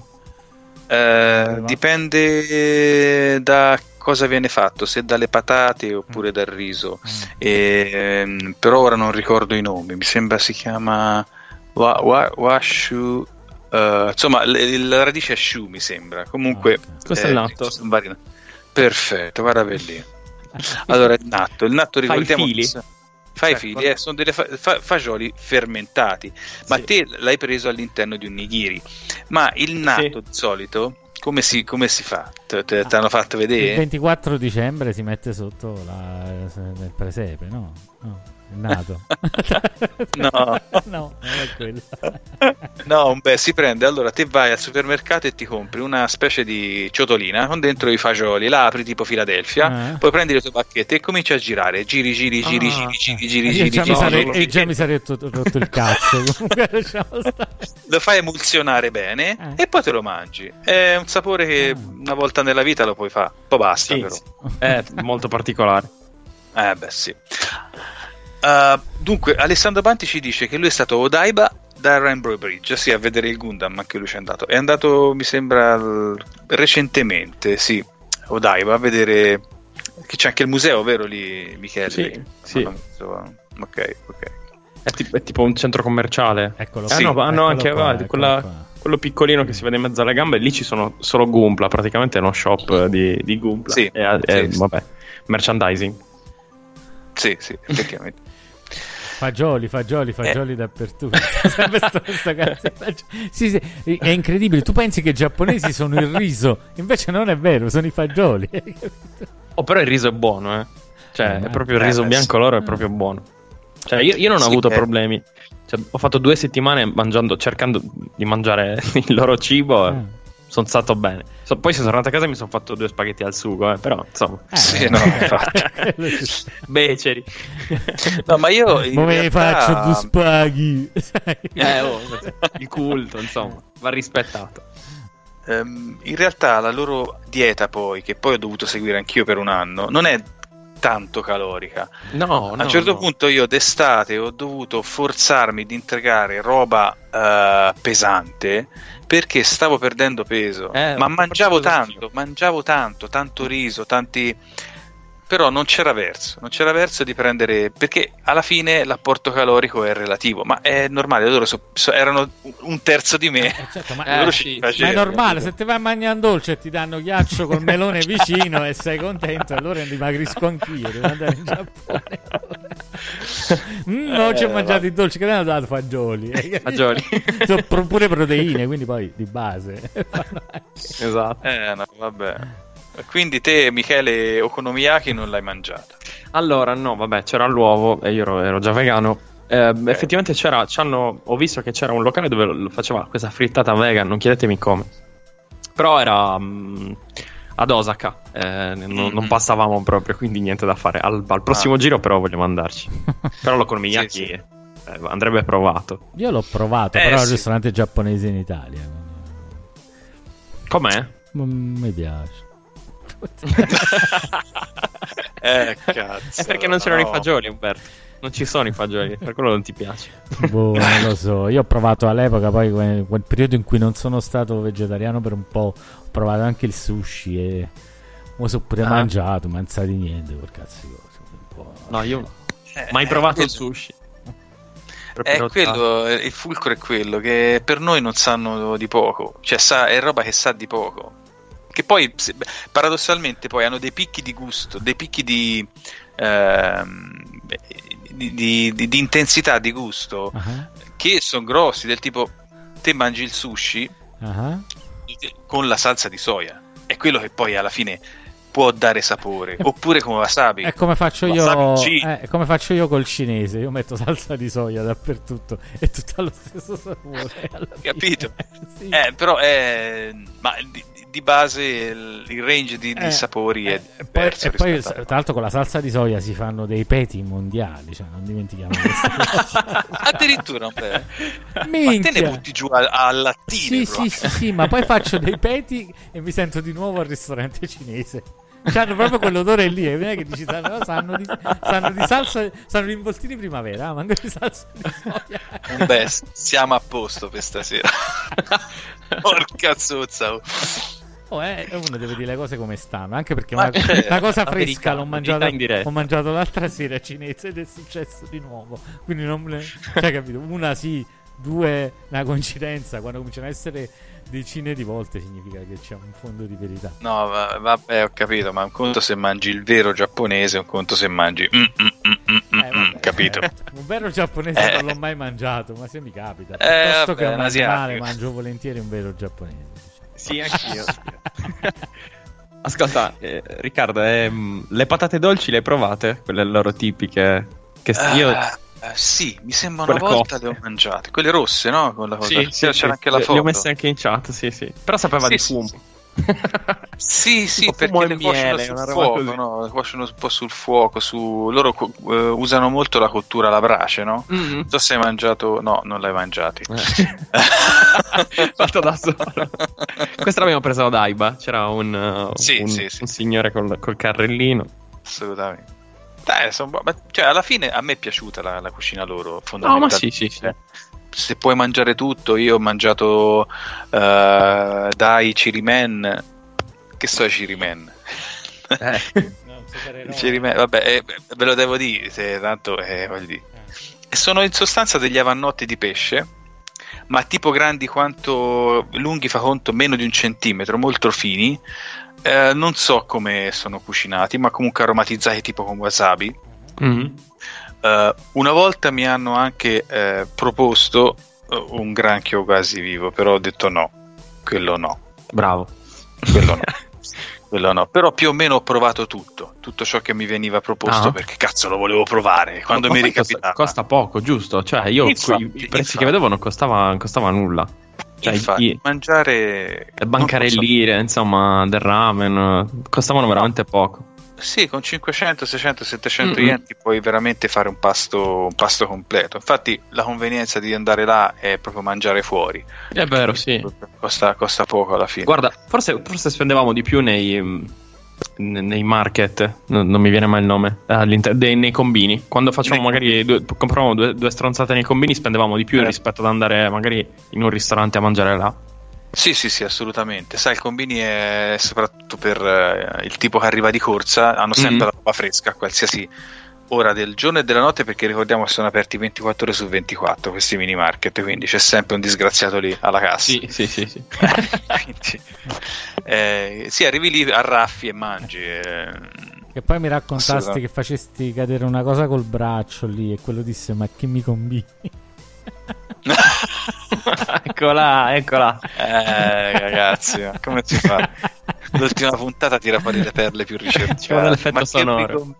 Dipende da cosa viene fatto, se dalle patate oppure dal riso. Però ora non ricordo i nomi. Mi sembra si chiama washu. Insomma, la radice è shu, mi sembra. Comunque, questo è il natto. Perfetto, guarda per lì. Allora, il natto ricordiamo. Fai i fili, sono delle fagioli fermentati, ma te l'hai preso all'interno di un nigiri. Ma il natto di solito come si fa? Te hanno fatto vedere? Il 24 dicembre si mette sotto nel presepe, no? Il nato. No, non è quello. No, si prende. Allora te vai al supermercato e ti compri una specie di ciotolina con dentro i fagioli, la apri tipo Philadelphia, poi prendi le tue bacchette e cominci a girare, giri. Già mi sarei rotto il cazzo. Lo fai emulsionare bene e poi te lo mangi. È un sapore che una volta nella vita lo puoi fare. Poi basta, però. È molto particolare. Sì. Dunque Alessandro Banti ci dice che lui è stato a Odaiba da Rainbow Bridge, sì, a vedere il Gundam, anche lui c'è andato. È andato, mi sembra, recentemente, sì, Odaiba, a vedere che c'è anche il museo, vero lì, Michele? Sì. Ok. È tipo un centro commerciale. Eccolo. Hanno anche quello piccolino che si vede in mezzo alle gambe, lì ci sono solo Gumpla, praticamente è uno shop di Gumpla. Sì. Vabbè, merchandising. Sì, effettivamente. Fagioli dappertutto. Sì, è incredibile. Tu pensi che i giapponesi sono il riso, invece non è vero, sono i fagioli. Però il riso è buono, Cioè, è proprio il riso bianco loro, è proprio buono. Cioè, io non ho avuto problemi. Cioè, ho fatto 2 settimane cercando di mangiare il loro cibo. Sono stato bene. Poi sono tornato a casa e mi sono fatto 2 spaghetti al sugo, però insomma. Beceri. No, ma io me ne faccio 2 spaghi. Il culto, insomma, va rispettato. In realtà la loro dieta, poi, che poi ho dovuto seguire anch'io per un anno, non è tanto calorica. A un certo punto io d'estate ho dovuto forzarmi di integrare roba pesante perché stavo perdendo peso, ma mangiavo tanto riso, però non c'era verso di prendere, perché alla fine l'apporto calorico è relativo, ma è normale, loro erano un terzo di me. Certo, ma è normale, se ti vai a mangiare un dolce e ti danno ghiaccio col melone vicino e sei contento, allora dimagrisco anch'io, devo andare in Giappone. Oggi ho mangiato i dolci, che mi hanno dato fagioli. Sono pure proteine, quindi poi di base. Esatto. No, vabbè. Quindi te, Michele, okonomiyaki non l'hai mangiato? Allora, no, vabbè, c'era l'uovo e io ero già vegano. Effettivamente ho visto che c'era un locale dove faceva questa frittata vegan, non chiedetemi come. Però era ad Osaka, non passavamo proprio, quindi niente da fare. Al prossimo giro però vogliamo andarci. Però l'okonomiyaki andrebbe provato. Io l'ho provato, però al ristorante giapponese in Italia. Com'è? Mi piace. Cazzo, è perché non c'erano i fagioli, Umberto. Non ci sono i fagioli, per quello non ti piace. Non lo so. Io ho provato all'epoca, poi quel periodo in cui non sono stato vegetariano per un po', ho provato anche il sushi e mo so pure mangiato, ma non sa di niente, per cazzo di cose. No, io mai provato il sushi. È quello, il fulcro è quello che per noi non sanno di poco, cioè è roba che sa di poco. Che poi paradossalmente poi hanno dei picchi di gusto, dei picchi di intensità di gusto che sono grossi, del tipo te mangi il sushi con la salsa di soia, è quello che poi alla fine può dare sapore, oppure come wasabi. È come faccio io col cinese, io metto salsa di soia dappertutto e tutto allo stesso sapore. Capito? Sì. Però ma di base il range di sapori è diverso. E poi tra l'altro con la salsa di soia si fanno dei peti mondiali, cioè non dimentichiamo questa cosa. Addirittura ma te ne butti giù al lattine. Sì, ma poi faccio dei peti e mi sento di nuovo al ristorante cinese. C'hanno proprio quell'odore lì, e che dici sanno di salsa, sanno di involtini primavera, manco di salsa di soia. Beh, siamo a posto per stasera. Porca zozza. Uno deve dire le cose come stanno, anche perché una cosa fresca l'ho mangiato l'altra sera cinese ed è successo di nuovo, quindi cioè, capito, una sì, due una coincidenza, quando cominciano a essere decine di volte significa che c'è un fondo di verità. No, vabbè, ho capito, ma un conto se mangi il vero giapponese, un conto se mangi capito? Un vero giapponese non l'ho mai mangiato, ma se mi capita, piuttosto che un animale mangio volentieri un vero giapponese. Sì, anch'io. Ascolta, Riccardo, le patate dolci le hai provate? Quelle loro tipiche? Che io... sì, mi sembra una volta le ho mangiate. Quelle rosse, no? Con la cosa. Sì, c'era anche la foto. Le ho messe anche in chat, sì. Però sapeva di fumo. Sì, perché le cuociono sul fuoco, no? Le cuociono un po' sul fuoco. Loro usano molto la cottura alla brace, no? Non so se hai mangiato. No, non l'hai mangiati. Fatto da solo. Questa l'abbiamo presa ad Aiba. C'era un signore col carrellino. Assolutamente. Cioè, alla fine a me è piaciuta la cucina loro, fondamentalmente. No, ma sì. Se puoi mangiare tutto, io ho mangiato dai cirimen. Che so i cirimen? Cirimen, vabbè, ve lo devo dire, se tanto voglio dire. E sono in sostanza degli avannotti di pesce, ma tipo grandi quanto lunghi, fa conto meno di 1 centimetro, molto fini. Non so come sono cucinati, ma comunque aromatizzati tipo con wasabi. Una volta mi hanno anche proposto un granchio quasi vivo, però ho detto no, quello no. Bravo. Quello no. Però più o meno ho provato tutto ciò che mi veniva proposto, perché cazzo lo volevo provare quando mi ricapitava. Costa poco, giusto? Cioè io i prezzi che vedevo non costava nulla. Cioè, infatti, mangiare le bancarellire, insomma, del ramen costavano veramente poco. Sì, con 500, 600, 700 yen ti puoi veramente fare un pasto completo. Infatti la convenienza di andare là è proprio mangiare fuori. È vero, sì. Costa poco alla fine. Guarda, forse spendevamo di più nei market, non mi viene mai il nome, nei combini. Quando facciamo magari compravamo due stronzate nei combini, spendevamo di più rispetto ad andare magari in un ristorante a mangiare là. Sì, assolutamente. Sai, il Combini è soprattutto per il tipo che arriva di corsa, hanno sempre la roba fresca a qualsiasi ora del giorno e della notte, perché ricordiamo che sono aperti 24 ore su 24 questi mini market, quindi c'è sempre un disgraziato lì alla cassa. Sì. Quindi, sì, arrivi lì, arraffi e mangi. E poi mi raccontasti che facesti cadere una cosa col braccio lì e quello disse: ma che mi combini? Eccola. Ragazzi, ma come si fa? L'ultima puntata tira fuori le perle più ricercate. L'effetto ma sonoro.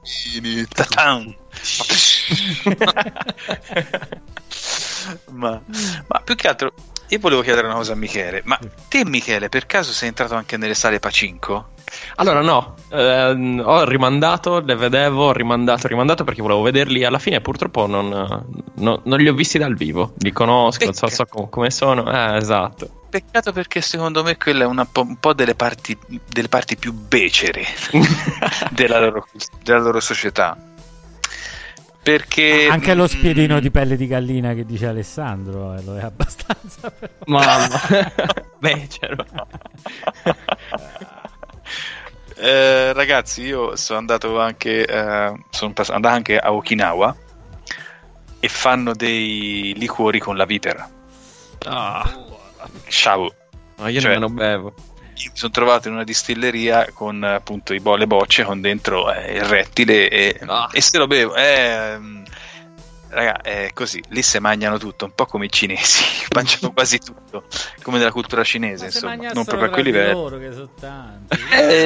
ma più che altro io volevo chiedere una cosa a Michele. Ma te, Michele, per caso sei entrato anche nelle sale Pacinco? Allora no, ho rimandato, le vedevo, ho rimandato perché volevo vederli. Alla fine purtroppo non li ho visti dal vivo. Li conosco, so come sono. Esatto. Peccato, perché secondo me quella è un po' delle parti più becere della loro società. Perché anche lo spiedino di pelle di gallina che dice Alessandro lo è abbastanza, però. Mamma. Becero. Ragazzi, io sono andato anche andato anche a Okinawa e fanno dei liquori con la vipera. Ciao. No, io non lo bevo. Io mi sono trovato in una distilleria con appunto le bocce con dentro il rettile e se lo bevo. Raga, è così, lì se mangiano tutto, un po' come i cinesi, mangiano quasi tutto, come nella cultura cinese, insomma, non proprio a quei livelli. Loro che sono tanti.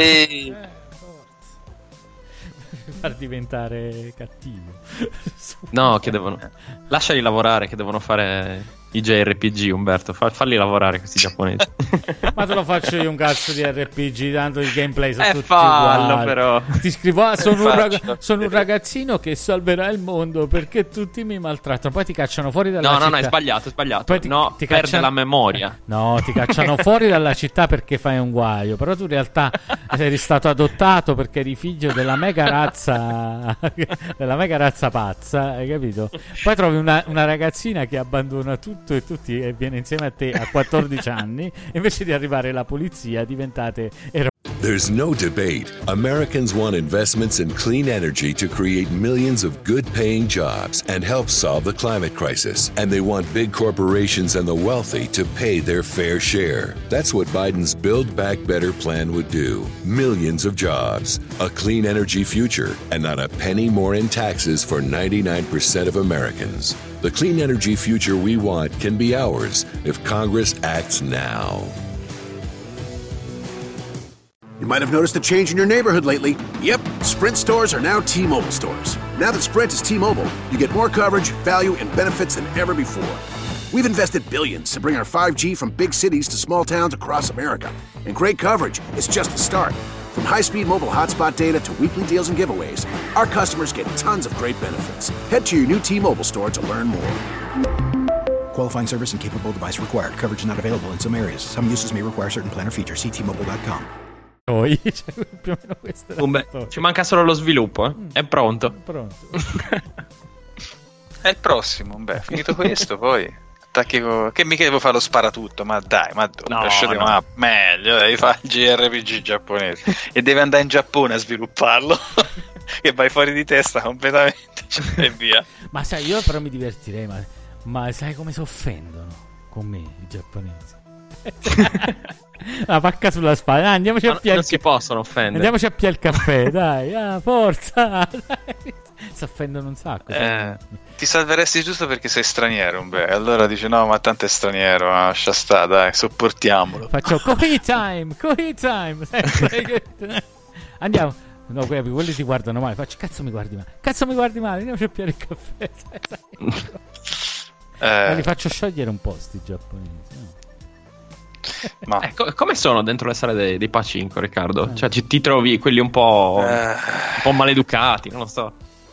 Far diventare cattivo. No, che devono lasciali lavorare, che devono fare i JRPG, Umberto, falli lavorare questi giapponesi. Ma te lo faccio io un cazzo di RPG, tanto i gameplay sono tutti fallo, uguali. Però ti scrivo sono un ragazzino che salverà il mondo perché tutti mi maltrattano, poi ti cacciano fuori dalla città. No, è sbagliato. Poi ti perde la memoria. No, ti cacciano fuori dalla città perché fai un guaio, però tu in realtà sei stato adottato perché eri figlio della mega razza pazza, hai capito? Poi trovi una ragazzina che abbandona tutto e tutti e viene insieme a te a 14 anni, e invece di arrivare la polizia diventate eroi. There's no debate. Americans want investments in clean energy to create millions of good-paying jobs and help solve the climate crisis. And they want big corporations and the wealthy to pay their fair share. That's what Biden's Build Back Better plan would do. Millions of jobs, a clean energy future, and not a penny more in taxes for 99% of Americans. The clean energy future we want can be ours if Congress acts now. You might have noticed a change in your neighborhood lately. Yep, Sprint stores are now T-Mobile stores. Now that Sprint is T-Mobile, you get more coverage, value, and benefits than ever before. We've invested billions to bring our 5G from big cities to small towns across America. And great coverage is just the start. From high-speed mobile hotspot data to weekly deals and giveaways, our customers get tons of great benefits. Head to your new T-Mobile store to learn more. Qualifying service and capable device required. Coverage not available in some areas. Some uses may require certain plan or features. See T-Mobile.com. Più o meno questa è la storia. Ci manca solo lo sviluppo, È pronto. È il prossimo. Finito questo, poi attacchi che mica devo fare lo sparatutto. Ma dai, ma meglio, devi fare il JRPG giapponese e devi andare in Giappone a svilupparlo. Che vai fuori di testa completamente, e via. Ma sai, io però mi divertirei, ma sai come si offendono con me i giapponesi? La pacca sulla spalla, andiamoci a piare. Non si possono offendere. Andiamoci a piare il caffè, dai, forza. Si offendono un sacco. Ti salveresti giusto perché sei straniero, allora dici no, ma tanto è straniero, lascia sta, dai, sopportiamolo. Faccio Kohi time. Andiamo. No, quelli ti guardano male. Faccio cazzo mi guardi male, andiamoci a piare il caffè. Li faccio sciogliere un po' sti giapponesi, no? Ma come sono dentro le sale dei Pacinco, Riccardo? Cioè ti trovi quelli un po' maleducati, non lo so.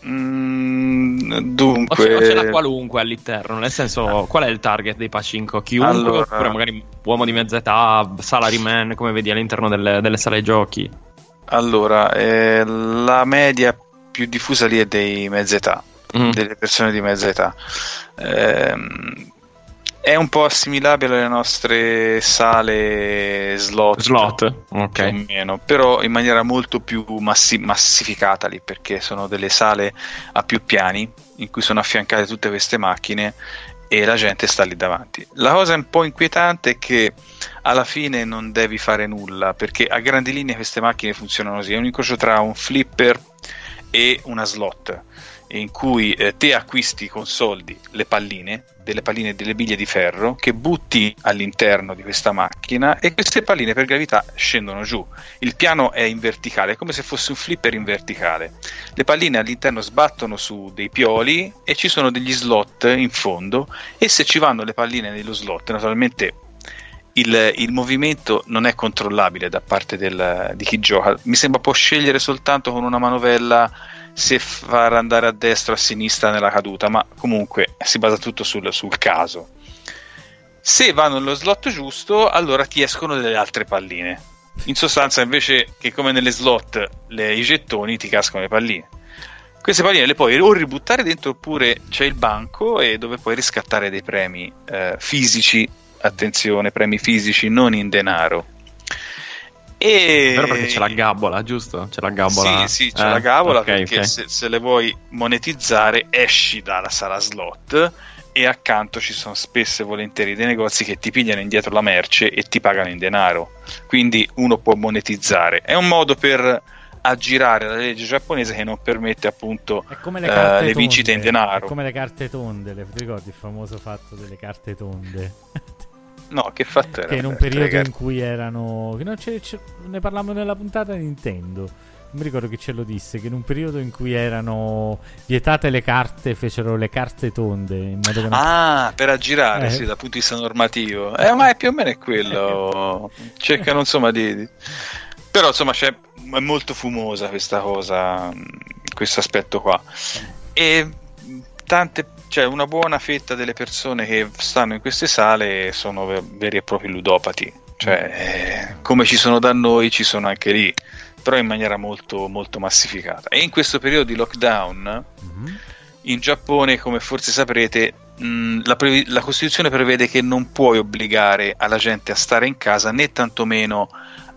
Dunque, o c'è la qualunque all'interno, nel senso, qual è il target dei Pacinco? Chiunque, oppure magari uomo di mezza età, salaryman, come vedi all'interno delle sale giochi? Allora, la media più diffusa lì è dei mezza età, delle persone di mezza età. È un po' assimilabile alle nostre sale slot, ok, più o meno, però in maniera molto più massificata lì, perché sono delle sale a più piani in cui sono affiancate tutte queste macchine e la gente sta lì davanti. La cosa un po' inquietante è che alla fine non devi fare nulla, perché a grandi linee queste macchine funzionano così: è un incrocio tra un flipper e una slot, in cui te acquisti con soldi delle palline e delle biglie di ferro che butti all'interno di questa macchina, e queste palline per gravità scendono giù. Il piano è in verticale, è come se fosse un flipper in verticale. Le palline all'interno sbattono su dei pioli e ci sono degli slot in fondo, e se ci vanno le palline nello slot, naturalmente il movimento non è controllabile da parte di chi gioca. Mi sembra può scegliere soltanto con una manovella se far andare a destra o a sinistra nella caduta, ma comunque si basa tutto sul caso. Se vanno nello slot giusto, allora ti escono delle altre palline. In sostanza, invece che come nelle slot i gettoni, ti cascano le palline. Queste palline le puoi o ributtare dentro, oppure c'è il banco dove puoi riscattare dei premi fisici. Attenzione, premi fisici, non in denaro. Però perché c'è la gabola, giusto? C'è la gabola. Sì, c'è la gabola, okay, perché okay. Se le vuoi monetizzare esci dalla sala slot e accanto ci sono spesso e volentieri dei negozi che ti pigliano indietro la merce e ti pagano in denaro. Quindi uno può monetizzare. È un modo per aggirare la legge giapponese che non permette appunto le vincite in denaro. È come le carte tonde, ti ricordi il famoso fatto delle carte tonde? No, che fatto era? Che in un periodo in cui erano... ne parlavamo nella puntata di Nintendo. Non mi ricordo chi ce lo disse, che in un periodo in cui erano vietate le carte, fecero le carte tonde in modo che per aggirare, sì, dal punto di vista normativo. Ma è più o meno è quello. Cercano insomma però insomma è molto fumosa questa cosa, questo aspetto qua. E una buona fetta delle persone che stanno in queste sale sono veri e propri ludopati, come ci sono da noi ci sono anche lì, però in maniera molto, molto massificata. E in questo periodo di lockdown in Giappone, come forse saprete, la Costituzione prevede che non puoi obbligare alla gente a stare in casa, né tantomeno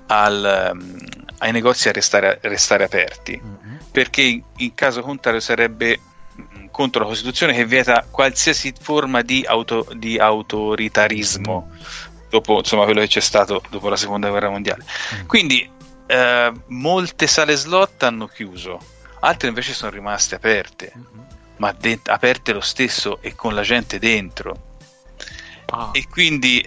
ai negozi a restare aperti, perché in caso contrario sarebbe contro la Costituzione, che vieta qualsiasi forma di autoritarismo dopo quello che c'è stato dopo la seconda guerra mondiale. Quindi molte sale slot hanno chiuso, altre invece sono rimaste aperte, ma aperte lo stesso e con la gente dentro. E quindi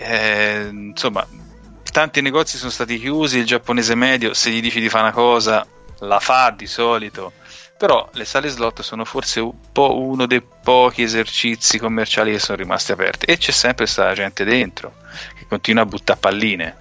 tanti negozi sono stati chiusi. Il giapponese medio, se gli dici di fare una cosa, la fa di solito. Però le sale slot sono forse uno dei pochi esercizi commerciali che sono rimasti aperti, e c'è sempre stata gente dentro che continua a buttare palline.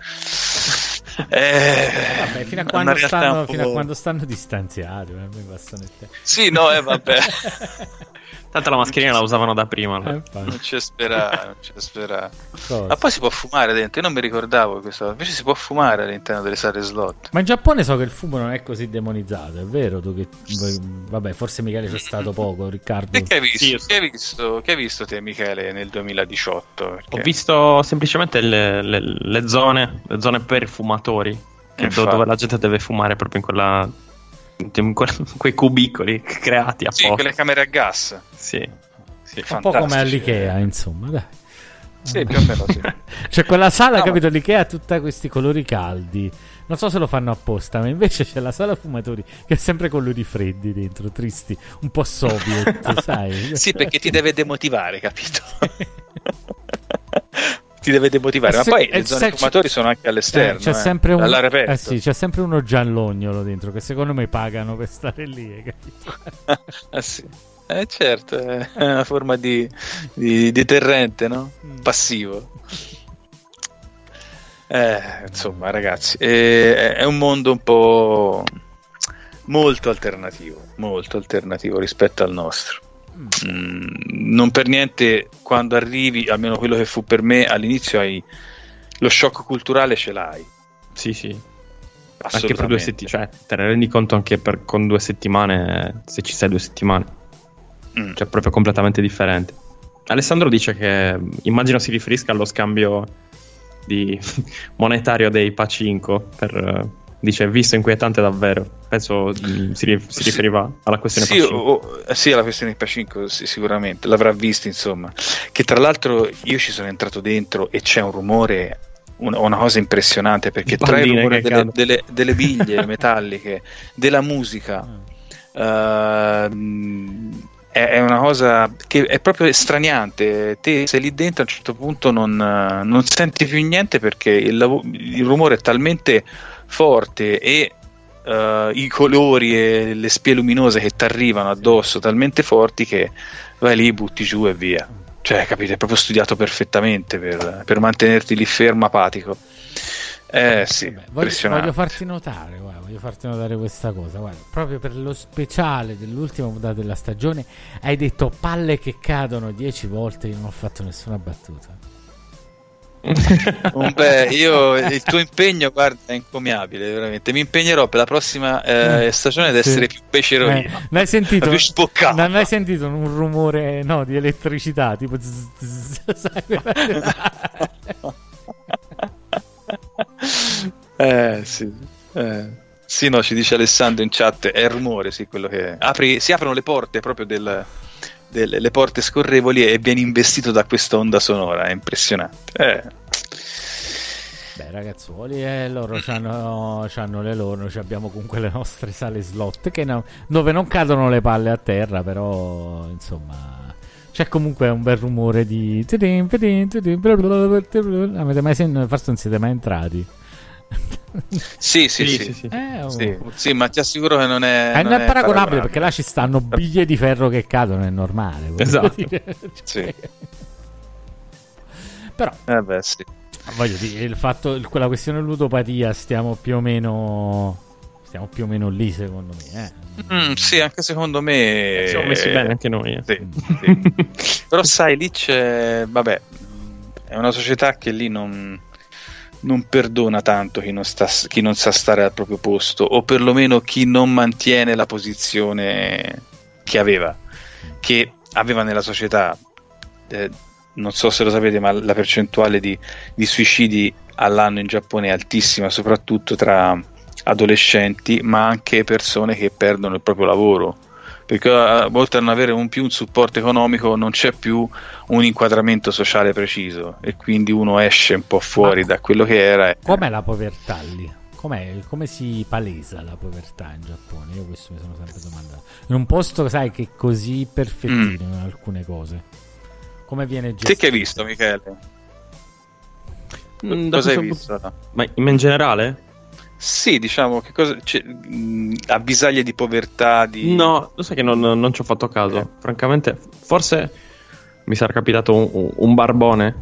Vabbè, fino a quando stanno distanziati, sì, no, vabbè. Tanto la mascherina la usavano da prima. Non c'è sperare. Ma poi si può fumare dentro? Io non mi ricordavo questo. Invece si può fumare all'interno delle sale slot. Ma in Giappone so che il fumo non è così demonizzato, è vero? Vabbè, forse Michele c'è stato poco, Riccardo. E che hai visto te, Michele, nel 2018? Perché... Ho visto semplicemente le zone per fumatori, dove la gente deve fumare proprio in quei cubicoli creati apposta. Sì, quelle camere a gas. Sì, un po' come all'Ikea, insomma, dai. Sì, più o meno sì. C'è quella sala, capito, l'Ikea ha tutti questi colori caldi. Non so se lo fanno apposta, ma invece c'è la sala fumatori che ha sempre colori freddi dentro, tristi, un po' soviet, sai? Sì, perché ti deve demotivare, capito? Ti deve demotivare, ma poi le zone fumatori sono anche all'esterno, c'è sempre all'aria aperta. c'è sempre uno giallognolo dentro che secondo me pagano per stare lì, capito? Sì. Certo, è una forma di deterrente, no? Passivo. Insomma, ragazzi, è un mondo un po' molto alternativo rispetto al nostro. Non per niente, quando arrivi, almeno quello che fu per me all'inizio, lo shock culturale ce l'hai. Sì. Anche per 2 settimane, te ne rendi conto anche con 2 settimane, se ci sei 2 settimane. Cioè proprio completamente differente. Alessandro dice che immagino si riferisca allo scambio monetario dei Pachinko dice visto inquietante davvero, penso si riferiva alla questione Pachinko. Sì, alla questione Pachinko sicuramente l'avrà visto, insomma, che tra l'altro io ci sono entrato dentro e c'è un rumore, una cosa impressionante, perché tra il rumore delle biglie metalliche, della musica, è una cosa che è proprio estraniante. Te sei lì dentro, a un certo punto non senti più niente, perché il rumore è talmente forte e i colori e le spie luminose che ti arrivano addosso talmente forti che vai lì, butti giù e via. Cioè, capite, è proprio studiato perfettamente per mantenerti lì fermo, apatico. Sì, voglio farti notare questa cosa, guarda, proprio per lo speciale dell'ultima puntata della stagione hai detto palle che cadono 10 volte, io non ho fatto nessuna battuta. Io il tuo impegno, guarda, è incommiabile, veramente. Mi impegnerò per la prossima stagione ad essere più pecerolino. Non hai sentito, più spoccato. Non hai sentito un rumore di elettricità tipo sì, no, ci dice Alessandro in chat, è il rumore, sì, quello che si aprono le porte proprio le porte scorrevoli e viene investito da questa onda sonora, è impressionante. Beh, ragazzuoli, loro c'hanno le loro, noi abbiamo comunque le nostre sale slot dove non cadono le palle a terra, però insomma c'è comunque un bel rumore di avete mai sentito? Forse non siete mai entrati. Sì, ma ti assicuro che non è paragonabile, perché là ci stanno biglie di ferro che cadono, è normale. Esatto. Sì. Però sì. Voglio dire, quella questione ludopatia stiamo più o meno lì, secondo me. Sì, anche secondo me siamo messi bene anche noi. Sì. Però sai, lì c'è, vabbè, è una società che lì non perdona tanto chi non sa stare al proprio posto, o perlomeno chi non mantiene la posizione che aveva nella società. Non so se lo sapete, ma la percentuale di suicidi all'anno in Giappone è altissima, soprattutto tra adolescenti, ma anche persone che perdono il proprio lavoro, perché oltre a non avere un supporto economico, non c'è più un inquadramento sociale preciso, e quindi uno esce un po' fuori da quello che era. Com'è la povertà lì? Come si palesa la povertà in Giappone? Io questo mi sono sempre domandato. In un posto, sai, che è così perfettino in alcune cose, come viene gestito? Te che hai visto, Michele? Cosa hai visto? Ma in generale? Sì, diciamo, che cosa c'è, avvisaglie di povertà No, lo sai che non ci ho fatto caso. Francamente, forse mi sarà capitato un barbone.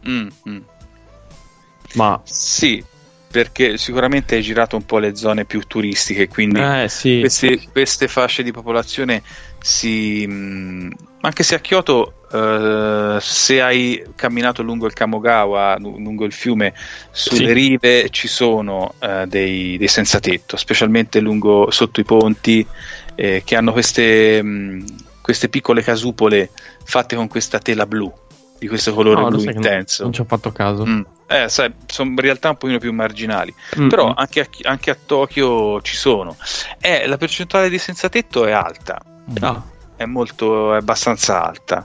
Ma sì, perché sicuramente hai girato un po' le zone più turistiche, quindi sì. queste fasce di popolazione anche se a Kyoto, se hai camminato lungo il Kamogawa, lungo il fiume, sulle rive ci sono dei senza tetto, specialmente sotto i ponti, che hanno queste piccole casupole fatte con questa tela blu, di questo colore blu intenso. Non ci ho fatto caso. Sai, sono in realtà un pochino più marginali, però anche a Tokyo ci sono. La percentuale di senza tetto è alta. È abbastanza alta.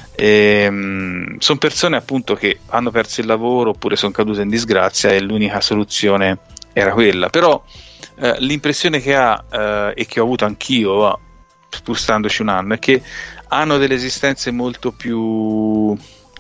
Sono persone appunto che hanno perso il lavoro oppure sono cadute in disgrazia e l'unica soluzione era quella. Però l'impressione che ha e che ho avuto anch'io, pur standoci un anno, è che hanno delle esistenze molto più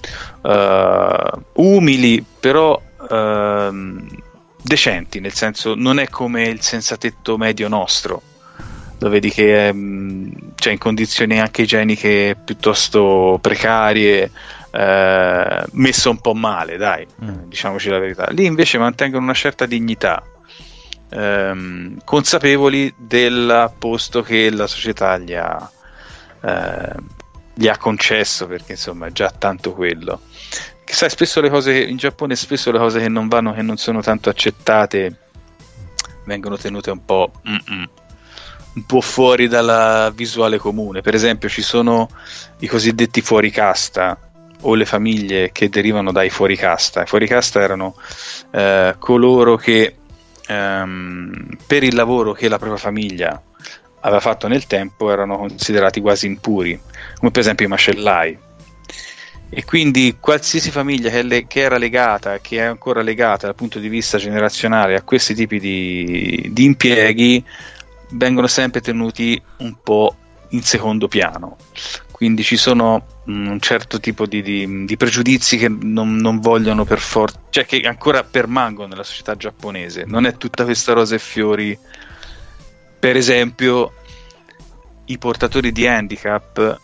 umili, in decenti, nel senso, non è come il senzatetto medio nostro, lo vedi che è in condizioni anche igieniche piuttosto precarie, messo un po' male, dai, diciamoci la verità. Lì invece mantengono una certa dignità, consapevoli del posto che la società gli ha concesso, perché insomma è già tanto quello. Che sai, spesso le cose in Giappone, spesso le cose che non vanno, che non sono tanto accettate, vengono tenute un po' fuori dalla visuale comune. Per esempio ci sono i cosiddetti fuori casta, o le famiglie che derivano dai fuoricasta. I fuoricasta erano coloro che per il lavoro che la propria famiglia aveva fatto nel tempo erano considerati quasi impuri, come per esempio i macellai. E quindi qualsiasi famiglia che era legata, che è ancora legata dal punto di vista generazionale a questi tipi di impieghi, vengono sempre tenuti un po' in secondo piano. Quindi ci sono un certo tipo di pregiudizi che non vogliono per forza, cioè che ancora permangono nella società giapponese. Non è tutta questa rose e fiori. Per esempio, i portatori di handicap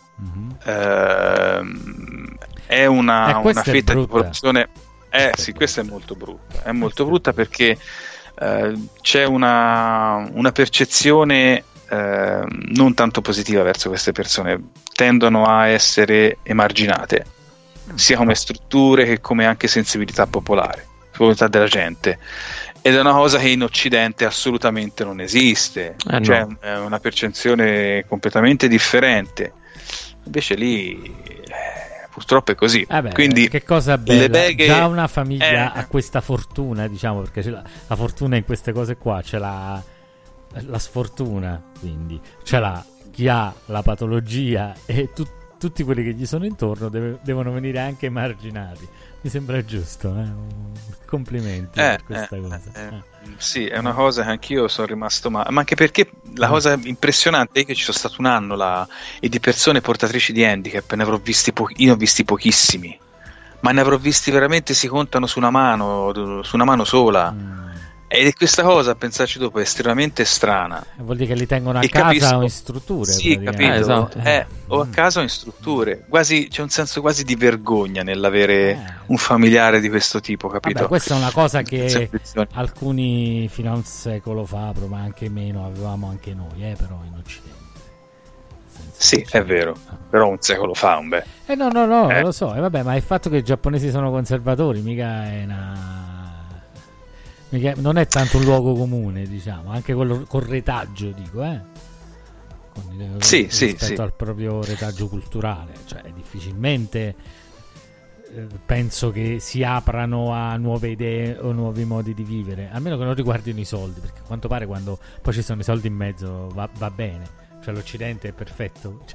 è una fetta di popolazione. Sì, questa è molto brutta. È molto brutta perché c'è una percezione non tanto positiva verso queste persone. Tendono a essere emarginate, sia come strutture che come anche sensibilità popolare, volontà della gente. Ed è una cosa che in Occidente assolutamente non esiste, cioè no. È una percezione completamente differente. Invece lì purtroppo è così. Quindi che cosa bella, già una famiglia ha questa fortuna, diciamo, perché c'è la fortuna in queste cose qua, c'è la sfortuna, quindi c'è chi ha la patologia e tutti quelli che gli sono intorno devono venire anche emarginati. Mi sembra giusto, complimenti per questa cosa. Sì, è una cosa che anch'io sono rimasto ma anche perché la cosa impressionante è che ci sono stato un anno e di persone portatrici di handicap ne avrò visti io ne ho visti pochissimi, ma ne avrò visti veramente, si contano su una mano sola. E questa cosa, a pensarci dopo, è estremamente strana. Vuol dire che li tengono a casa o in strutture. Sì, capito. Esatto. O a casa o in strutture. Quasi c'è un senso quasi di vergogna nell'avere un familiare di questo tipo, capito? Vabbè, questa è una cosa che alcuni fino a un secolo fa, ma anche meno, avevamo anche noi, però in Occidente. Sì, è vero, però un secolo fa un bel. No, lo so, vabbè, ma il fatto che i giapponesi sono conservatori mica è non è tanto un luogo comune, diciamo, anche quello col retaggio, dico, rispetto al proprio retaggio culturale, cioè difficilmente penso che si aprano a nuove idee o nuovi modi di vivere, almeno che non riguardino i soldi, perché a quanto pare quando poi ci sono i soldi in mezzo va bene, cioè l'Occidente è perfetto.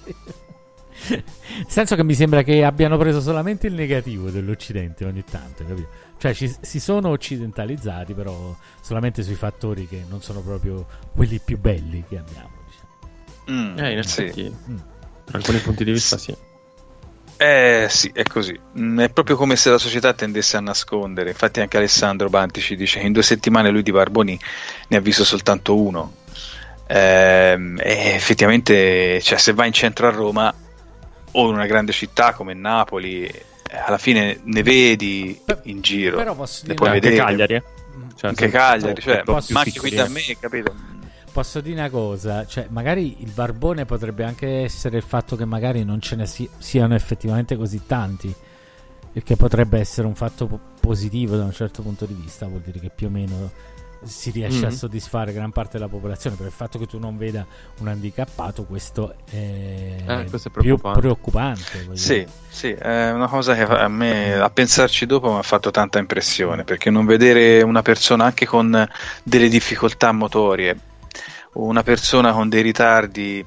Nel senso che mi sembra che abbiano preso solamente il negativo dell'Occidente ogni tanto, capito? Cioè si sono occidentalizzati, però solamente sui fattori che non sono proprio quelli più belli che abbiamo, diciamo. In effetti, per alcuni punti di vista sì. Sì, è così. È proprio come se la società tendesse a nascondere. Infatti anche Alessandro Banti ci dice che in 2 settimane lui di barboni ne ha visto soltanto uno. E effettivamente, cioè, se vai in centro a Roma o in una grande città come Napoli, alla fine ne vedi in giro. Però posso dire puoi vedere Cagliari, anche Cagliari, cioè, ma anche qui da me, capito? Posso dire una cosa, cioè magari il barbone potrebbe anche essere il fatto che magari non ce ne siano effettivamente così tanti, e che potrebbe essere un fatto positivo da un certo punto di vista, vuol dire che più o meno si riesce a soddisfare gran parte della popolazione. Per il fatto che tu non veda un handicappato, questo è più preoccupante. Sì, è una cosa che a me, a pensarci dopo, mi ha fatto tanta impressione, perché non vedere una persona anche con delle difficoltà motorie, una persona con dei ritardi,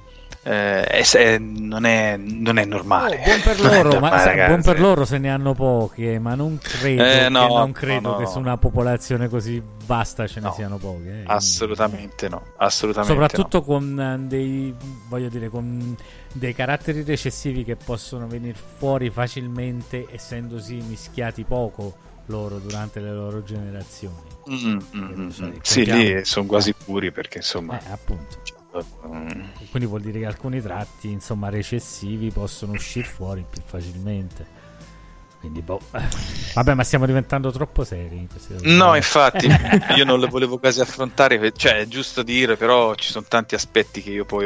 non è normale. Buon per loro, buon per loro se ne hanno poche, ma non credo che su una popolazione così vasta ce ne siano poche. Assolutamente no. Soprattutto con con dei caratteri recessivi che possono venire fuori facilmente, essendosi mischiati poco loro durante le loro generazioni. Sì, lì sono quasi puri, perché insomma appunto. Quindi vuol dire che alcuni tratti, insomma, recessivi possono uscire fuori più facilmente. Quindi vabbè, ma stiamo diventando troppo seri. No, infatti io non le volevo quasi affrontare, cioè è giusto dire, però ci sono tanti aspetti che io poi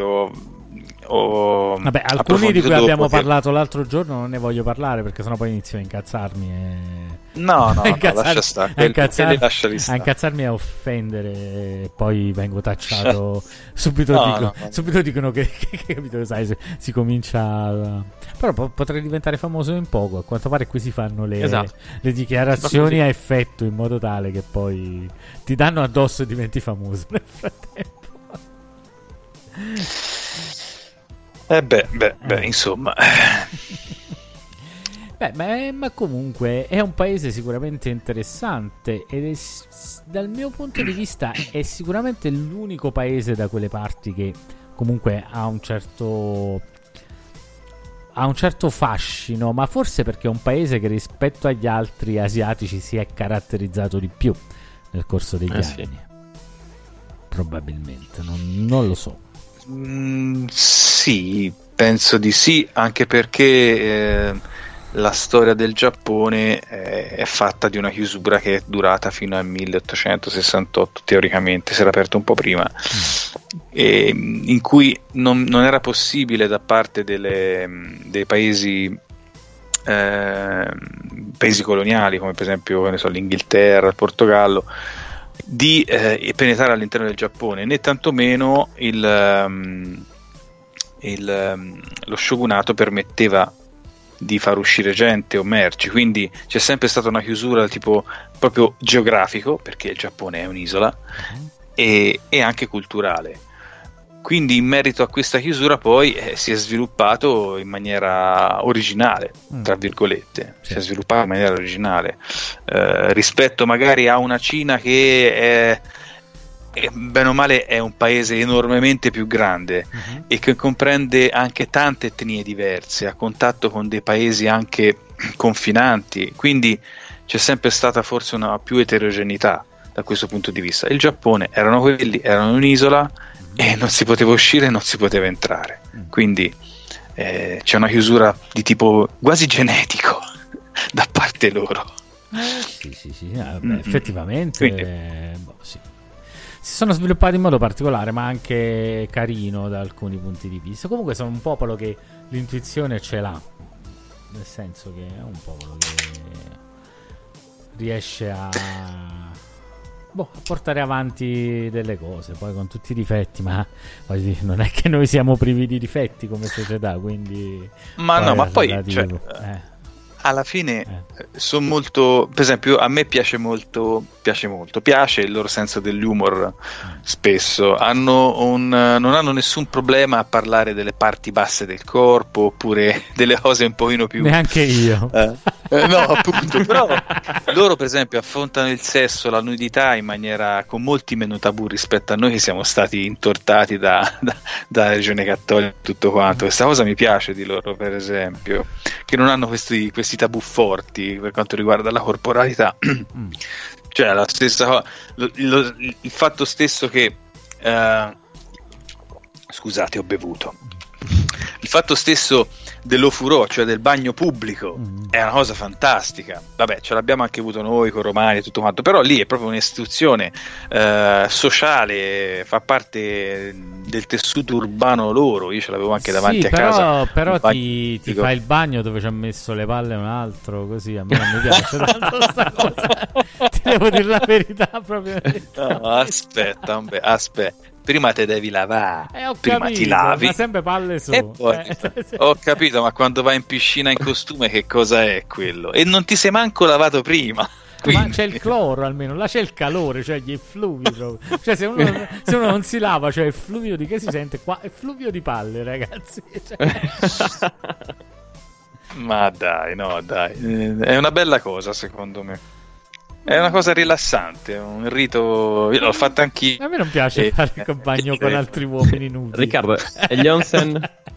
ho alcuni di cui abbiamo parlato l'altro giorno non ne voglio parlare, perché sennò poi inizio a incazzarmi No, lascia stare. Lasciali stare. A incazzarmi e a offendere, poi vengo tacciato. Subito dicono che capito, sai, si comincia. Però potrei diventare famoso in poco. A quanto pare qui si fanno le dichiarazioni a effetto, in modo tale che poi ti danno addosso e diventi famoso nel frattempo. Insomma. Ma comunque è un paese sicuramente interessante ed dal mio punto di vista è sicuramente l'unico paese da quelle parti che comunque ha un certo fascino, ma forse perché è un paese che rispetto agli altri asiatici si è caratterizzato di più nel corso degli anni. Sì. Probabilmente, non lo so. Sì, penso di sì, anche perché la storia del Giappone è fatta di una chiusura che è durata fino al 1868, teoricamente, si era aperta un po' prima, in cui non era possibile da parte dei paesi coloniali, come per esempio l'Inghilterra, il Portogallo, di penetrare all'interno del Giappone, né tantomeno lo shogunato permetteva di far uscire gente o merci, quindi c'è sempre stata una chiusura tipo proprio geografico, perché il Giappone è un'isola, e anche culturale. Quindi in merito a questa chiusura poi si è sviluppato in maniera originale, tra virgolette, si è sviluppato in maniera originale rispetto magari a una Cina che bene o male è un paese enormemente più grande e che comprende anche tante etnie diverse, a contatto con dei paesi anche confinanti, quindi c'è sempre stata forse una più eterogeneità da questo punto di vista. Il Giappone erano un'isola e non si poteva uscire, non si poteva entrare, quindi c'è una chiusura di tipo quasi genetico da parte loro. Effettivamente sì. Si sono sviluppati in modo particolare, ma anche carino da alcuni punti di vista. Comunque sono un popolo che l'intuizione ce l'ha, nel senso che è un popolo che riesce a portare avanti delle cose, poi con tutti i difetti, ma poi non è che noi siamo privi di difetti come società, quindi alla fine sono molto, per esempio a me piace il loro senso dell'humor, spesso non hanno nessun problema a parlare delle parti basse del corpo oppure delle cose un pochino più, neanche io no, appunto, però loro per esempio affrontano il sesso, la nudità in maniera con molti meno tabù rispetto a noi che siamo stati intortati da religione cattolica e tutto quanto. Questa cosa mi piace di loro, per esempio, che non hanno questi tabù forti per quanto riguarda la corporalità. Cioè la stessa cosa, il fatto stesso che scusate, ho bevuto. Il fatto stesso dell'ofurò, cioè del bagno pubblico, è una cosa fantastica. Vabbè, ce l'abbiamo anche avuto noi con Romani e tutto quanto, però lì è proprio un'istituzione sociale, fa parte del tessuto urbano loro. Io ce l'avevo anche davanti a casa. Però ti fai il bagno dove ci ha messo le palle un altro, così a me non mi piace tanto sta cosa. Ti devo dire la verità proprio. No, aspetta. Prima te devi lavare, prima ti lavi, ma sempre palle su. E poi ho capito, ma quando vai in piscina in costume che cosa è quello? E non ti sei manco lavato prima. Quindi. Ma c'è il cloro almeno, là c'è il calore, cioè gli effluvi proprio. Cioè se uno non si lava, cioè il fluvio di che si sente qua? È fluvio di palle, ragazzi. Cioè. Ma dai, è una bella cosa secondo me. È una cosa rilassante, un rito. Io l'ho fatto anch'io. A me non piace fare il bagno con altri uomini nudi. Riccardo, e gli onsen?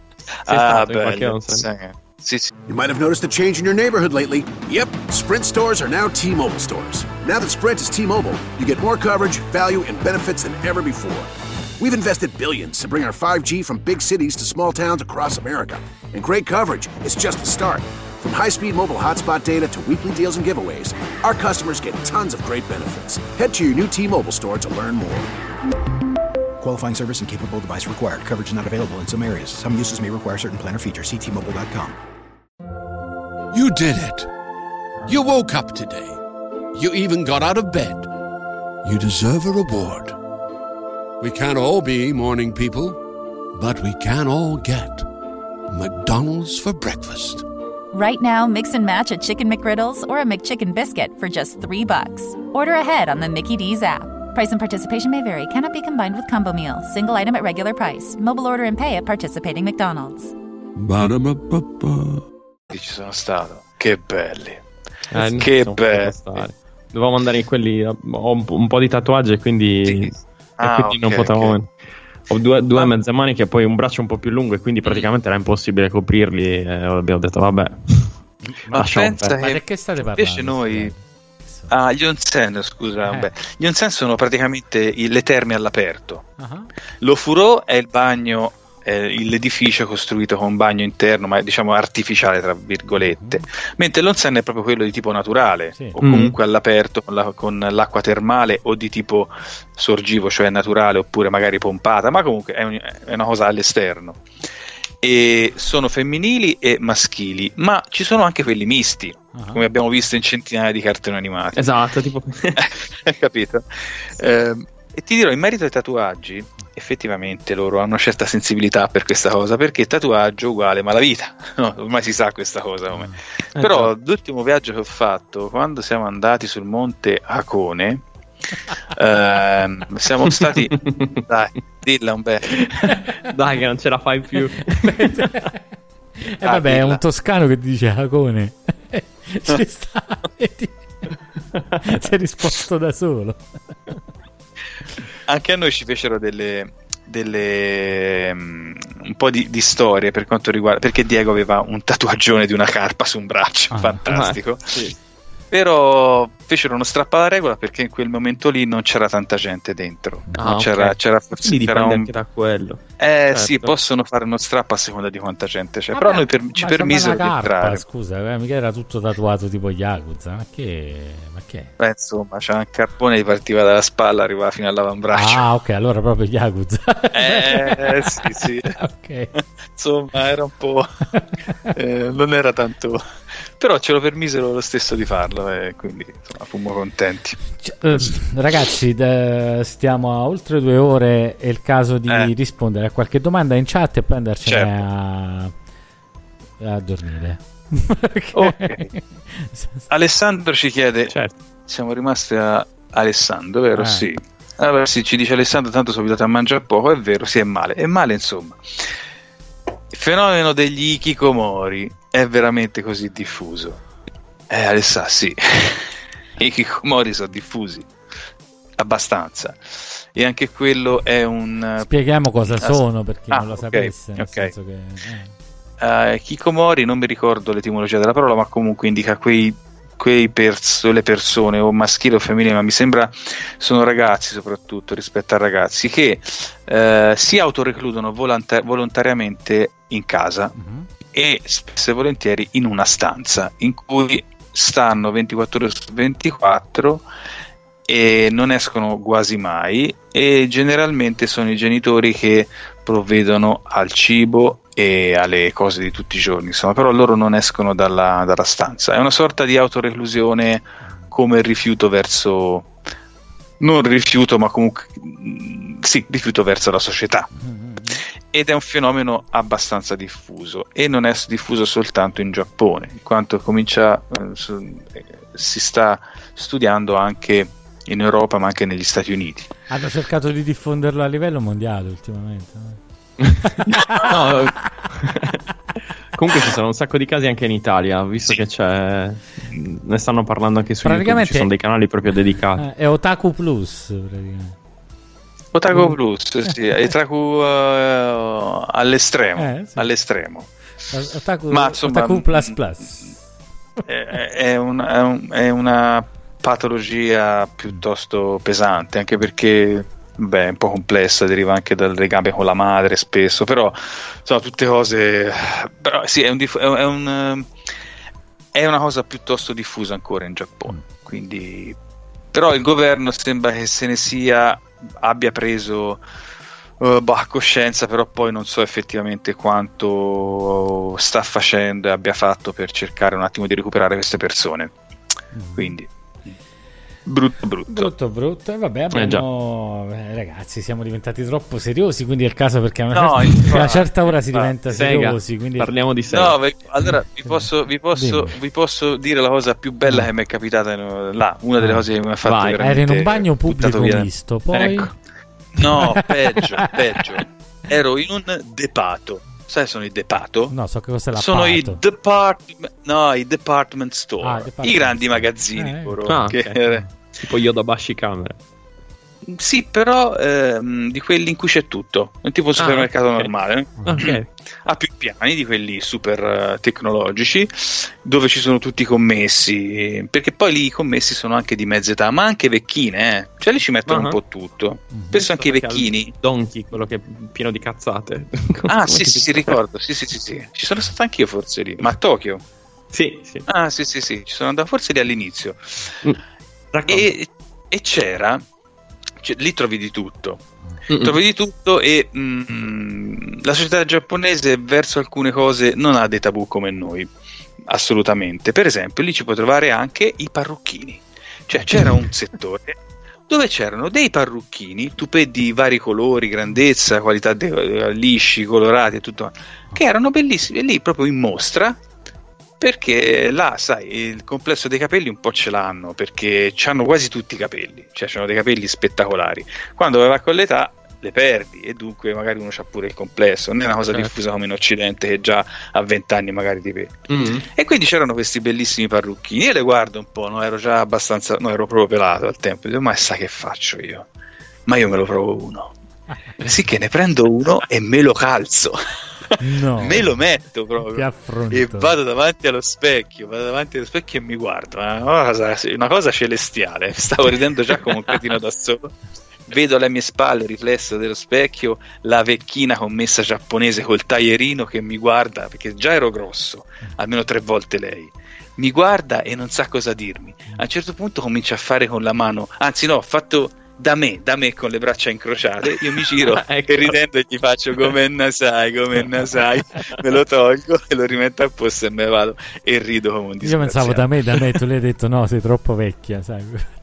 Onsen. Sì. You might have noticed a change in your neighborhood lately. Yep, Sprint stores are now T-Mobile stores. Now that Sprint is T-Mobile, you get more coverage, value, and benefits than ever before. We've invested billions to bring our 5G from big cities to small towns across America. And great coverage is just the start. From high-speed mobile hotspot data to weekly deals and giveaways, our customers get tons of great benefits. Head to your new T-Mobile store to learn more. Qualifying service and capable device required. Coverage not available in some areas. Some uses may require certain plan or features. See T-Mobile.com. You did it. You woke up today. You even got out of bed. You deserve a reward. We can't all be morning people, but we can all get McDonald's for breakfast. Right now, mix and match a Chicken McGriddles or a McChicken Biscuit for just $3. Order ahead on the Mickey D's app. Price and participation may vary. Cannot be combined with combo meal. Single item at regular price. Mobile order and pay at participating McDonald's. Ci sono stato. Che belli. Che belli. Dovevamo andare in quelli. Ho un po' di tatuaggi e quindi, non potevamo. Ho due mezze maniche e poi un braccio un po' più lungo e quindi praticamente era impossibile coprirli e abbiamo detto vabbè. Ma pensa Ma di che state parlando? invece noi gli onsen, scusa, vabbè. Gli onsen sono praticamente le terme all'aperto. L'ofurò è il bagno, l'edificio costruito con un bagno interno, ma diciamo artificiale tra virgolette, mentre l'onsen è proprio quello di tipo naturale, o comunque all'aperto con l'acqua termale o di tipo sorgivo, cioè naturale, oppure magari pompata, ma comunque è una cosa all'esterno. E sono femminili e maschili, ma ci sono anche quelli misti, come abbiamo visto in centinaia di cartoni animati. Esatto, tipo hai capito? E ti dirò, in merito ai tatuaggi, effettivamente loro hanno una certa sensibilità per questa cosa, perché tatuaggio uguale malavita, no, ormai si sa questa cosa come. Però l'ultimo viaggio che ho fatto, quando siamo andati sul monte Hakone, siamo stati dai, dilla un bel dai che non ce la fai più. Vabbè, è un toscano che dice Hakone. Ci sta, vedi? Si è risposto da solo. Anche a noi ci fecero delle un po' di storie per quanto riguarda, perché Diego aveva un tatuaggione di una carpa su un braccio, fantastico. Sì. Però fecero uno strappo alla regola perché in quel momento lì non c'era tanta gente dentro. C'era forse sì, dipende anche da quello. Certo. Sì, possono fare uno strappo a seconda di quanta gente c'è. Però noi ci permisero di entrare. Scusa, mica era tutto tatuato tipo Yakuza. Ma che? Beh, insomma, c'era un carpone che partiva dalla spalla, arrivava fino all'avambraccio. Ok, allora proprio Yakuza. Sì. Ok. Insomma, era un po'. Non era tanto. Però ce lo permisero lo stesso di farlo e quindi insomma, fummo contenti. Ragazzi, stiamo a oltre 2 ore, è il caso di rispondere a qualche domanda in chat e poi andarcene a dormire. Ok. Alessandro ci chiede, siamo rimasti a Alessandro, vero? Sì. Allora sì, ci dice Alessandro, tanto sono abituato a mangiare poco, è vero, sì, è male insomma. Il fenomeno degli hikikomori è veramente così diffuso? Alessà, sì. I hikikomori sono diffusi abbastanza e anche quello è un. Spieghiamo cosa sono per chi non lo sapesse. Nel senso che hikikomori, non mi ricordo l'etimologia della parola, ma comunque indica le persone o maschili o femminili, ma mi sembra sono ragazzi soprattutto rispetto a ragazzi che si autorecludono volontariamente in casa e spesso e volentieri in una stanza in cui stanno 24 ore su 24 e non escono quasi mai, e generalmente sono i genitori che provvedono al cibo e alle cose di tutti i giorni, insomma, però loro non escono dalla stanza. È una sorta di autoreclusione, come il rifiuto verso non rifiuto, ma comunque sì, rifiuto verso la società. Ed è un fenomeno abbastanza diffuso e non è diffuso soltanto in Giappone, in quanto si sta studiando anche in Europa, ma anche negli Stati Uniti. Hanno cercato di diffonderlo a livello mondiale ultimamente. No. Comunque ci sono un sacco di casi anche in Italia, visto che ne stanno parlando anche su YouTube, ci sono dei canali proprio dedicati. È Otaku Plus praticamente. Otaku Plus, sì, Otaku all'estremo, sì. All'estremo. Otaku, ma insomma, Otaku Plus Plus. È una patologia piuttosto pesante, anche perché è un po' complessa, deriva anche dal legame con la madre spesso, però sono tutte cose, però sì, è una cosa piuttosto diffusa ancora in Giappone, quindi però il governo sembra che se ne abbia preso coscienza, però poi non so effettivamente quanto sta facendo e abbia fatto per cercare un attimo di recuperare queste persone. Quindi brutto. E vabbè, ragazzi, siamo diventati troppo seriosi, quindi è il caso, perché a una certa ora si diventa seriosi, quindi parliamo di serio. No, allora vi posso dire la cosa più bella che mi è capitata là, una delle cose che mi ha fatto veramente. Era in un bagno pubblico misto, poi ecco. No, peggio. Ero in un depato. Sai, sono i depato? No, so che cos'è la sono i department store, i grandi magazzini, tipo Yodobashi Camera. Sì, però di quelli in cui c'è tutto, è tipo un supermercato normale. Ha più piani di quelli super tecnologici, dove ci sono tutti i commessi, perché poi lì i commessi sono anche di mezza età, ma anche vecchine, cioè lì ci mettono un po' tutto. Penso anche i vecchini. Donkey, quello che è pieno di cazzate. Sì, ricordo. Sì. Ci sono stato anch'io forse lì, ma a Tokyo. Sì. Sì, ci sono andato forse lì all'inizio. E c'era, lì trovi di tutto. E la società giapponese verso alcune cose non ha dei tabù come noi, assolutamente. Per esempio, lì ci puoi trovare anche i parrucchini, cioè c'era un settore dove c'erano dei parrucchini tupè di vari colori, grandezza, qualità, lisci, colorati e tutto, che erano bellissimi, e lì proprio in mostra, perché là, sai, il complesso dei capelli un po' ce l'hanno, perché c'hanno quasi tutti i capelli, cioè c'hanno dei capelli spettacolari. Quando vai con l'età le perdi, e dunque magari uno c'ha pure il complesso, non è una cosa diffusa come in Occidente, che già a 20 anni magari ti perdi. E quindi c'erano questi bellissimi parrucchini, io le guardo un po', ero già abbastanza, ero proprio pelato al tempo, dico, ma sai che faccio io? Ma io me lo provo uno, sì, che ne prendo uno e me lo calzo. No, me lo metto proprio e vado davanti allo specchio e mi guardo, una cosa celestiale. Stavo ridendo già come un cretino da solo. Vedo alle mie spalle il riflesso dello specchio la vecchina commessa giapponese col taglierino che mi guarda, perché già ero grosso, almeno 3 volte lei mi guarda e non sa cosa dirmi. A un certo punto comincia a fare con la mano, anzi no, ho fatto da me con le braccia incrociate, io mi giro e ridendo gli faccio come nasai, me lo tolgo e lo rimetto a posto e me ne vado e rido come un disgraziato. Io pensavo da me, tu le hai detto no, sei troppo vecchia, sai.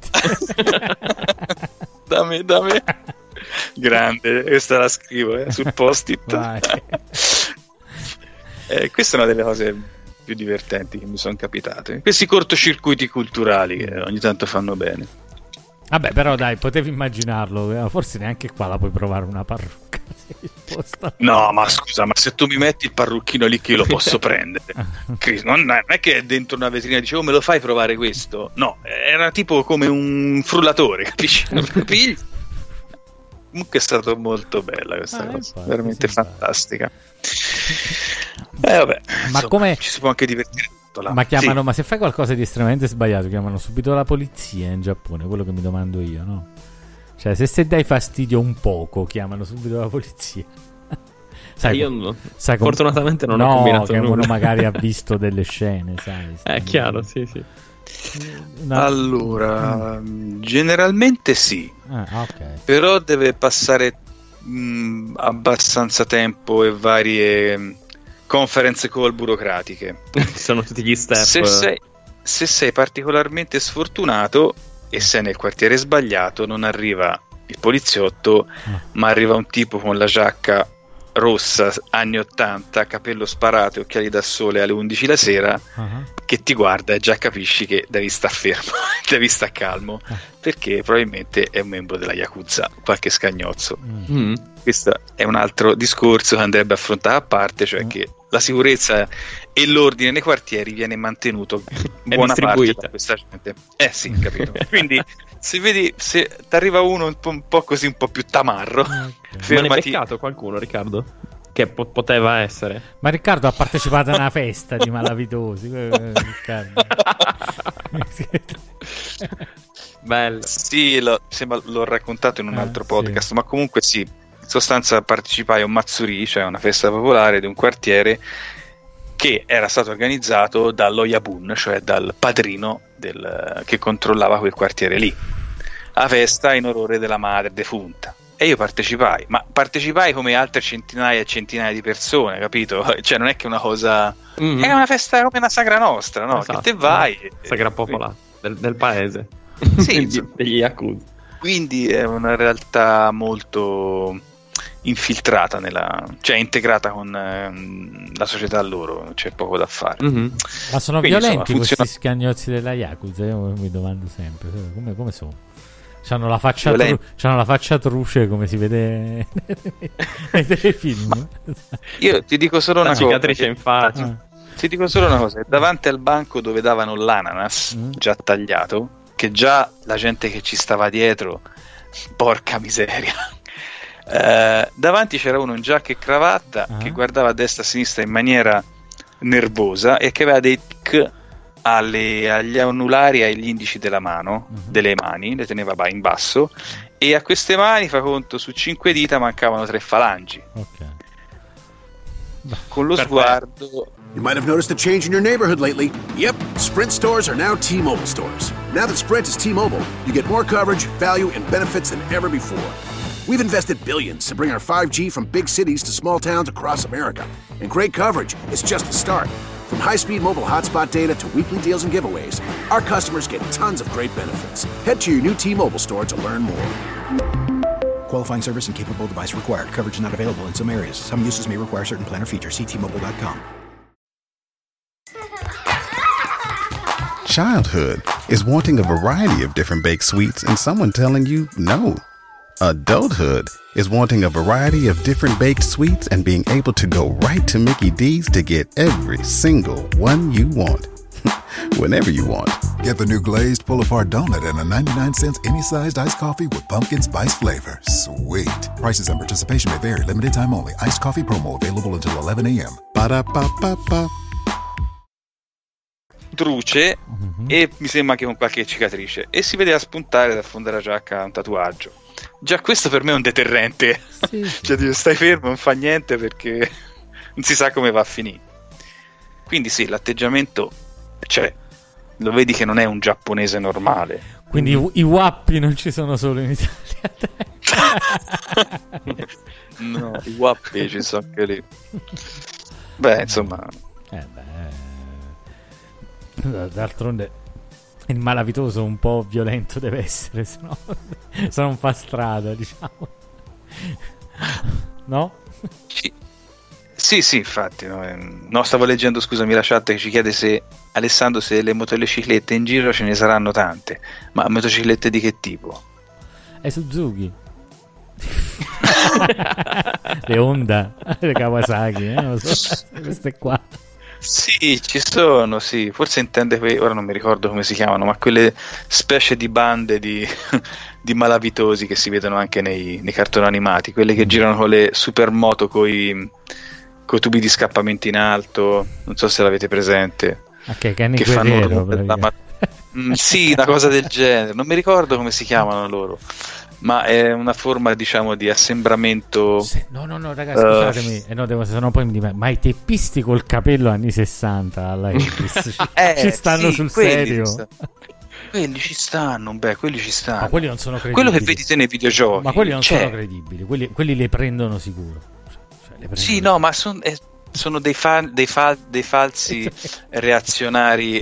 da me grande, questa la scrivo sul post-it. Questa è una delle cose più divertenti che mi sono capitate, questi cortocircuiti culturali che ogni tanto fanno bene. Vabbè, però dai, potevi immaginarlo, forse neanche qua la puoi provare una parrucca. No, ma scusa, ma se tu mi metti il parrucchino lì che io lo posso prendere, non è che è dentro una vetrina e dicevo me lo fai provare questo? No, era tipo come un frullatore, capisci? Comunque è stato molto bella questa cosa, infatti, veramente fantastica. Vabbè, ma insomma, come ci si può anche divertire. Ma chiamano, ma se fai qualcosa di estremamente sbagliato, chiamano subito la polizia in Giappone, quello che mi domando io, no? Cioè, se dai fastidio un poco, chiamano subito la polizia. Sai, io fortunatamente non ho combinato che nulla. uno magari ha visto delle scene, sai. È chiaro, sì. Allora, generalmente sì. Okay. Però deve passare abbastanza tempo e varie conference call burocratiche. Sono tutti gli step. Se sei particolarmente sfortunato e sei nel quartiere sbagliato, non arriva il poliziotto, ma arriva un tipo con la giacca rossa anni 80, capello sparato e occhiali da sole alle 11 la sera, che ti guarda e già capisci che devi star fermo, devi star calmo, perché probabilmente è un membro della Yakuza, qualche scagnozzo. Questo è un altro discorso che andrebbe affrontato a parte, cioè che la sicurezza e l'ordine nei quartieri viene mantenuto buona parte da questa gente. Sì, capito. Quindi se vedi, se ti arriva uno un po' così, un po' più tamarro, fermati. Ma ne hai beccato qualcuno, Riccardo? Che poteva essere? Ma Riccardo ha partecipato a una festa di malavitosi. Bello. Sì, l'ho raccontato in un altro podcast, sì. Ma comunque sì, in sostanza partecipai a un Matsuri, cioè una festa popolare di un quartiere che era stato organizzato dall'Oyabun, cioè dal padrino che controllava quel quartiere lì, a festa in onore della madre defunta. E io partecipai come altre centinaia e centinaia di persone, capito? Cioè non è che una cosa è una festa come una sagra nostra, no? Esatto. Che te vai sagra popolare. del paese. Sì, degli Yakuza. Quindi è una realtà molto infiltrata cioè integrata con la società loro, c'è poco da fare. Ma sono quindi, violenti insomma, questi scagnozzi della Yakuza? Io mi domando sempre come sono. C'hanno la faccia truce come si vede nei telefilm. Io ti dico solo una cosa, cicatrice in faccia. Ti dico solo una cosa, davanti al banco dove davano l'ananas già tagliato, che già la gente che ci stava dietro, porca miseria, davanti c'era uno in giacca e cravatta che guardava a destra e a sinistra in maniera nervosa e che aveva dei tic agli anulari e agli indici della mano, delle mani, le teneva in basso, e a queste mani, fa conto, su 5 dita mancavano 3 falangi. Con lo sguardo. You might have noticed a change in your neighborhood lately. Yep, Sprint stores are now T-Mobile stores. Now that Sprint is T-Mobile, you get more coverage, value, and benefits than ever before. We've invested billions to bring our 5G from big cities to small towns across America. And great coverage is just the start. From high-speed mobile hotspot data to weekly deals and giveaways, our customers get tons of great benefits. Head to your new T-Mobile store to learn more. Qualifying service and capable device required. Coverage not available in some areas. Some uses may require certain plan or features. See T-Mobile.com. Childhood is wanting a variety of different baked sweets and someone telling you no. Adulthood is wanting a variety of different baked sweets and being able to go right to Mickey D's to get every single one you want. Whenever you want. Get the new glazed pull-apart donut and a 99-cent any-sized iced coffee with pumpkin spice flavor. Sweet. Prices and participation may vary. Limited time only. Iced coffee promo available until 11 a.m. Ba-da-ba-ba-ba. Truce e mi sembra anche con qualche cicatrice, e si vedeva spuntare dal fondo della giacca un tatuaggio. Già questo per me è un deterrente. Sì. Cioè stai fermo, non fa niente perché non si sa come va a finire. Quindi sì, l'atteggiamento, cioè, lo vedi che non è un giapponese normale. Quindi i wappi non ci sono solo in Italia. No, i wappi ci sono anche lì. Beh, insomma. D'altronde il malavitoso un po' violento deve essere, se no non fa strada, diciamo. No? Sì, infatti. No, stavo leggendo, scusami, la chat che ci chiede se Alessandro, se le motociclette in giro ce ne saranno tante, ma motociclette di che tipo? Suzuki. Le Honda, le Kawasaki, non lo so, queste qua. Sì, ci sono, sì. Forse intende ora non mi ricordo come si chiamano, ma quelle specie di bande di malavitosi che si vedono anche nei cartoni animati, quelle che girano con le supermoto coi tubi di scappamento in alto, non so se l'avete presente. Che fanno sì, una cosa del genere, non mi ricordo come si chiamano loro, ma è una forma, diciamo, di assembramento. No, ragazzi, scusatemi, sennò poi mi dimentico. Ma i teppisti col capello anni 60 alla Elvis ci stanno sul serio? Quelli ci stanno, quelli ci stanno. Ma quelli non sono credibili. Quello che vedi te nei videogiochi. Ma quelli non sono credibili, quelli le prendono sicuro. Sì, no, ma sono dei falsi reazionari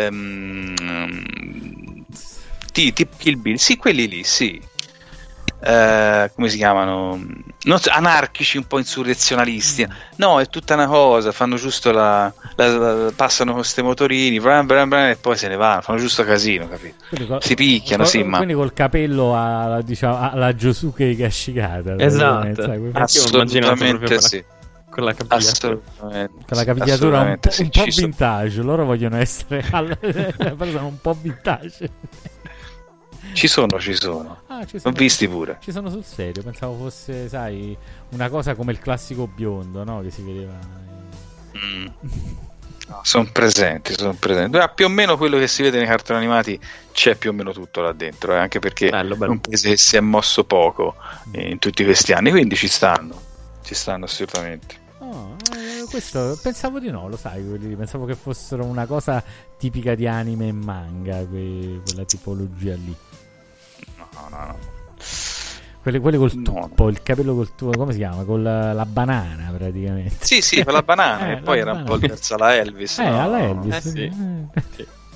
tipo Kill Bill. Sì, quelli lì, sì. Come si chiamano? Anarchici, un po' insurrezionalisti. No, è tutta una cosa. Fanno giusto passano con questi motorini e poi se ne vanno. Fanno giusto casino, capito? Si picchiano, sì, ma quindi col capello alla Josuke Higashikata. Esatto. Assolutamente sì. Con la capigliatura un po' vintage. Loro vogliono essere un po' vintage. Ci sono. Ho visti pure. Ci sono sul serio. Pensavo fosse, sai, una cosa come il classico biondo, no? Che si vedeva. No, sono presenti. Più o meno quello che si vede nei cartoni animati c'è più o meno tutto là dentro, anche perché è un paese che si è mosso poco in tutti questi anni, quindi ci stanno assolutamente. Questo pensavo di no, lo sai, pensavo che fossero una cosa tipica di anime e manga, quella tipologia lì. No. Quelle col tuppo, il capello col tuppo, come si chiama? Con la banana praticamente. Sì, con la banana, e poi era un po' il terzo alla Elvis. Alla Elvis. Sì.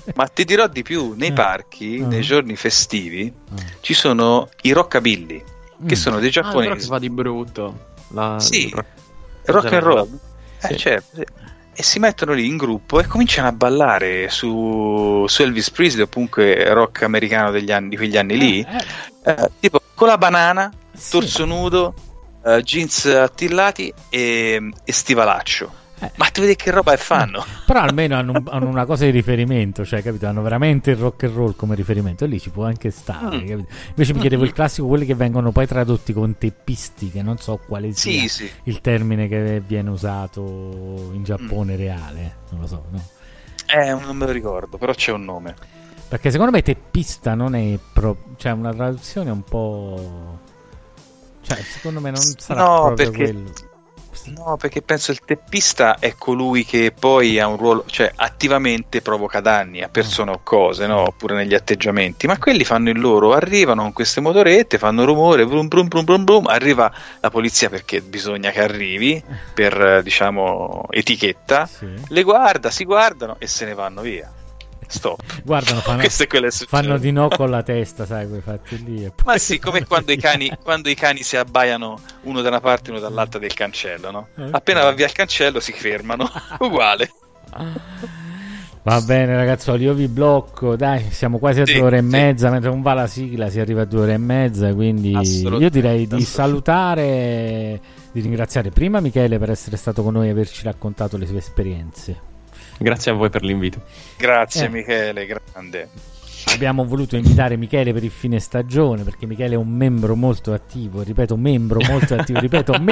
Ma ti dirò di più, nei parchi, nei giorni festivi, ci sono i rockabilly, che sono dei giapponesi. Però che fa di brutto. Sì, rock and roll. Certo. E si mettono lì in gruppo e cominciano a ballare su Elvis Presley, o comunque rock americano di quegli anni lì, tipo con la banana, torso nudo, jeans attillati e stivalaccio. Ma tu vedi che roba fanno? Però almeno hanno una cosa di riferimento, cioè, capito? Hanno veramente il rock and roll come riferimento, e lì ci può anche stare, capito? Invece mi chiedevo il classico, quelli che vengono poi tradotti con teppisti, che non so quale sia il termine che viene usato in Giappone reale, non lo so, no? Non me lo ricordo, però c'è un nome. Perché secondo me teppista non è cioè una traduzione un po', cioè secondo me non sarà proprio quello. No, perché penso il teppista è colui che poi ha un ruolo, cioè attivamente provoca danni a persone o cose, no? Oppure negli atteggiamenti. Ma quelli fanno il loro, arrivano con queste motorette, fanno rumore, brum brum brum brum brum, arriva la polizia perché bisogna che arrivi per, diciamo, etichetta, le guarda, si guardano e se ne vanno via. Stop. Guardano, fanno di no con la testa, sai, quei fatti lì. E poi... Ma sì, come quando i cani si abbaiano uno da una parte e uno dall'altra del cancello, no? Appena va via il cancello si fermano. Uguale. Va bene, ragazzoli, io vi blocco. Dai, siamo quasi a 2 ore e mezza. Mentre non va la sigla, si arriva a 2 ore e mezza. Quindi io direi di salutare, di ringraziare prima Michele per essere stato con noi e averci raccontato le sue esperienze. Grazie a voi per l'invito. Grazie Michele, grande. Abbiamo voluto invitare Michele per il fine stagione perché Michele è un membro molto attivo, ripeto, membro molto attivo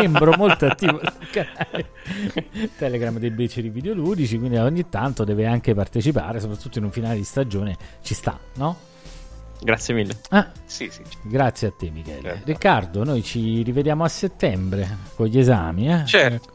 Telegram dei Beceri Videoludici, quindi ogni tanto deve anche partecipare, soprattutto in un finale di stagione ci sta, no? Grazie mille. Sì. Grazie a te Michele. Certo. Riccardo, noi ci rivediamo a settembre con gli esami, Certo.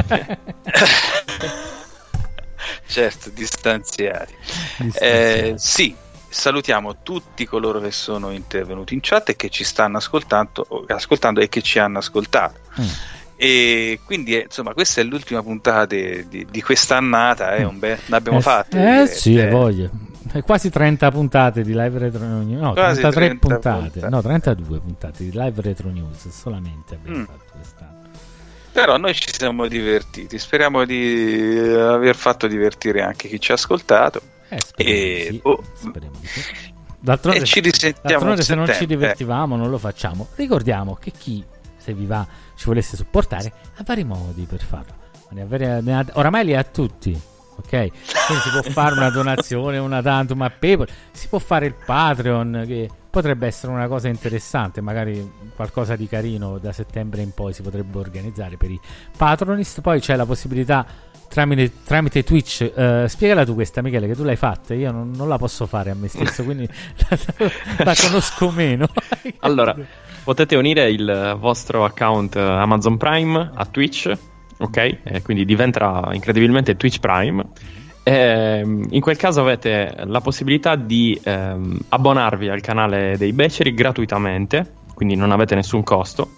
Certo, distanziati. Sì, salutiamo tutti coloro che sono intervenuti in chat e che ci stanno ascoltando e che ci hanno ascoltato. E quindi insomma questa è l'ultima puntata di quest'annata, l'abbiamo fatta. Sì, voglio. È quasi 30 puntate di Live Retro News. No, 33 puntate. No, 32 puntate di Live Retro News solamente abbiamo fatto quest'anno. Però noi ci siamo divertiti, speriamo di aver fatto divertire anche chi ci ha ascoltato. Speriamo di sì. D'altronde, ci risentiamo se non ci divertivamo non lo facciamo. Ricordiamo che chi, se vi va, ci volesse supportare, ha vari modi per farlo. Oramai li ha tutti, ok? Quindi si può fare una donazione, una tantum a PayPal, si può fare il Patreon, che potrebbe essere una cosa interessante, magari qualcosa di carino da settembre in poi si potrebbe organizzare per i patronist. Poi c'è la possibilità tramite Twitch, spiegala tu questa Michele, che tu l'hai fatta, io non la posso fare a me stesso, quindi la conosco meno. Allora, potete unire il vostro account Amazon Prime a Twitch, ok? Quindi diventerà incredibilmente Twitch Prime. In quel caso avete la possibilità di abbonarvi al canale dei Beceri gratuitamente, quindi non avete nessun costo,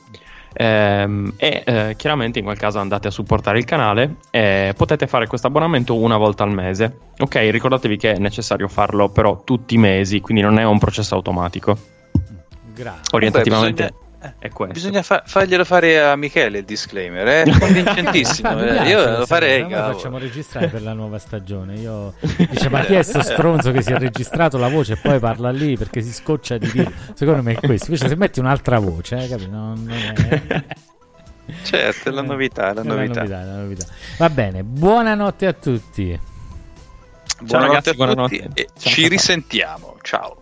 e chiaramente in quel caso andate a supportare il canale e potete fare questo abbonamento una volta al mese. Ok, ricordatevi che è necessario farlo però tutti i mesi, quindi non è un processo automatico. Grazie. Orientativamente è questo. Bisogna farglielo fare a Michele il disclaimer, è convincentissimo. Io lo farei. Noi facciamo registrare per la nuova stagione. Dice, ma chi è sto stronzo che si è registrato la voce e poi parla lì perché si scoccia di dire? Secondo me è questo. Invece se metti un'altra voce, capito? Non è... Certo, è la novità. La novità. Va bene, buonanotte a tutti. Buonanotte a tutti e ci risentiamo. Ciao.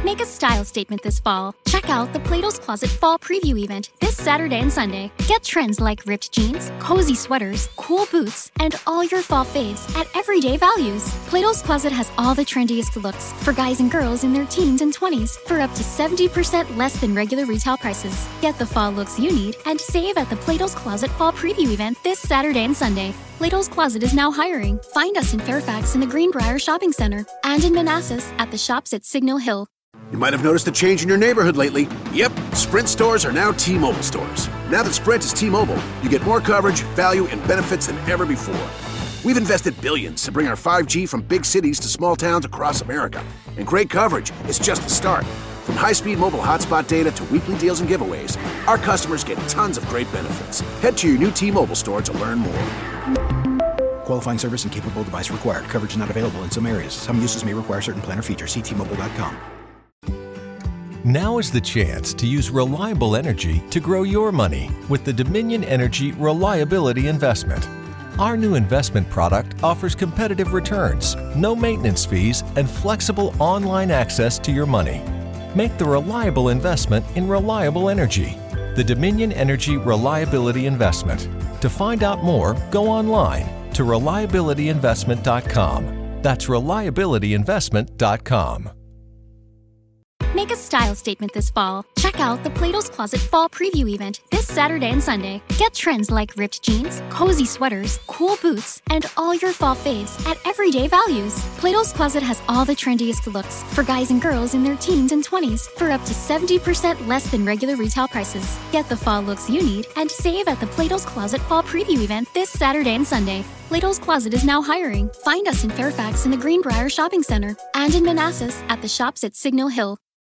Make a style statement this fall. Check out the Plato's Closet Fall Preview event this Saturday and Sunday. Get trends like ripped jeans, cozy sweaters, cool boots, and all your fall faves at everyday values. Plato's Closet has all the trendiest looks for guys and girls in their teens and 20s for up to 70% less than regular retail prices. Get the fall looks you need and save at the Plato's Closet Fall Preview event this Saturday and Sunday. Plato's Closet is now hiring. Find us in Fairfax in the Greenbrier Shopping Center and in Manassas at the shops at Signal Hill. You might have noticed a change in your neighborhood lately. Yep, Sprint stores are now T-Mobile stores. Now that Sprint is T-Mobile, you get more coverage, value, and benefits than ever before. We've invested billions to bring our 5G from big cities to small towns across America. And great coverage is just the start. From high-speed mobile hotspot data to weekly deals and giveaways, our customers get tons of great benefits. Head to your new T-Mobile store to learn more. Qualifying service and capable device required. Coverage not available in some areas. Some uses may require certain plan or features. See T-Mobile.com. Now is the chance to use reliable energy to grow your money with the Dominion Energy Reliability Investment. Our new investment product offers competitive returns, no maintenance fees, and flexible online access to your money. Make the reliable investment in reliable energy. The Dominion Energy Reliability Investment. To find out more, go online to reliabilityinvestment.com. That's reliabilityinvestment.com. Make a style statement this fall. Check out the Plato's Closet Fall Preview event this Saturday and Sunday. Get trends like ripped jeans, cozy sweaters, cool boots, and all your fall faves at everyday values. Plato's Closet has all the trendiest looks for guys and girls in their teens and 20s for up to 70% less than regular retail prices. Get the fall looks you need and save at the Plato's Closet Fall Preview event this Saturday and Sunday. Plato's Closet is now hiring. Find us in Fairfax in the Greenbrier Shopping Center and in Manassas at the shops at Signal Hill.